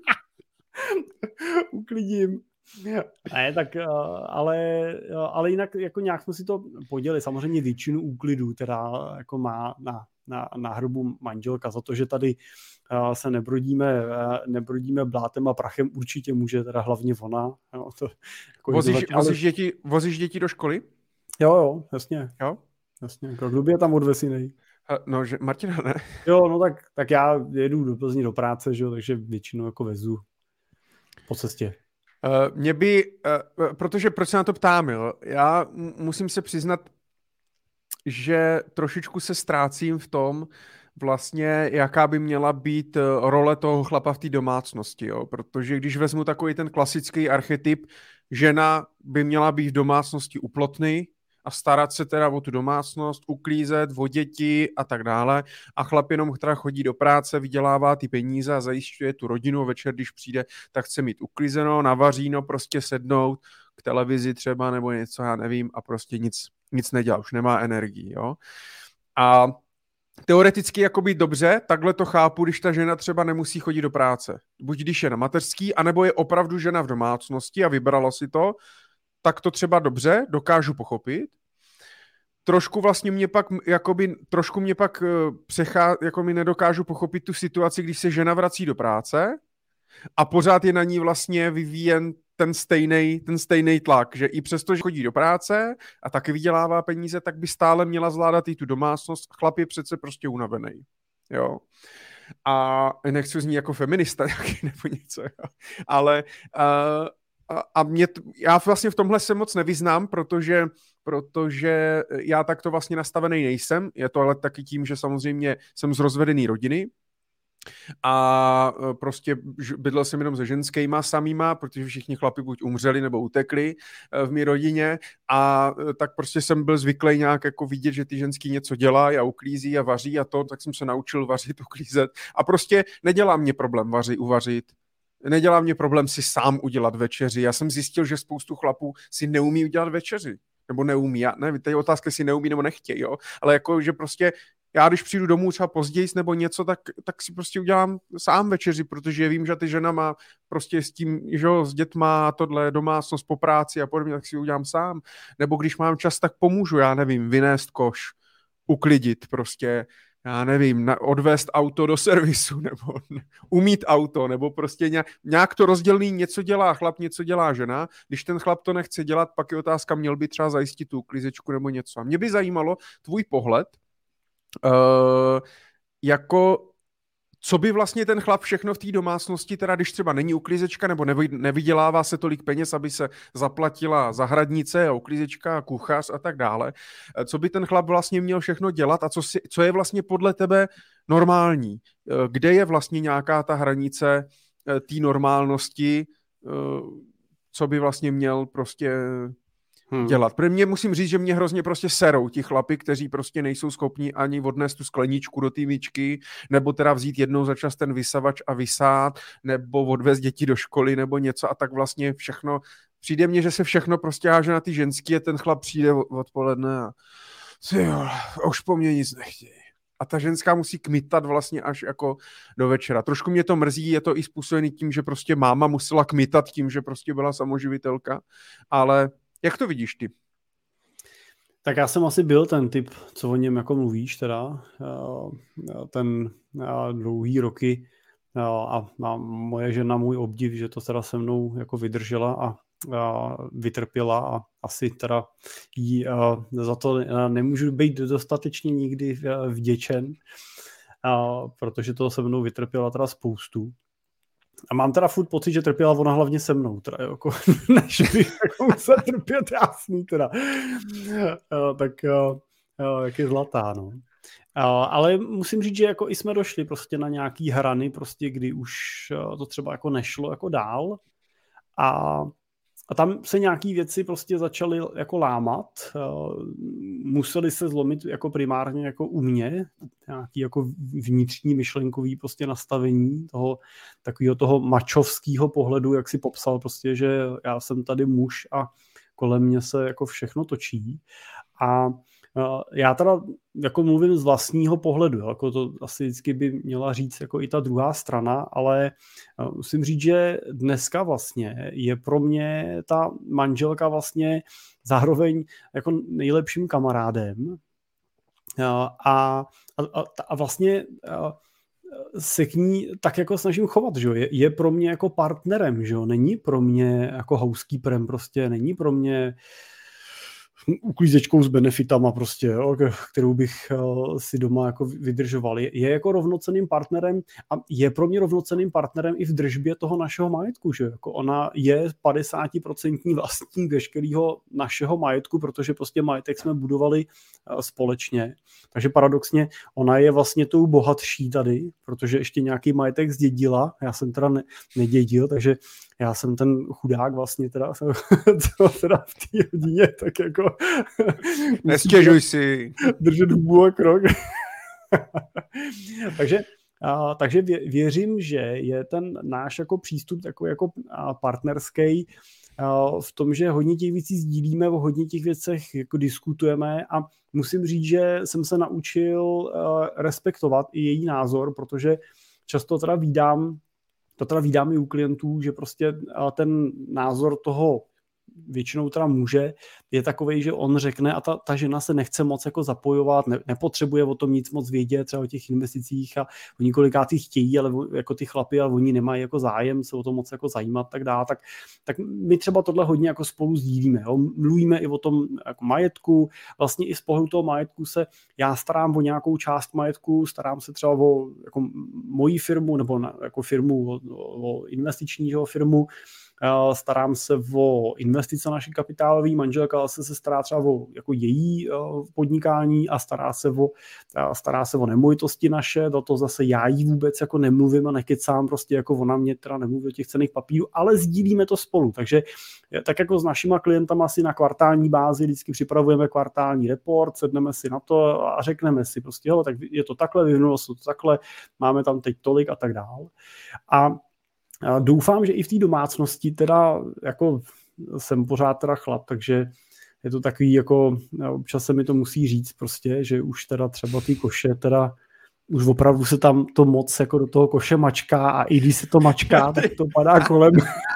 Uklidím. Ne, tak, ale jinak jako nějak jsme si to podělili. Samozřejmě většinu úklidů teda jako má na hrbu manželka za to, že tady se nebrodíme blátem a prachem, určitě může teda hlavně ona. Jo, to, jako vozíš děti do školy? Jo, jasně. Jo? Jasně, kdo by je tam odvez jinej? No, že Martina, ne? Jo, no tak já jedu do Plzni do práce, že jo, takže většinou jako vezu po cestě. Mě by, protože proč se na to ptám, jo? Já musím se přiznat, že trošičku se ztrácím v tom, vlastně, jaká by měla být role toho chlapa v té domácnosti, jo? Protože když vezmu takový ten klasický archetyp, žena by měla být v domácnosti u plotny a starat se teda o tu domácnost, uklízet, o děti a tak dále a chlap jenom teda chodí do práce, vydělává ty peníze a zajišťuje tu rodinu, večer, když přijde, tak chce mít uklízeno, navaříno, prostě sednout k televizi třeba nebo něco, já nevím, a prostě nic nedělá, už nemá energii, jo. A teoreticky jakoby dobře, takhle to chápu, když ta žena třeba nemusí chodit do práce. Buď když je na mateřský, anebo je opravdu žena v domácnosti a vybrala si to, tak to třeba dobře, dokážu pochopit. Trošku mě pak jako mi nedokážu pochopit tu situaci, když se žena vrací do práce a pořád je na ní vlastně vyvíjen ten stejný tlak, že i přesto, že chodí do práce a taky vydělává peníze, tak by stále měla zvládat i tu domácnost. Chlap je přece prostě unavený. Jo. A nechci znít jako feminista nebo něco, jo. Ale já vlastně v tomhle se moc nevyznám, protože já takto vlastně nastavený nejsem. Je to ale taky tím, že samozřejmě jsem z rozvedený rodiny a prostě bydlel jsem jenom se ženskýma samýma, protože všichni chlapi buď umřeli nebo utekli v mé rodině a tak prostě jsem byl zvyklý nějak jako vidět, že ty ženský něco dělají a uklízí a vaří a to, tak jsem se naučil vařit, uklízet a prostě nedělá mě problém uvařit. Nedělá mě problém si sám udělat večeři. Já jsem zjistil, že spoustu chlapů si neumí udělat večeři. Nebo neumí. Já nevím, tady otázka si neumí nebo nechtějí, jo. Ale jako, že prostě já, když přijdu domů třeba později nebo něco, tak si prostě udělám sám večeři, protože vím, že ty žena má prostě s tím, že jo, s dětma, tohle domácnost po práci a podobně, tak si udělám sám. Nebo když mám čas, tak pomůžu, já nevím, vynést koš, uklidit prostě, já nevím, odvést auto do servisu, nebo umít auto, nebo prostě nějak to rozdělný, něco dělá chlap, něco dělá žena. Když ten chlap to nechce dělat, pak je otázka, měl by třeba zajistit tu uklízečku nebo něco. A mě by zajímalo tvůj pohled, jako co by vlastně ten chlap všechno v té domácnosti, teda když třeba není uklízečka nebo nevydělává se tolik peněz, aby se zaplatila zahradnice a uklízečka a kuchař a tak dále, co by ten chlap vlastně měl všechno dělat a co je vlastně podle tebe normální? Kde je vlastně nějaká ta hranice té normálnosti, co by vlastně měl prostě dělat. Pro mě musím říct, že mě hrozně prostě serou ti chlapi, kteří prostě nejsou schopni ani odnést tu skleničku do té myčky, nebo teda vzít jednou za čas ten vysavač a vysát, nebo odvést děti do školy, nebo něco a tak vlastně všechno. Přijde mně, že se všechno prostě háže na ty ženský a ten chlap přijde odpoledne a už po mně nic nechtějí. A ta ženská musí kmitat vlastně až jako do večera. Trošku mě to mrzí, je to i způsobený tím, že prostě máma musela kmitat tím, že prostě byla samoživitelka, ale jak to vidíš ty? Tak já jsem asi byl ten typ, co o něm jako mluvíš teda, ten dlouhý roky a moje žena můj obdiv, že to teda se mnou jako vydržela a vytrpěla a asi teda jí za to nemůžu být dostatečně nikdy vděčen, protože to se mnou vytrpěla teda spoustu. A mám teda furt pocit, že trpěla ona hlavně se mnou, teda, jako, než bych jako musel trpět, jasný teda. Tak jak je zlatá, no. Ale musím říct, že jako i jsme došli prostě na nějaký hrany, prostě kdy už to třeba jako nešlo jako dál a tam se nějaký věci prostě začaly jako lámat, museli se zlomit jako primárně jako u mě, nějaký jako vnitřní myšlenkový prostě nastavení toho takového toho mačovského pohledu, jak si popsal prostě, že já jsem tady muž a kolem mě se jako všechno točí a já teda jako mluvím z vlastního pohledu, jako to asi vždycky by měla říct jako i ta druhá strana, ale musím říct, že dneska vlastně je pro mě ta manželka vlastně zároveň jako nejlepším kamarádem a vlastně se k ní tak jako snažím chovat, že je pro mě jako partnerem, že není pro mě jako housekeeperem prostě, není pro mě uklízečkou s benefitama prostě, jo, kterou bych si doma jako vydržoval. Je jako rovnocenným partnerem a je pro mě rovnocenným partnerem i v držbě toho našeho majetku, že jako ona je 50% vlastník veškerého našeho majetku, protože prostě majetek jsme budovali společně. Takže paradoxně ona je vlastně tou bohatší tady, protože ještě nějaký majetek zdědila, já jsem teda nedědil, takže já jsem ten chudák vlastně teda, teda v té hodině tak jako nestěžuj si. Držet hubu a krok. Takže věřím, že je ten náš jako přístup takový jako partnerský v tom, že hodně těch věcí sdílíme, o hodně těch věcech jako diskutujeme a musím říct, že jsem se naučil respektovat i její názor, protože často teda vídám i u klientů, že prostě ten názor toho většinou teda muže je takovej, že on řekne a ta žena se nechce moc jako zapojovat, nepotřebuje o tom nic moc vědět, třeba o těch investicích a oni kolikátý chtějí, ale jako ty chlapi, ale oni nemají jako zájem se o tom moc jako zajímat tak dále, tak my třeba tohle hodně jako spolu sdílíme, jo? Mluvíme i o tom jako majetku, vlastně i z pohledu toho majetku se já starám o nějakou část majetku, starám se třeba o jako moji firmu nebo jako firmu, o investiční firmu, starám se o investice naší kapitálové, manželka se stará třeba o jako její podnikání a stará se o nemovitosti naše, do toho zase já jí vůbec jako nemluvím a nekecám, prostě jako ona mě teda nemluví o těch cenných papírů, ale sdílíme to spolu, takže tak jako s našima klientama si na kvartální bázi vždycky připravujeme kvartální report, sedneme si na to a řekneme si prostě, tak je to takhle, vyvinulo se to takhle, máme tam teď tolik a tak dál. A doufám, že i v té domácnosti teda jako jsem pořád teda chlap, takže je to takový jako občas se mi to musí říct prostě, že už teda třeba ty koše teda už opravdu se tam to moc jako do toho koše mačká a i když se to mačká, tak to padá kolem.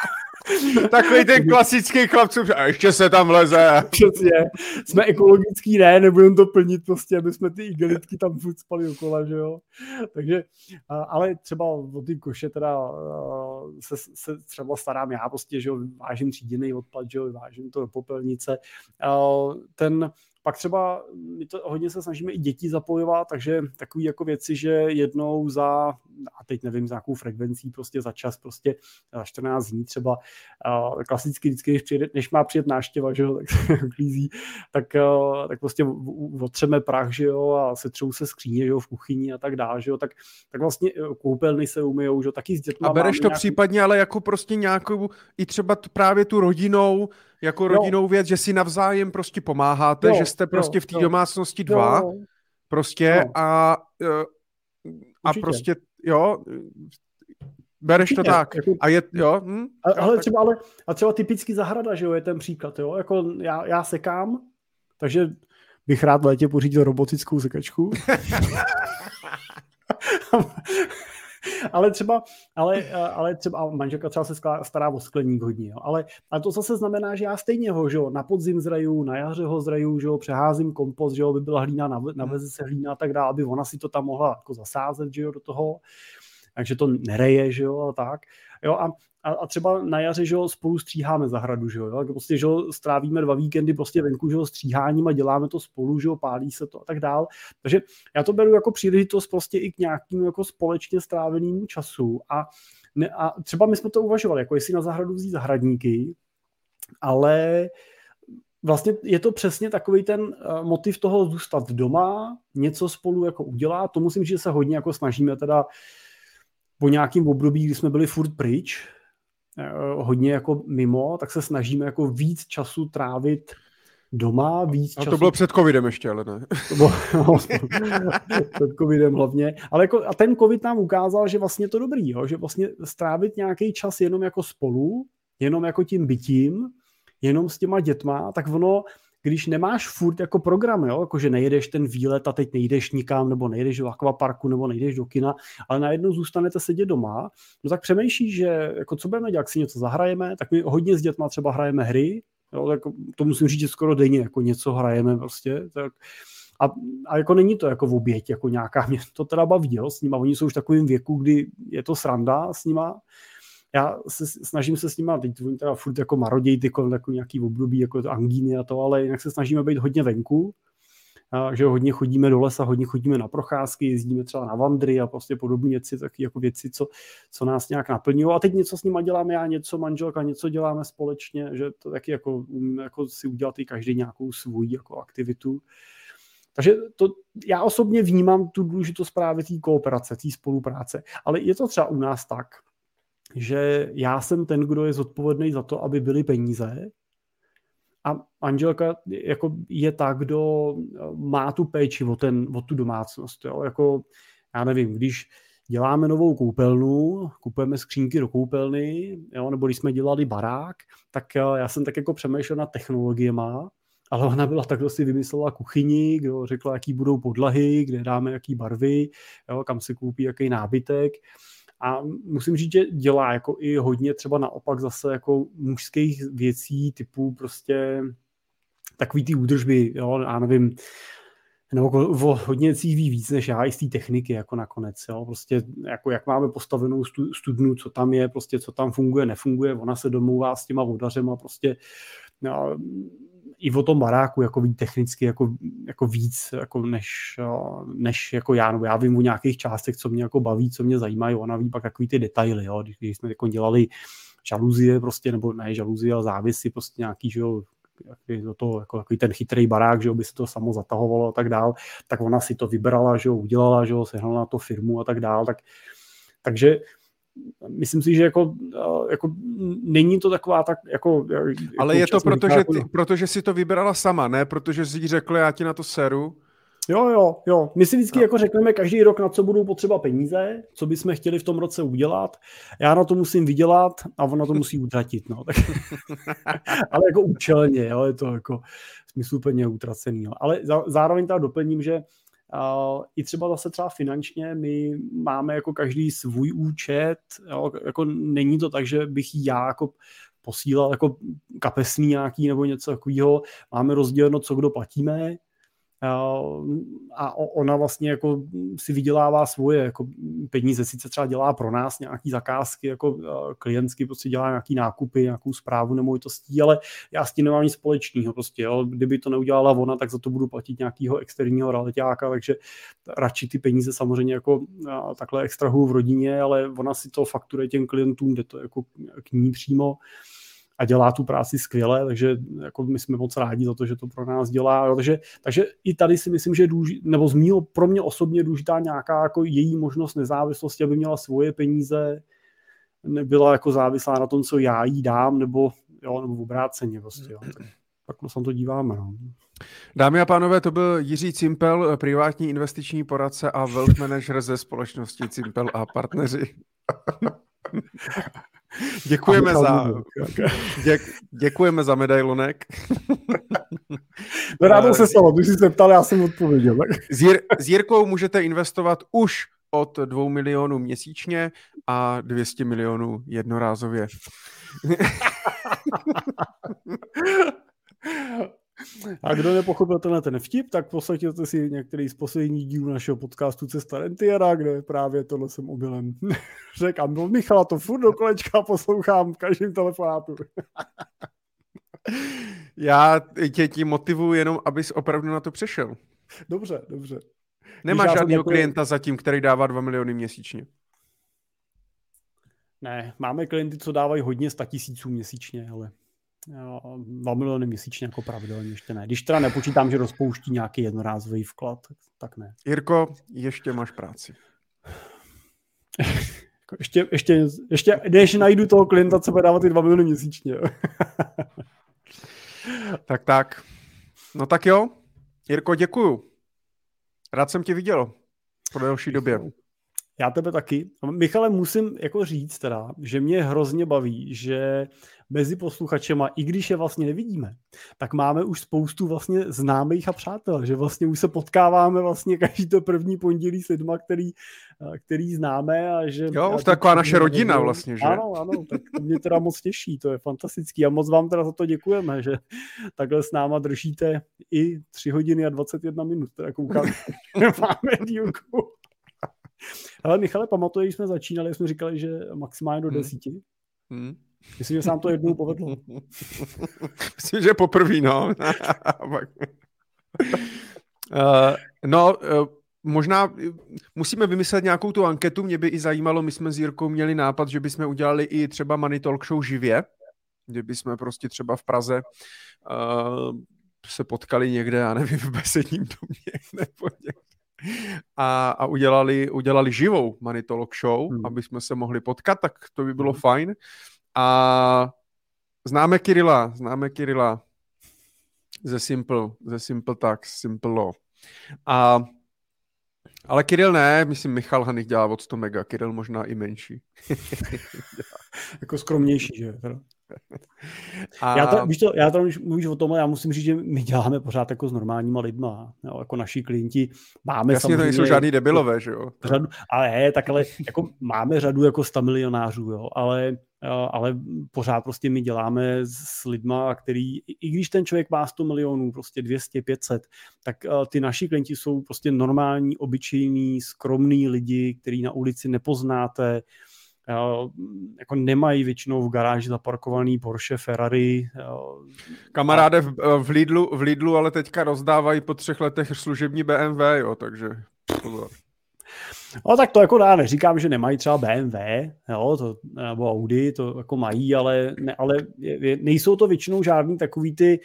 Takový ten klasický chlapců, a ještě se tam leze. Přesně. Jsme ekologický, nebudeme to plnit prostě, aby jsme ty igelitky tam furt spali okolo, že jo. Takže, ale třeba o ty koše teda se třeba starám já prostě, že jo, vážím tříděný odpad, že jo, vážím to do popelnice. Pak třeba my to hodně se snažíme i děti zapojovat, takže takový jako věci, že jednou a teď nevím, za jakou frekvencí, prostě za čas, prostě za 14 dní třeba, klasicky vždycky, než má přijet návštěva, že jo, tak se uklízí, tak prostě otřeme prach, že jo, a setřou se skříně, že jo, v kuchyni a tak dále, že jo, tak vlastně koupelny se umyjou, že jo, taky s dětma. A bereš to případně, ale jako prostě nějakou, i třeba právě tu rodinou, jako rodinnou věc, že si navzájem prostě pomáháte, že jste prostě v té domácnosti dva, prostě a prostě, jo, bereš to tak. Jako, a je, jo. Ale třeba typicky zahrada, že jo, je ten příklad, jo, jako já sekám, takže bych rád v létě pořídil robotickou sekačku. ale třeba manželka třeba se stará o skleník hodně, jo. Ale to zase znamená, že já stejně ho, že jo, na podzim zraju, na jaře ho zraju, že jo, přeházím kompost, že jo, aby byla hlína, naveze se hlína a tak dále, aby ona si to tam mohla jako zasázet, že jo, do toho, takže to nereje, že jo, a tak. Jo, a třeba na jaře, že jo, spolu stříháme zahradu, že jo, prostě, že jo, strávíme 2 víkendy prostě venku, že jo, stříháním a děláme to spolu, že jo, pálí se to a tak dál. Takže já to beru jako příležitost prostě i k nějakému jako společně strávenému času a třeba my jsme to uvažovali, jako jestli na zahradu vzít zahradníky, ale vlastně je to přesně takový ten motiv toho zůstat doma, něco spolu jako udělat, to musím říct, že se hodně jako snažíme teda po nějakém období, kdy jsme byli furt pryč, hodně jako mimo, tak se snažíme jako víc času trávit doma, víc času. A to bylo před covidem ještě, ale ne. To bylo před covidem hlavně. Ale jako, a ten covid nám ukázal, že vlastně to dobrý, jo? Že vlastně strávit nějaký čas jenom jako spolu, jenom jako tím bytím, jenom s těma dětma, tak ono, když nemáš furt jako program, jo, jakože nejedeš ten výlet a teď nejdeš nikam, nebo nejdeš do akvaparku, nebo nejdeš do kina, ale najednou zůstanete sedět doma, no tak přemýšlíš, že jako co budeme dělat, si něco zahrajeme, tak my hodně s dětma třeba hrajeme hry, jo, tak to musím říct, že skoro denně jako něco hrajeme prostě, tak a jako není to jako v oběť, jako nějaká, mě to teda baví, jo, s nima, oni jsou už v takovým věku, kdy je to sranda s nima. Já snažím se s nima, teď oni teda furt jako marodějí jako nějaký období, jako to angíny a to, ale jinak se snažíme být hodně venku, že hodně chodíme do lesa, hodně chodíme na procházky, jezdíme třeba na vandry a prostě podobné věci, taky jako věci, co nás nějak naplňují. A teď něco s nima děláme, já něco, manželka, něco děláme společně, že to taky jako si udělat i každý nějakou svou jako aktivitu. Takže já osobně vnímám tu důležitost právě té kooperace, té spolupráce. Ale je to třeba u nás tak, že já jsem ten, kdo je zodpovědný za to, aby byly peníze a manželka jako je ta, kdo má tu péči o tu domácnost. Jo? Jako, já nevím, když děláme novou koupelnu, kupujeme skřínky do koupelny, jo? Nebo když jsme dělali barák, tak já jsem tak jako přemýšlel nad technologiema, ale ona byla tak, kdo si vymyslela kuchyni, kdo řekla, jaký budou podlahy, kde dáme jaký barvy, jo? Kam se koupí jaký nábytek. A musím říct, že dělá jako i hodně třeba naopak zase jako mužských věcí typu prostě takový ty údržby, jo, já nevím, nebo hodně věcí ví víc než já i z té techniky jako nakonec, jo, prostě jako jak máme postavenou studnu, co tam je, prostě co tam funguje, nefunguje, ona se domlouvá s těma vodařema prostě, no, i o tom baráku jako ví technicky jako víc jako než jako já, nebo já vím o nějakých částech, co mě jako baví, co mě zajímají, ona ví pak takový ty detaily, jo, když jsme jako dělali žaluzie prostě, nebo ne žaluzie, ale závisy prostě nějaký, že jo, jako takový ten chytrý barák, že jo, by se to samo zatahovalo a tak dál, tak ona si to vybrala, že jo, udělala, že jo, sehnala na to firmu a tak dál, takže myslím si, že jako není to taková tak jako... Ale je to protože si to vybrala sama, ne? Protože jsi jí řekl, já ti na to seru. Jo. My si vždycky jako řekneme každý rok, na co budou potřeba peníze, co bychom chtěli v tom roce udělat. Já na to musím vydělat a ona to musí utratit. No. Ale jako účelně, jo, je to jako smysluplně utracený. Jo. Ale zároveň teda doplním, že i třeba zase třeba finančně my máme jako každý svůj účet, jo, jako není to tak, že bych já jako posílal jako kapesný nějaký nebo něco takového. Máme rozděleno, co kdo platíme, a ona vlastně jako si vydělává svoje jako peníze, sice třeba dělá pro nás nějaký zakázky, jako klientsky prostě dělá nějaký nákupy, nějakou správu nemovitostí, ale já s tím nemám nic společného prostě, jo. Kdyby to neudělala ona, tak za to budu platit nějakého externího realitáka, takže radši ty peníze samozřejmě jako takhle extrahuju v rodině, ale ona si to fakturuje těm klientům, jde to jako k ní přímo a dělá tu práci skvěle, takže jako my jsme moc rádi za to, že to pro nás dělá. Takže i tady si myslím, že nebo pro mě osobně důležitá nějaká jako její možnost nezávislosti, aby měla svoje peníze, nebyla jako závislá na tom, co já jí dám, nebo obráceně prostě. Jo. Takhle se na to díváme. No. Dámy a pánové, to byl Jiří Cimpel, privátní investiční poradce a wealth manager ze společnosti Cimpel a partneři. Děkujeme za medailonek. Rádo se stalo, když jsi se ptal, já jsem odpověděl. S Jirkou můžete investovat už od 2 milionů měsíčně a 200 milionů jednorázově. A kdo nepochopil ten vtip, tak poslechněte si některý z posledních dílů našeho podcastu Cesta rentiera, kde právě tohle jsem omylem řekl. A Michala to furt do kolečka poslouchám v každém telefonátu. Já tě tím motivuju jenom, abys opravdu na to přešel. Dobře. Nemáš žádného klienta zatím, který dává 2 miliony měsíčně? Ne, máme klienty, co dávají hodně 100 000 měsíčně, ale 2 miliony měsíčně jako pravidelně ještě ne. Když teda nepočítám, že rozpouští nějaký jednorázový vklad, tak ne. Jirko, ještě máš práci. ještě než najdu toho klienta, co bude dávat ty 2 miliony měsíčně. Tak. No tak jo. Jirko, děkuju. Rád jsem tě viděl po delší době. Já tebe taky. Michale, musím jako říct teda, že mě hrozně baví, že mezi posluchačema, i když je vlastně nevidíme, tak máme už spoustu vlastně známých a přátel, že vlastně už se potkáváme vlastně každý to první pondělí s lidma, který známe a že... Jo, už taková naše rodina vlastně, že? Ano, tak to mě teda moc těší, to je fantastický a moc vám teda za to děkujeme, že takhle s náma držíte i 3 hodiny a 21 minut, teda koukám, máme dílku. Ale Michale, pamatuješ, když jsme začínali, jsme říkali, že maximálně do 10. Myslím, že se nám to jednou povedlo. Myslím, že poprvé, no. Možná musíme vymyslet nějakou tu anketu, mě by i zajímalo, my jsme s Jirkou měli nápad, že bychom udělali i třeba Money Talk Show živě, kde bychom prostě třeba v Praze se potkali někde, já nevím, v Besedním domě nebo někde. A udělali živou Money Talk Show, aby jsme se mohli potkat, tak to by bylo fajn. A známe Kirila ze Simple Tax, Simple Law. Ale Kiril ne, myslím Michal Haných dělá od 100 mega, Kiril možná i menší. Jako skromnější, že? Já tam mluvíš o tom, já musím říct, že my děláme pořád jako s normálníma lidma, jo, jako naši klienti máme jasně, to nejsou žádný debilové, že jo? Ale jako máme řadu jako 100 milionářů, jo, ale pořád prostě my děláme s lidma, který, i když ten člověk má 100 milionů, prostě 200, 500, tak ty naši klienti jsou prostě normální, obyčejní, skromní lidi, který na ulici nepoznáte, jako nemají většinou v garáži zaparkovaný Porsche, Ferrari. Kamaráde v Lidlu, ale teďka rozdávají po 3 letech služební BMW, jo, takže pozor. No tak to jako já neříkám, že nemají třeba BMW, jo, nebo Audi, to jako mají, ale nejsou to většinou žádný takový ty...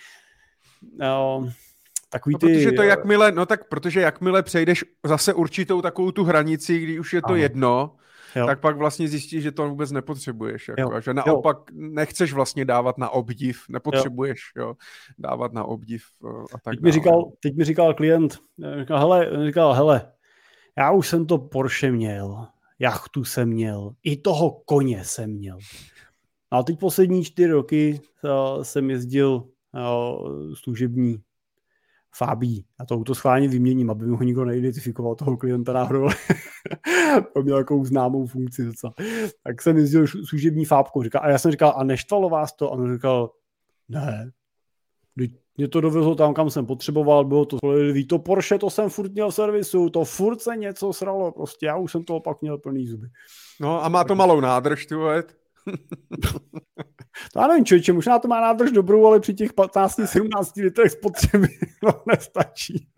Protože jakmile přejdeš zase určitou takovou tu hranici, kdy už je to jedno, jo. Tak pak vlastně zjistíš, že to vůbec nepotřebuješ. Jako, a že naopak nechceš vlastně dávat na obdiv, nepotřebuješ dávat na obdiv a tak dále. Teď mi říkal klient, hele, já už jsem to Porsche měl, jachtu jsem měl, i toho koně jsem měl. A teď poslední 4 roky jsem jezdil služební Fabí. A to auto schválně vyměním, aby mi ho nikdo neidentifikoval, toho klienta náhodou. To měl nějakou známou funkci docela. Tak jsem jezdil služební fábkou. A já jsem říkal, a neštvalo vás to? A on říkal, ne. Mě to dovezlo tam, kam jsem potřeboval, bylo to spolehlivý. To Porsche, to jsem furt měl v servisu, to furt se něco sralo, prostě já už jsem toho pak měl plný zuby. No a má to malou nádrž, ty vole. To já nevím, člověče, možná to má nádrž dobrou, ale při těch 15-17 litrech spotřeby to nestačí.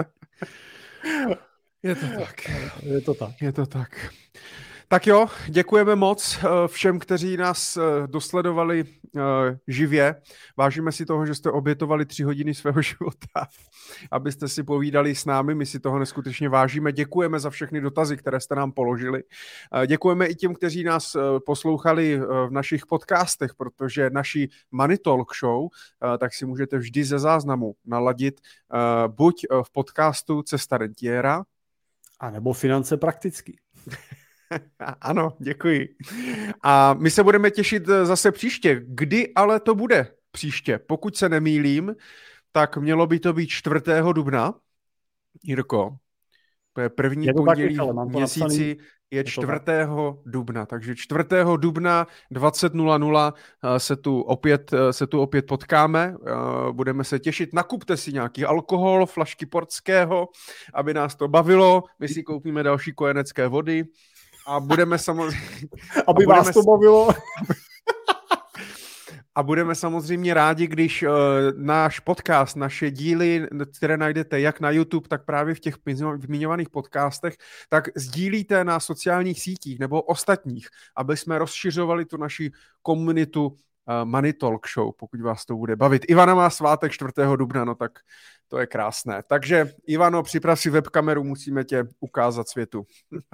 Je to tak. Je to tak. Je to tak. Tak jo, děkujeme moc všem, kteří nás dosledovali živě. Vážíme si toho, že jste obětovali 3 hodiny svého života, abyste si povídali s námi. My si toho neskutečně vážíme. Děkujeme za všechny dotazy, které jste nám položili. Děkujeme i těm, kteří nás poslouchali v našich podcastech, protože naši Money Talk Show, tak si můžete vždy ze záznamu naladit buď v podcastu Cesta rentiera, a nebo Finance prakticky. Ano, děkuji. A my se budeme těšit zase příště. Kdy ale to bude příště? Pokud se nemýlím, tak mělo by to být 4. dubna. Jirko, to je první pondělí v měsíci, je 4. dubna. Takže 4. dubna 20:00 se tu opět potkáme. Budeme se těšit. Nakupte si nějaký alkohol, flašky portského, aby nás to bavilo. My si koupíme další kojenecké vody. A budeme samozřejmě... Aby vás to bavilo. A budeme samozřejmě rádi, když náš podcast, naše díly, které najdete jak na YouTube, tak právě v těch zmiňovaných podcastech, tak sdílíte na sociálních sítích nebo ostatních, aby jsme rozšiřovali tu naši komunitu Money Talk Show, pokud vás to bude bavit. Ivana má svátek 4. dubna, no tak to je krásné. Takže Ivano, připrav si webkameru, musíme tě ukázat světu.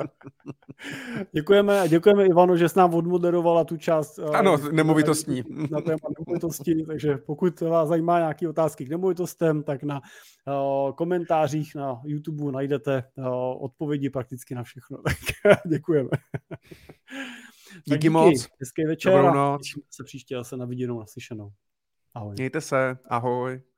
Děkujeme Ivano, že jsi nám odmoderovala tu část. Ano, nemovitostní. Na téma nemovitosti, takže pokud vás zajímá nějaké otázky k nemovitostem, tak na komentářích na YouTube najdete odpovědi prakticky na všechno. Tak děkujeme. Díky moc. Hezký večer. Dobrou noc. Se příště zase na viděnou, naslyšenou. Ahoj. Mějte se. Ahoj.